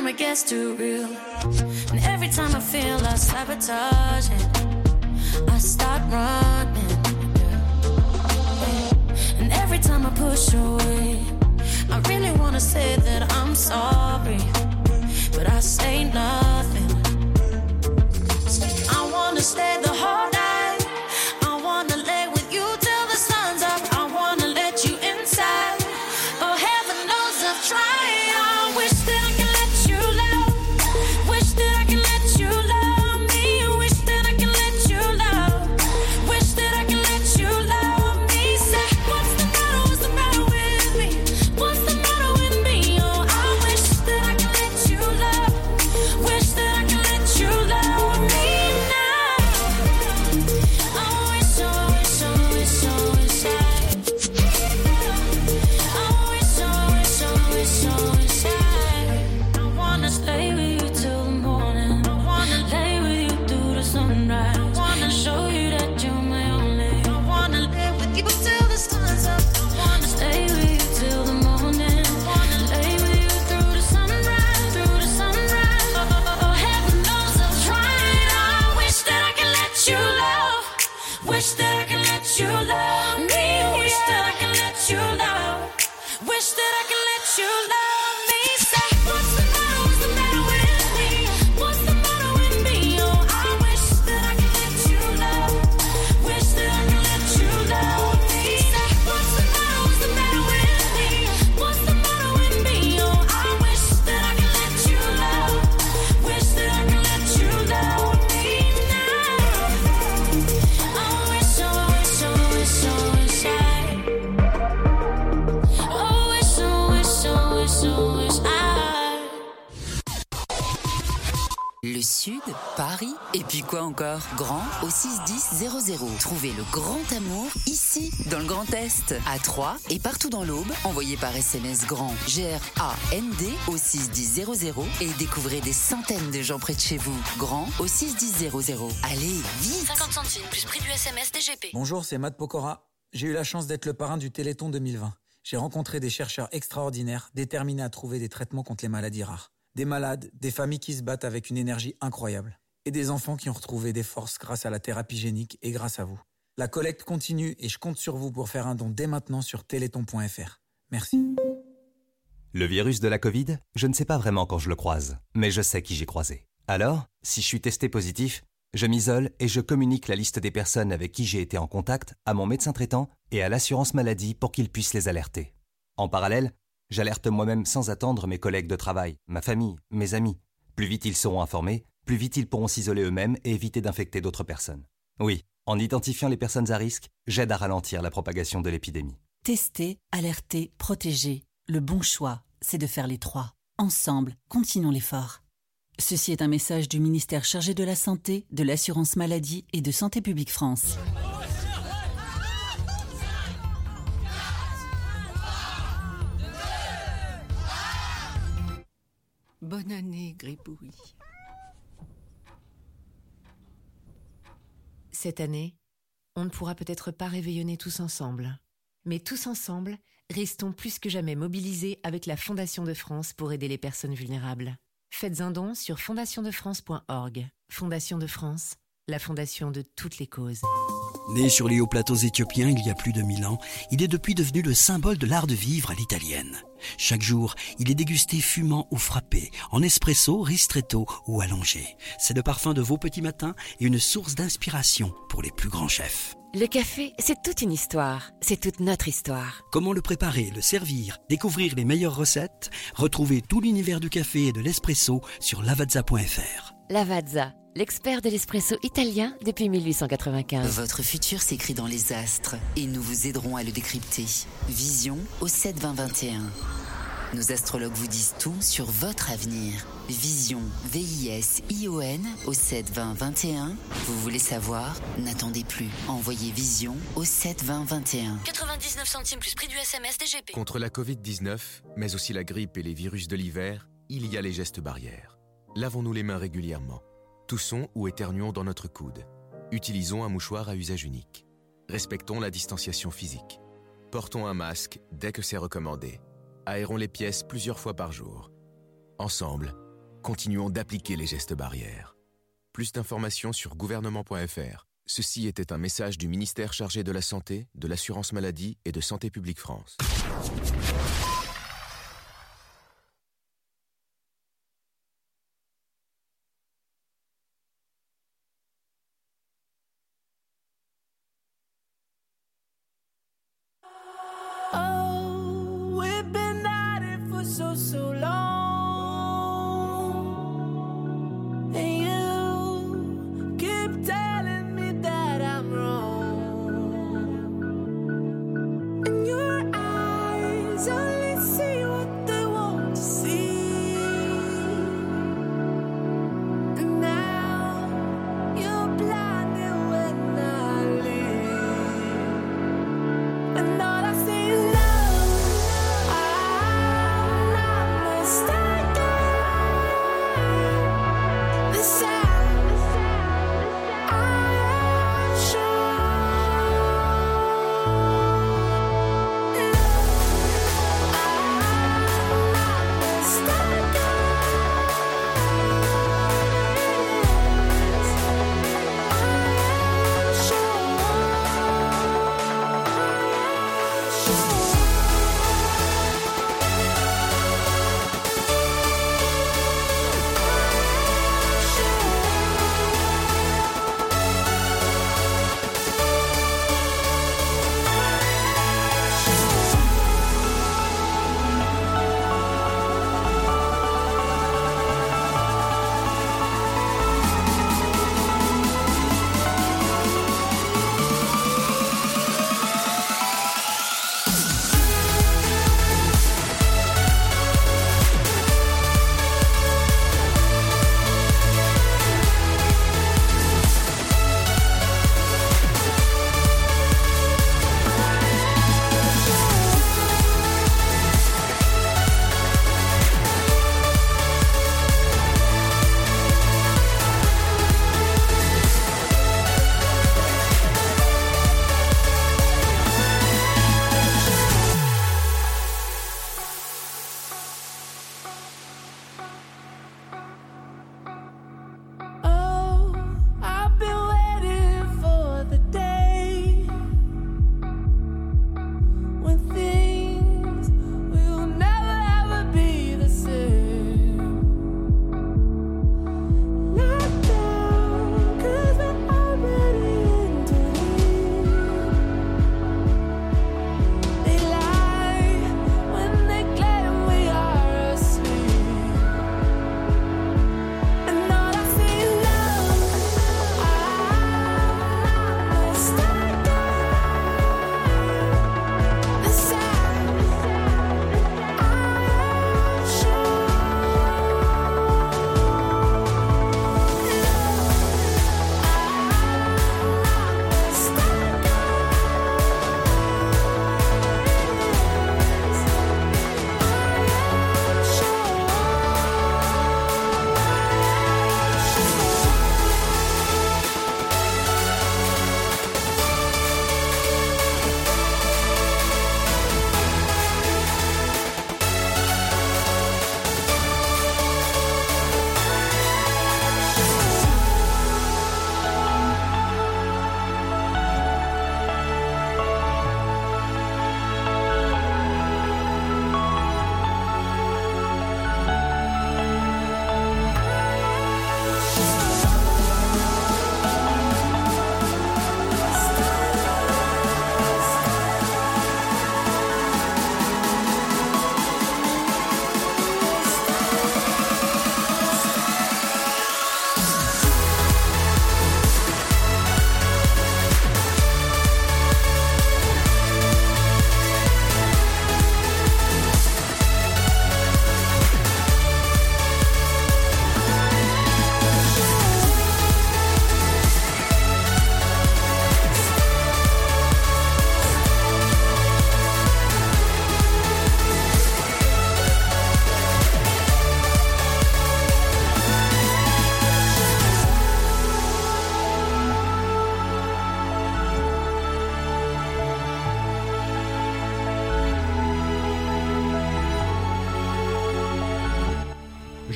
it gets too real. And every time I feel I sabotage it, I start running. And every time I push away, I really wanna say that I'm sorry, but I say nothing. I wanna stay the whole night. I wanna lay with you till the sun's up. I wanna let you inside. Oh, heaven knows I've tried. I wish that I could let you love. Wish that I could let you love me. Wish that I could let you love. Wish that I could let you love me. Say, what's the matter? What's the matter with me? What's the matter with me? Oh, I wish that I could let you love. Wish that I could let you love me now. I wish, I wish, I wish, I wish I. I wish, I wish, I wish, I wish I. I wanna stay with you till the morning. I wanna lay with you through the sunrise. I wanna show you that you're my only. I wanna live with you till the sun's up. I wanna stay with you till the morning. I wanna lay with you through the sunrise, through the sunrise. Oh, oh, oh, heaven knows I've tried. I wish that I could let you love. Wish that I could let you love me. Wish that I could let you love. Wish that I could let you love me. Say, what's the matter? What's the matter with me? What's the matter with me? Oh, I wish that I could let you love. Wish that I could let you love me. Say, what's the matter? What's the matter with me? What's the matter with me? Oh, I wish that I could let you love. Wish that I could let you love me now. I wish, I wish, I wish, I wish I. Oh, wish, I wish, I wish, I wish I. Le Sud, Paris, et puis quoi encore? Grand au six dix zéro zéro. Trouvez le grand amour ici, dans le Grand Est, à Troyes et partout dans l'Aube. Envoyez par S M S grand G R A N D au six dix zéro zéro et découvrez des centaines de gens près de chez vous. Grand au six dix zéro zéro. Allez, vite! cinquante centimes plus prix du S M S D G P. Bonjour, c'est Matt Pokora. J'ai eu la chance d'être le parrain du Téléthon deux mille vingt. J'ai rencontré des chercheurs extraordinaires, déterminés à trouver des traitements contre les maladies rares. Des malades, des familles qui se battent avec une énergie incroyable. Et des enfants qui ont retrouvé des forces grâce à la thérapie génique et grâce à vous. La collecte continue et je compte sur vous pour faire un don dès maintenant sur téléthon point f r. Merci. Le virus de la Covid, je ne sais pas vraiment quand je le croise, mais je sais qui j'ai croisé. Alors, si je suis testé positif, je m'isole et je communique la liste des personnes avec qui j'ai été en contact à mon médecin traitant et à l'assurance maladie pour qu'ils puissent les alerter. En parallèle, j'alerte moi-même sans attendre mes collègues de travail, ma famille, mes amis. Plus vite ils seront informés, plus vite ils pourront s'isoler eux-mêmes et éviter d'infecter d'autres personnes. Oui, en identifiant les personnes à risque, j'aide à ralentir la propagation de l'épidémie. Tester, alerter, protéger. Le bon choix, c'est de faire les trois. Ensemble, continuons l'effort. Ceci est un message du ministère chargé de la Santé, de l'Assurance Maladie et de Santé Publique France. Bonne année, Gribouille. Cette année, on ne pourra peut-être pas réveillonner tous ensemble. Mais tous ensemble, restons plus que jamais mobilisés avec la Fondation de France pour aider les personnes vulnérables. Faites un don sur fondation de france point org. Fondation de France, la fondation de toutes les causes. Né sur les hauts plateaux éthiopiens il y a plus de mille ans, il est depuis devenu le symbole de l'art de vivre à l'italienne. Chaque jour, il est dégusté fumant ou frappé, en espresso, ristretto ou allongé. C'est le parfum de vos petits matins et une source d'inspiration pour les plus grands chefs. Le café, c'est toute une histoire. C'est toute notre histoire. Comment le préparer, le servir, découvrir les meilleures recettes? Retrouvez tout l'univers du café et de l'espresso sur lavazza point f r. Lavazza, l'expert de l'espresso italien depuis mille huit cent quatre-vingt-quinze. Votre futur s'écrit dans les astres et nous vous aiderons à le décrypter. Vision au sept vingt vingt et un. Nos astrologues vous disent tout sur votre avenir. Vision, V I S I O N au sept vingt vingt et un. Vous voulez savoir? N'attendez plus. Envoyez Vision au sept vingt vingt et un. quatre-vingt-dix-neuf centimes plus prix du S M S D G P. Contre la covid dix-neuf, mais aussi la grippe et les virus de l'hiver, il y a les gestes barrières. Lavons-nous les mains régulièrement. Toussons ou éternuons dans notre coude. Utilisons un mouchoir à usage unique. Respectons la distanciation physique. Portons un masque dès que c'est recommandé. Aérons les pièces plusieurs fois par jour. Ensemble, continuons d'appliquer les gestes barrières. Plus d'informations sur gouvernement point f r. Ceci était un message du ministère chargé de la Santé, de l'Assurance Maladie et de Santé publique France. Oh, we've been at it for so, so long. And you keep telling me that I'm wrong. And your eyes only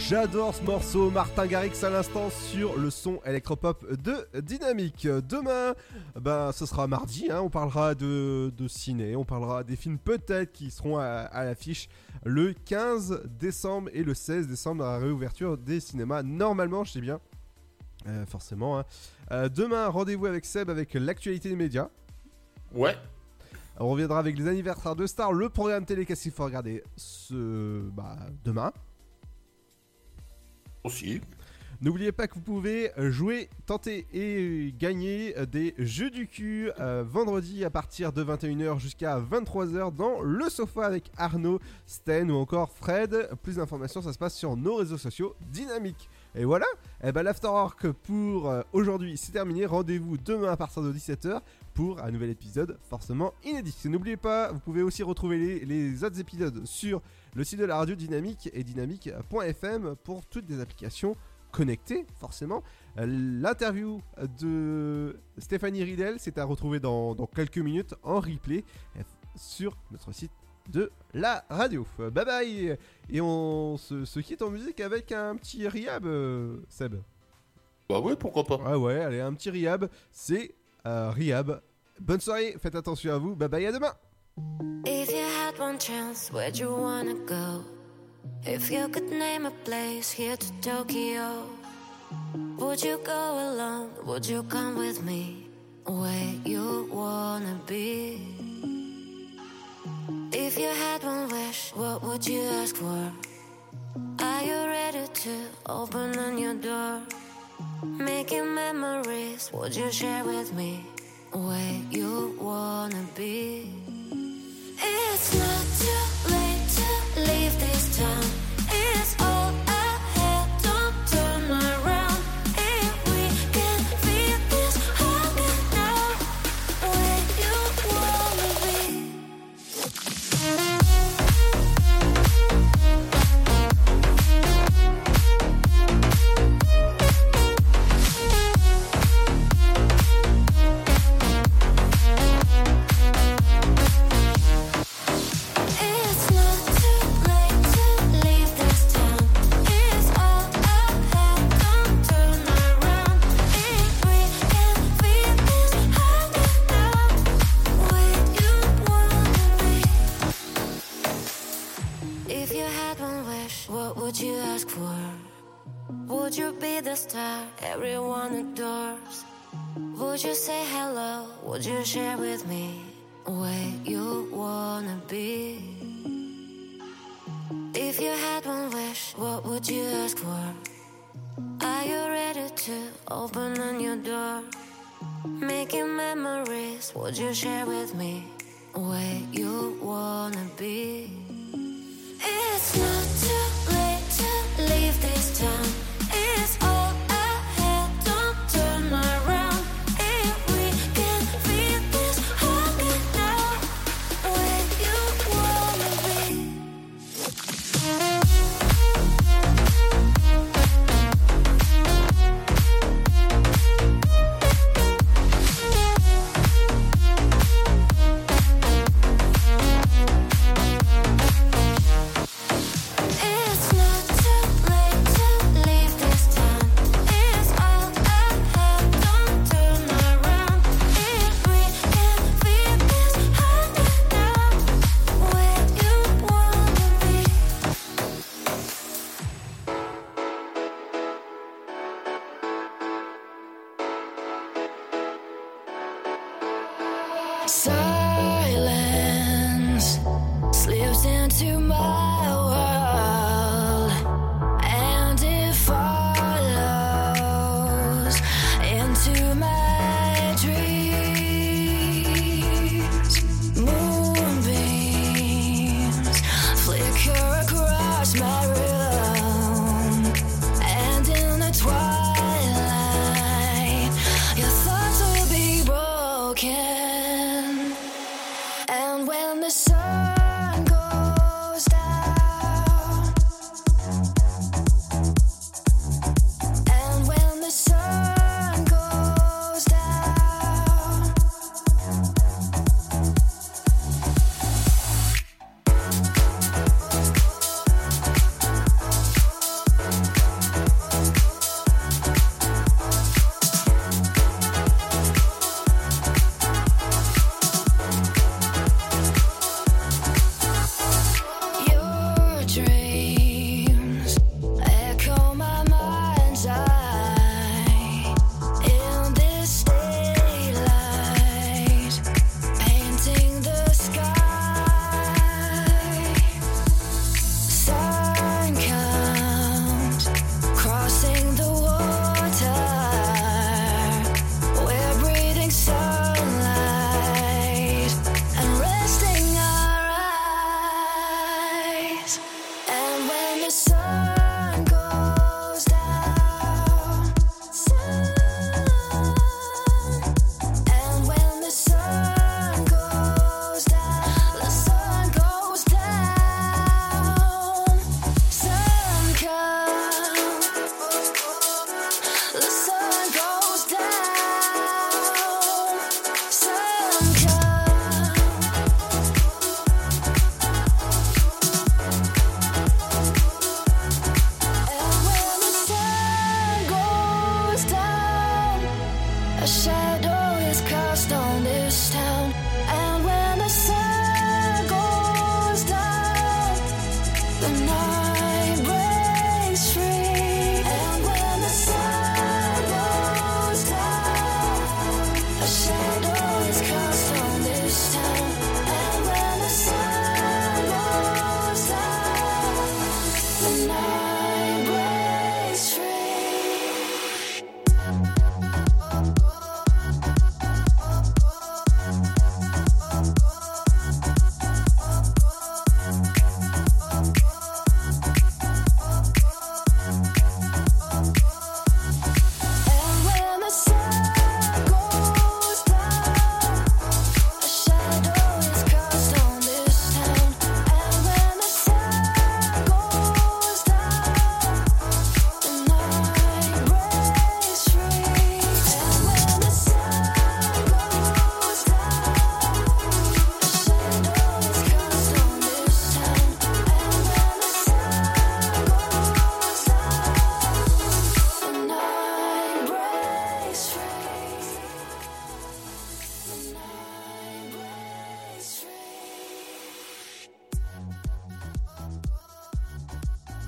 J'adore ce morceau, Martin Garrix à l'instant sur le son électropop de Dynamique. Demain, ben, ce sera mardi, hein, on parlera de, de ciné, on parlera des films peut-être qui seront à, à l'affiche le quinze décembre et le seize décembre à la réouverture des cinémas. Normalement, je sais bien, euh, forcément. Hein. Euh, demain, rendez-vous avec Seb avec l'actualité des médias. Ouais. On reviendra avec les anniversaires de stars, le programme télé qu'est-ce qu'il faut regarder ce, bah, demain. Aussi. N'oubliez pas que vous pouvez jouer, tenter et gagner des jeux du cul euh, vendredi à partir de vingt et une heures jusqu'à vingt-trois heures dans le sofa avec Arnaud, Sten ou encore Fred. Plus d'informations, ça se passe sur nos réseaux sociaux Dynamique. Et voilà, et ben l'Afterwork pour euh, aujourd'hui c'est terminé. Rendez-vous demain à partir de dix-sept heures pour un nouvel épisode forcément inédit. N'oubliez pas, vous pouvez aussi retrouver les, les autres épisodes sur le site de la radio Dynamique et dynamique point f m pour toutes les applications connectées forcément. L'interview de Stéphanie Ridel, c'est à retrouver dans, dans quelques minutes en replay sur notre site de la radio. Bye bye. Et on se, se quitte en musique avec un petit Rihab, euh, Seb. Bah ouais, pourquoi pas. Ah ouais, allez, un petit Rihab, c'est euh, Rihab. Bonne soirée, faites attention à vous, bye bye, à demain. If you had one chance, where'd you wanna go? If you could name a place here to Tokyo, would you go alone? Would you come with me? Where you wanna be? If you had one wish, what would you ask for? Are you ready to open on your door? Making memories, would you share with me? Where you wanna be? It's not too late to leave this town. It's all ahead, don't turn around. If we can feel this hunger now, where you wanna be? Would you be the star everyone adores? Would you say hello? Would you share with me where you wanna be? If you had one wish, what would you ask for? Are you ready to open on your door? Making memories, would you share with me where you wanna be? It's not too late to leave this town. It's all ahead, don't turn around. If we can feel this hunger now, where you wanna be? It's not too late to leave this town. It's all ahead, don't turn around. If we can feel this hunger now, where you wanna be? Silence slips into my